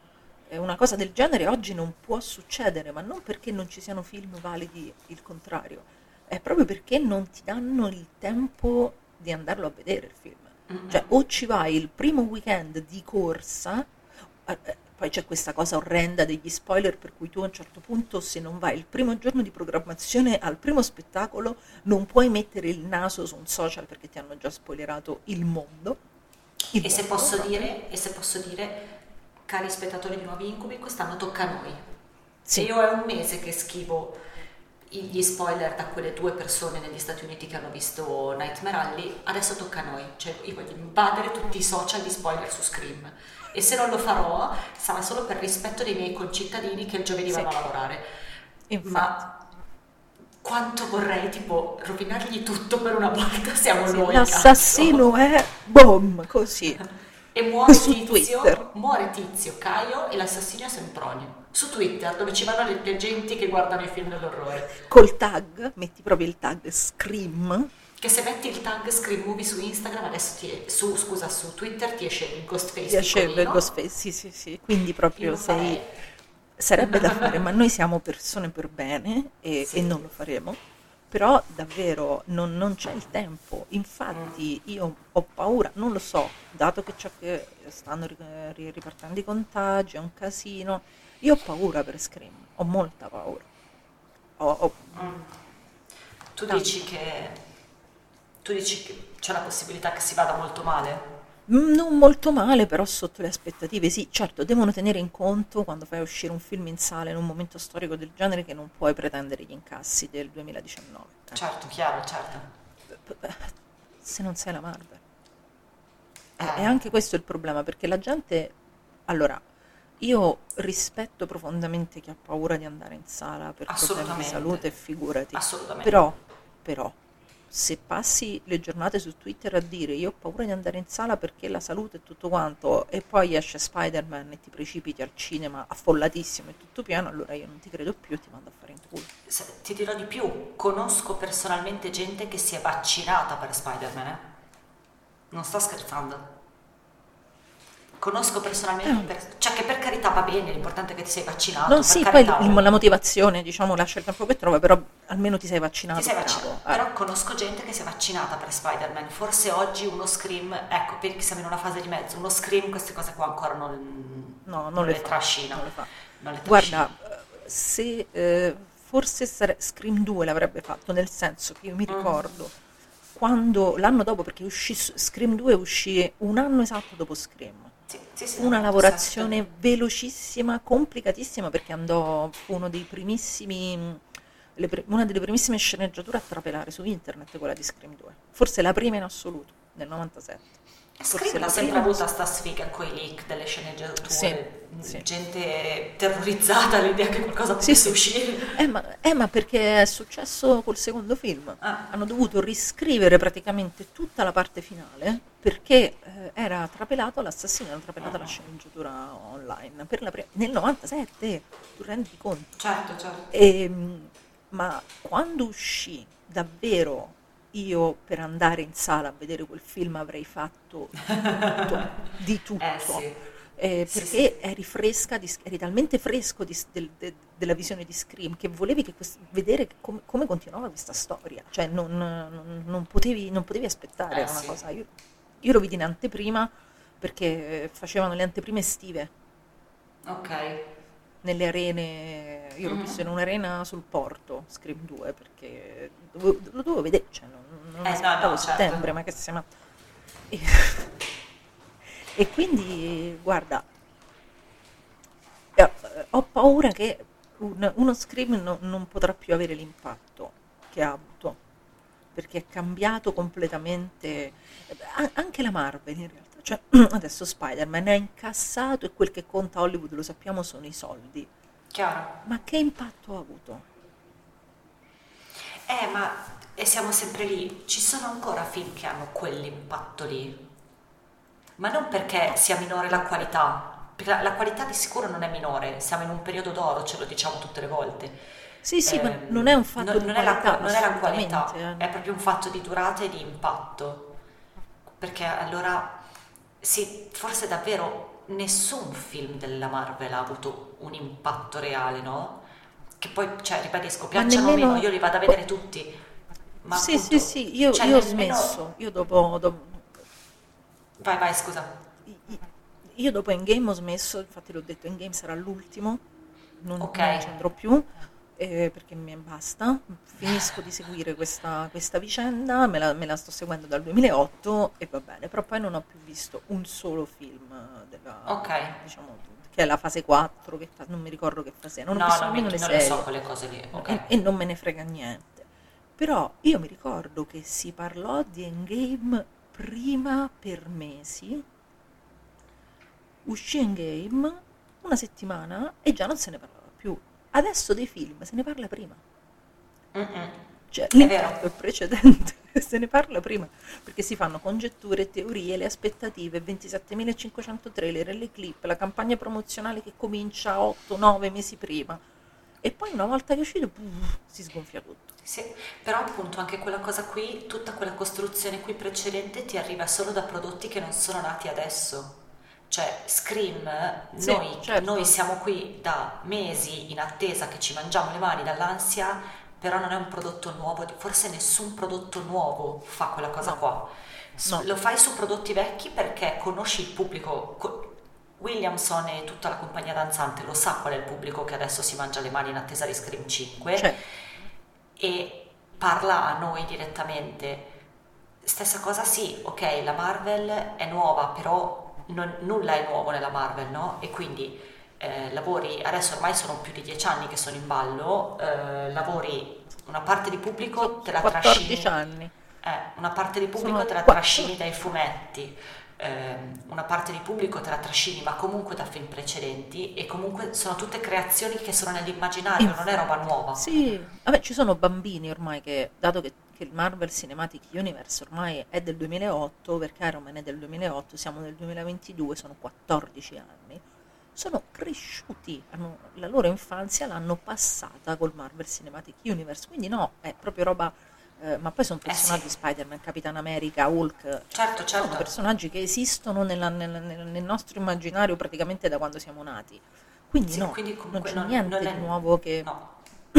E una cosa del genere oggi non può succedere, ma non perché non ci siano film validi, il contrario, è proprio perché non ti danno il tempo di andarlo a vedere il film. Mm-mm. Cioè o ci vai il primo weekend di corsa, eh, eh, poi c'è questa cosa orrenda degli spoiler per cui tu a un certo punto se non vai il primo giorno di programmazione al primo spettacolo non puoi mettere il naso su un social perché ti hanno già spoilerato il mondo. Il E se mondo, posso proprio. dire, e se posso dire, cari spettatori di Nuovi Incubi, quest'anno tocca a noi. Sì. Se io è un mese che schivo gli spoiler da quelle due persone negli Stati Uniti che hanno visto Nightmare Alley, adesso tocca a noi. Cioè io voglio invadere tutti i social di spoiler su Scream. E se non lo farò, sarà solo per rispetto dei miei concittadini che il giovedì Sì. vanno a lavorare. Infatti. Ma quanto vorrei, tipo, rovinargli tutto per una volta, siamo noi. L'assassino è boom, così. cazzo. E muore su Tizio, Twitter. muore Tizio, Caio e l'assassino è Sempronio. Su Twitter, dove ci vanno le, le genti che guardano i film dell'orrore. Col tag, metti proprio il tag Scream, Che se metti il tag Scream Movie su Instagram, adesso ti su, scusa, su Twitter ti esce il Ghostface piace il piccolino. Ghostface, sì sì sì, quindi Io proprio lo sei, farei. sarebbe da fare, ma noi siamo persone per bene e, Sì. e non lo faremo, però davvero non, non c'è il tempo, infatti io ho paura, non lo so, dato che, c'è che stanno ri- ri- ripartendo i contagi, è un casino, io ho paura per Scream, ho molta paura. Ho- ho- Tu Tanto. dici che tu dici che c'è la possibilità che si vada molto male? Mm, Non molto male, però sotto le aspettative, sì, certo, devono tenere in conto quando fai uscire un film in sala in un momento storico del genere che non puoi pretendere gli incassi del duemiladiciannove. eh. Certo, chiaro, certo. P- p- Se non sei la Marvel. E Eh. e anche questo è il problema, perché la gente... Allora, io rispetto profondamente chi ha paura di andare in sala per problemi di Assolutamente. salute, figurati. Assolutamente. Però, però, se passi le giornate su Twitter a dire io ho paura di andare in sala perché la salute e tutto quanto, e poi esce Spider-Man e ti precipiti al cinema affollatissimo e tutto pieno, allora io non ti credo più e ti mando a fare in culo. Se- ti dirò di più, conosco personalmente gente che si è vaccinata per Spider-Man, eh? Non sto scherzando. Conosco personalmente, per- cioè che per carità va bene, l'importante è che ti sei vaccinato. No, per sì, poi carità, il- la motivazione, diciamo, lascia il tempo che trova, però almeno ti sei vaccinato. ti sei bravo. vaccinato. Eh. Però conosco gente che si è vaccinata per Spider-Man. Forse oggi uno Scream, ecco, perché siamo in una fase di mezzo, uno Scream queste cose qua ancora non, No, non, le, fa, trascina. non le fa. Non le trascina. Guarda, eh, se eh, forse sare- Scream due l'avrebbe fatto, nel senso che io mi Mm. ricordo quando l'anno dopo, perché uscì s- Scream due uscì un anno esatto dopo Scream. Sì, sì, sì, Una no, lavorazione certo. velocissima, complicatissima, perché andò, fu uno dei primissimi, le pri- una delle primissime sceneggiature a trapelare su internet, quella di Scream due. Forse la prima in assoluto, nel novantasette. Forse Scream la ha sempre prima. avuto sta sfiga con i leak delle sceneggiature, Sì, mh, sì. gente terrorizzata all'idea che qualcosa Sì, potesse sì. uscire. Eh ma, eh, ma perché è successo col secondo film. Ah. Hanno dovuto riscrivere praticamente tutta la parte finale perché eh, era trapelato l'assassino, era trapelata la sceneggiatura online per la pre- nel novantasette, tu rendi conto? Certo, certo. Ehm, ma quando uscì davvero, io per andare in sala a vedere quel film avrei fatto di tutto, di tutto. Eh sì. Eh, Sì, perché eri fresca, di- eri talmente fresco di- del- de- della visione di Scream che volevi che quest- vedere che com- come continuava questa storia, cioè non, non- non potevi, non potevi aspettare, Eh, era una sì. cosa. Io, io lo vidi in anteprima perché eh, facevano le anteprime estive Ok. nelle arene, io l'ho Mhm. visto in un'arena sul porto, Scream due, perché dovevo- lo dovevo vedere, cioè non, non Eh, no, aspettavo no, certo. settembre, ma che siamo... E, e quindi, guarda, eh, ho paura che un- uno Scream no- non potrà più avere l'impatto che ha avuto, perché è cambiato completamente, a- anche la Marvel in realtà. Cioè, adesso Spider-Man ha incassato e quel che conta a Hollywood, lo sappiamo, sono i soldi. Chiaro. Ma che impatto ha avuto? Eh, ma e siamo sempre lì. Ci sono ancora film che hanno quell'impatto lì. Ma non perché sia minore la qualità. Perché la, la qualità di sicuro non è minore. Siamo in un periodo d'oro, ce lo diciamo tutte le volte. Sì, sì, ma Ehm, non è un fatto non, di non è la, qualità, non è la qualità, assolutamente, eh. è proprio un fatto di durata e di impatto. Perché allora, sì, forse davvero nessun film della Marvel ha avuto un impatto reale, no? Che poi, cioè, ribadisco, piacciono o nemmeno- meno, io li vado a vedere tutti. Ma Sì, appunto, sì, sì, io, cioè, io ho nemmeno- smesso, io dopo, dopo- Vai, vai, scusa. io dopo Endgame ho smesso, infatti l'ho detto, Endgame sarà l'ultimo, non, Ok. non ci andrò più, eh, perché mi basta, finisco di seguire questa, questa vicenda, me la, me la sto seguendo dal duemilaotto e va bene, però poi non ho più visto un solo film della, Ok. diciamo, che è la fase quattro, che fa- non mi ricordo che fase è, non ho No, visto non, mi, nemmeno le non le serie. so quelle cose lì. Ok. e, e non me ne frega niente. Però io mi ricordo che si parlò di Endgame prima per mesi, uscì Endgame una settimana e già non se ne parlava più. Adesso dei film se ne parla prima, Mm-mm. cioè vero. l'impatto è precedente, se ne parla prima, perché si fanno congetture, teorie, le aspettative, ventisettemillecinquecento trailer, le clip, la campagna promozionale che comincia otto nove mesi prima. E poi una volta che è uscito, puff, si sgonfia tutto. Sì, però appunto anche quella cosa qui, tutta quella costruzione qui precedente ti arriva solo da prodotti che non sono nati adesso. Cioè, Scream, Sì, noi, certo. noi siamo qui da mesi in attesa che ci mangiamo le mani dall'ansia, però non è un prodotto nuovo, forse nessun prodotto nuovo fa quella cosa No. qua. S- No. Lo fai su prodotti vecchi perché conosci il pubblico. co- Williamson e tutta la compagnia danzante lo sa qual è il pubblico che adesso si mangia le mani in attesa di Scream cinque Cioè, e parla a noi direttamente. stessa cosa sì, ok, la Marvel è nuova, però non- nulla è nuovo nella Marvel, no? E quindi eh, lavori, adesso ormai sono più di dieci anni che sono in ballo, eh, lavori una parte di pubblico, te la quattordici trascini, anni. eh, una parte di pubblico Sono te la quattro. trascini dai fumetti, ehm, una parte di pubblico te la trascini ma comunque da film precedenti e comunque sono tutte creazioni che sono nell'immaginario, non è roba nuova. Sì, vabbè, ci sono bambini ormai che, dato che, che il Marvel Cinematic Universe ormai è del duemilaotto, perché Iron Man è del duemilaotto, siamo nel duemilaventidue, sono quattordici anni, sono cresciuti, hanno- la loro infanzia l'hanno passata col Marvel Cinematic Universe, quindi no, è proprio roba, eh, ma poi sono Eh sì, personaggi Spider-Man, Capitan America, Hulk, cioè, certo, sono certo. personaggi che esistono nella- nella- nel, nel nostro immaginario praticamente da quando siamo nati, quindi Sì, no, quindi non comunque c'è non, niente non di è... nuovo che... No,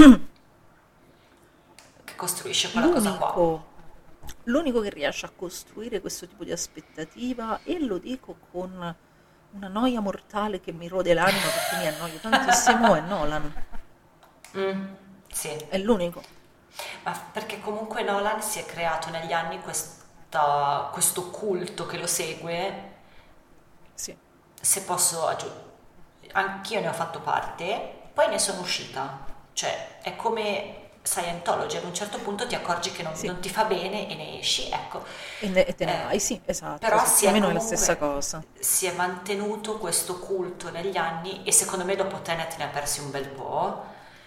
che costruisce quella cosa qua. L'unico, l'unico che riesce a costruire questo tipo di aspettativa, e lo dico con una noia mortale che mi rode l'anima perché mi annoio tantissimo, è Nolan. Mm, sì, È l'unico. ma perché comunque Nolan si è creato negli anni questa- questo culto che lo segue, Sì. se posso aggiungere, anch'io ne ho fatto parte, poi ne sono uscita, cioè è come Scientology, ad un certo punto ti accorgi che non, Sì. non ti fa bene e ne esci, ecco. E, ne- e te ne Eh, vai, sì, esatto. però Sì, si più o è meno è la comunque, stessa cosa. si è mantenuto questo culto negli anni e secondo me dopo Tenet ne ha persi un bel po'.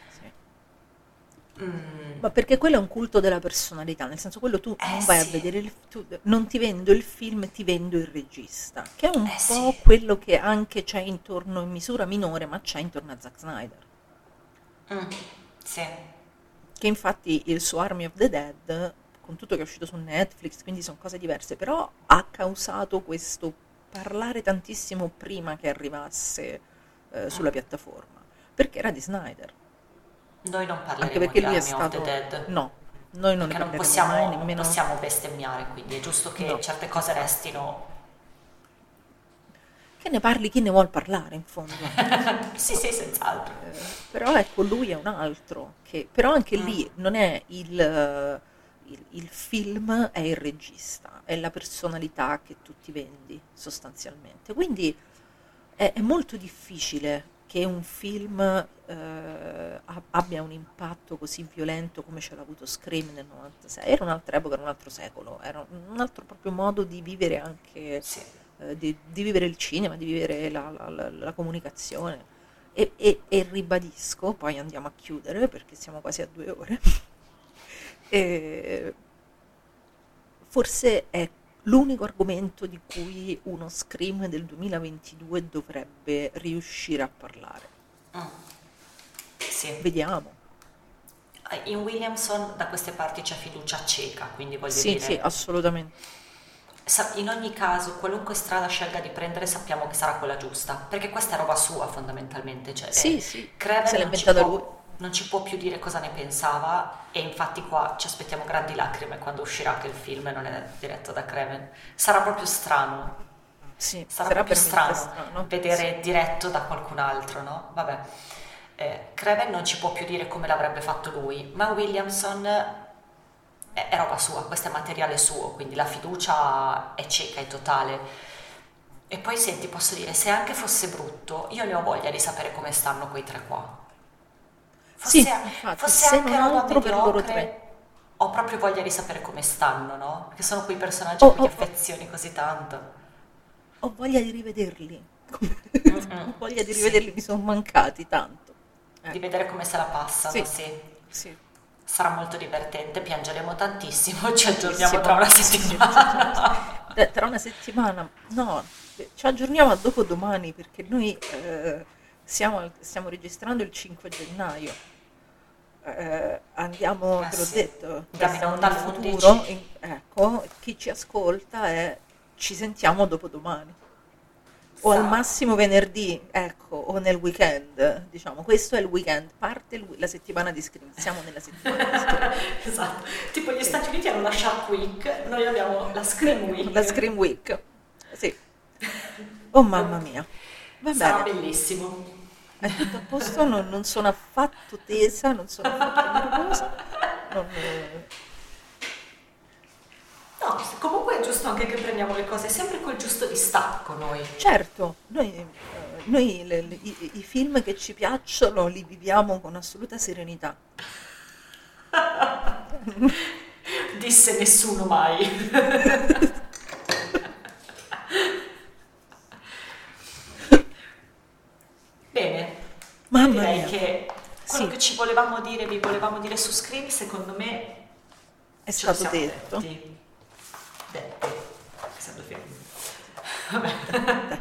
Sì. Mm, Ma perché quello è un culto della personalità, nel senso quello tu eh non vai a sì, vedere il, tu- non ti vendo il film, ti vendo il regista, che è un eh po' sì. quello che anche c'è intorno, in misura minore, ma c'è intorno a Zack Snyder. Mm, sì. Che infatti il suo Army of the Dead, con tutto che è uscito su Netflix, quindi sono cose diverse, però ha causato questo parlare tantissimo prima che arrivasse eh, sulla piattaforma, perché era di Snyder, Noi non anche parleremo perché di lui è Army of the stato... Dead No, noi non ne perché non parleremo mai, possiamo, non nemmeno... possiamo bestemmiare, quindi è giusto che No, certe cose infatti. restino. Che ne parli chi ne vuol parlare, in fondo. Sì, sì, senz'altro. Eh, però ecco, lui è un altro, che però anche Mm, lì non è il, eh, il, il film, è il regista, è la personalità che tu ti vendi sostanzialmente. Quindi è, è molto difficile che un film eh, a- abbia un impatto così violento come ce l'ha avuto Scream nel novantasei. Era un'altra epoca, era un altro secolo, era un altro proprio modo di vivere anche sì. eh, di, di vivere il cinema, di vivere la, la- la- la comunicazione. E, e- e ribadisco, poi andiamo a chiudere perché siamo quasi a due ore, e forse è l'unico argomento di cui uno Scream del duemilaventidue dovrebbe riuscire a parlare. Mm, sì. Vediamo. In Williamson da queste parti c'è fiducia cieca, quindi voglio Sì, sì, dire, assolutamente. sa- in ogni caso, qualunque strada scelga di prendere, sappiamo che sarà quella giusta, perché questa è roba sua fondamentalmente, cioè Sì, eh, sì, Craven se l'ha non ci inventata lui. può, non ci può più dire cosa ne pensava e infatti qua ci aspettiamo grandi lacrime quando uscirà che il film non è diretto da Craven. Sarà proprio strano, Sì, sarà sarà proprio veramente strano strano. Sì. vedere diretto da qualcun altro, no? Vabbè. Eh, Craven non ci può più dire come l'avrebbe fatto lui, ma Williamson è, è roba sua, questo è materiale suo, quindi la fiducia è cieca e totale. E poi senti, posso dire, se anche fosse brutto, io ne ho voglia di sapere come stanno quei tre qua. Sì, Fosse, infatti, fosse se anche non roba altro per loro mediocre, tre. ho proprio voglia di sapere come stanno, no? Perché sono quei personaggi Ho, a cui ti ho- ho- affezioni così tanto. ho voglia di rivederli. Mm-mm. Ho voglia di Sì, rivederli, mi sono mancati tanto. di Ecco, vedere come se la passano, sì, sì. sì, Sarà molto divertente, piangeremo tantissimo, ci aggiorniamo tra tantissimo. una Sì, sì, sì, sì, sì. settimana. Eh, Tra una settimana, no, eh, ci aggiorniamo a dopodomani perché noi eh, siamo al- stiamo registrando il cinque gennaio. Eh, andiamo, Eh te l'ho sì, detto, andiamo in siamo onda nel all'undici. futuro, in- ecco, chi ci ascolta è ci sentiamo dopodomani. O al Sa- massimo venerdì, ecco, o nel weekend, diciamo, questo è il weekend, parte il wi- la settimana di Scream, siamo nella settimana di Scream. Esatto, tipo gli Sì. Stati Uniti hanno la Shark Week, noi abbiamo la Scream Week. La Scream Week, sì. Oh mamma mia, va Sarà bene, bellissimo. è tutto a posto, non, non sono affatto tesa, non sono affatto nervosa, non, No, comunque è giusto anche che prendiamo le cose sempre col giusto distacco noi. Certo, noi, eh, noi le- le- i, i film che ci piacciono li viviamo con assoluta serenità. Disse nessuno mai. Bene, Mamma direi mia, che quello sì, che ci volevamo dire, vi volevamo dire su Scream, secondo me è ce lo stato siamo detto. detti. Detti. Essendo film. Vabbè.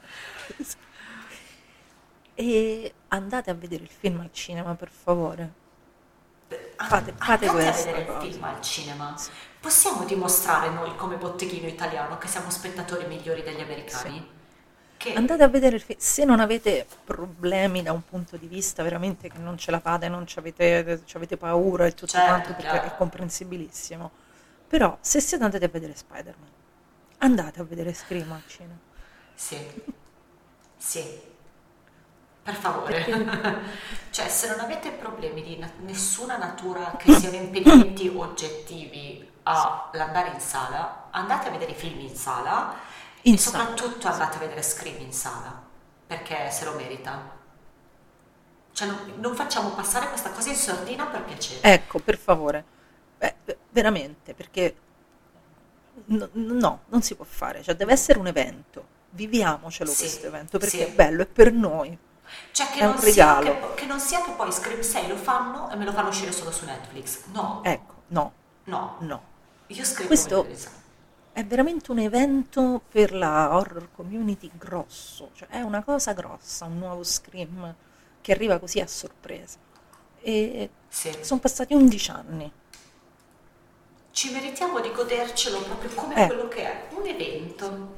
E andate a vedere il film al cinema, per favore. Ah, Fate, fate andate a questa vedere il cosa. film al cinema. Sì. Possiamo dimostrare noi come botteghino italiano che siamo spettatori migliori degli americani? Sì. Che Andate a vedere il film. Se non avete problemi da un punto di vista veramente che non ce la fate, non ci avete, ci avete paura e tutto Certo, quanto, perché chiaro. è comprensibilissimo. Però se siete andati a vedere Spider-Man, andate a vedere Scream al cinema. Sì, sì, per favore. Cioè, se non avete problemi di na- nessuna natura che siano impedimenti oggettivi all'andare in sala, andate a vedere i film in sala In e sala, soprattutto andate a vedere Scream in sala, perché se lo merita. Cioè, non, non facciamo passare questa cosa in sordina per piacere. Ecco, per favore. Beh, beh, veramente, perché no, no, non si può fare, cioè deve essere un evento. Viviamocelo Sì, questo evento, perché sì. è bello, è per noi. Cioè che È un non, sia, regalo. che, che non sia che poi Scream sei lo fanno e me lo fanno uscire solo su Netflix. No, Ecco, no, no. no. Io Scream Questo lo voglio vedere. è veramente un evento per la horror community grosso, cioè è una cosa grossa, un nuovo Scream che arriva così a sorpresa. E Sì. sono passati undici anni. Ci meritiamo di godercelo proprio come Eh. quello che è, un evento.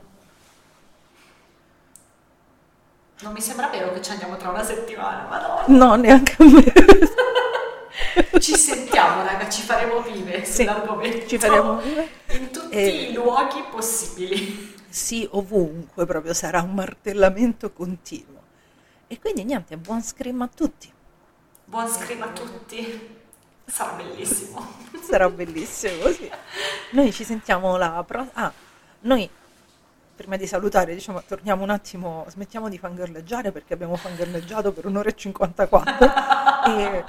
Non mi sembra vero che ci andiamo tra una settimana, ma no. No, neanche a me. Ci sentiamo, raga, ci faremo vive Sì, sull'argomento. ci faremo vive. in tutti E- i luoghi possibili. Sì, ovunque proprio sarà un martellamento continuo. E quindi niente, buon Scream a tutti. Buon Scream a tutti. Sarà bellissimo. Sarà bellissimo così. Noi ci sentiamo la prossima. Ah, noi prima di salutare, diciamo, torniamo un attimo, smettiamo di fangirleggiare perché abbiamo fangirleggiato per un'ora e cinquantaquattro e,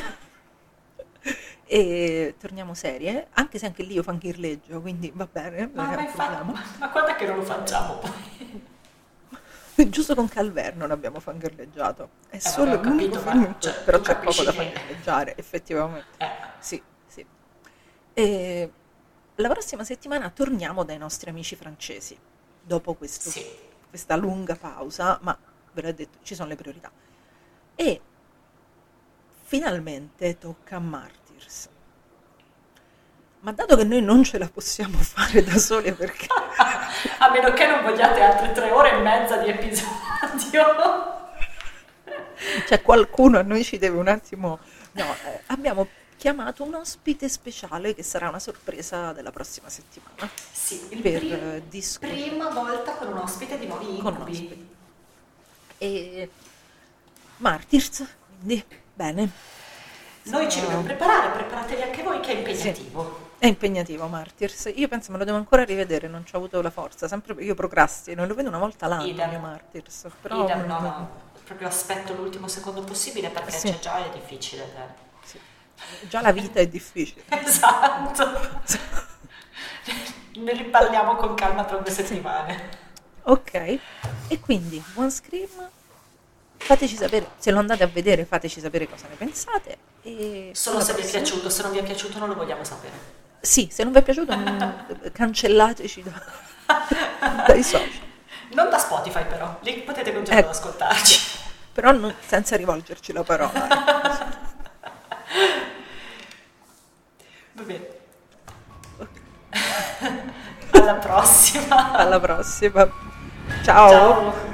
e torniamo serie, anche se anche lì io fangirleggio, quindi va bene, non Ma, è ma, un infatti, problema. ma, ma guarda che non lo facciamo poi. Giusto con Calvert non abbiamo fangirleggiato, è Eh, solo vabbè, ho l'unico capito, film ma, in cui cioè, però tu c'è poco capisci da che- fangirleggiare, effettivamente. Eh. Sì, sì. E la prossima settimana torniamo dai nostri amici francesi, dopo questo, Sì. questa lunga pausa, ma ve l'ho detto, ci sono le priorità. E finalmente tocca a Martyrs. Ma dato che noi non ce la possiamo fare da sole perché... A meno che non vogliate altre tre ore e mezza di episodio. Cioè qualcuno a noi ci deve un attimo... No, eh, abbiamo chiamato un ospite speciale che sarà una sorpresa della prossima settimana. Sì, il Per, prim- eh, discutere. prima volta con un ospite di nuovi Con incubi. ospiti. E Martyrs, quindi bene. Noi ci dobbiamo preparare, preparatevi anche voi che è impegnativo. È impegnativo Martyrs. Io penso me lo devo ancora rivedere, non ci ho avuto la forza, sempre perché io procrastino, lo vedo una volta l'anno Idem. mio Martyrs, però Idem, no, no, proprio aspetto l'ultimo secondo possibile perché Sì. c'è già è difficile. eh. sì. Già la vita è difficile. Esatto. Ne riparliamo con calma tra due settimane. Ok, e quindi buon Scream, fateci sapere, se lo andate a vedere fateci sapere cosa ne pensate. E Solo alla se vi è prossima. piaciuto, se non vi è piaciuto non lo vogliamo sapere. Sì, se non vi è piaciuto mm, cancellateci da- dai social, Non da Spotify però, lì potete continuare Ecco. ad ascoltarci. però non- senza rivolgerci la parola. Va bene. Alla prossima. Alla prossima, ciao. Ciao.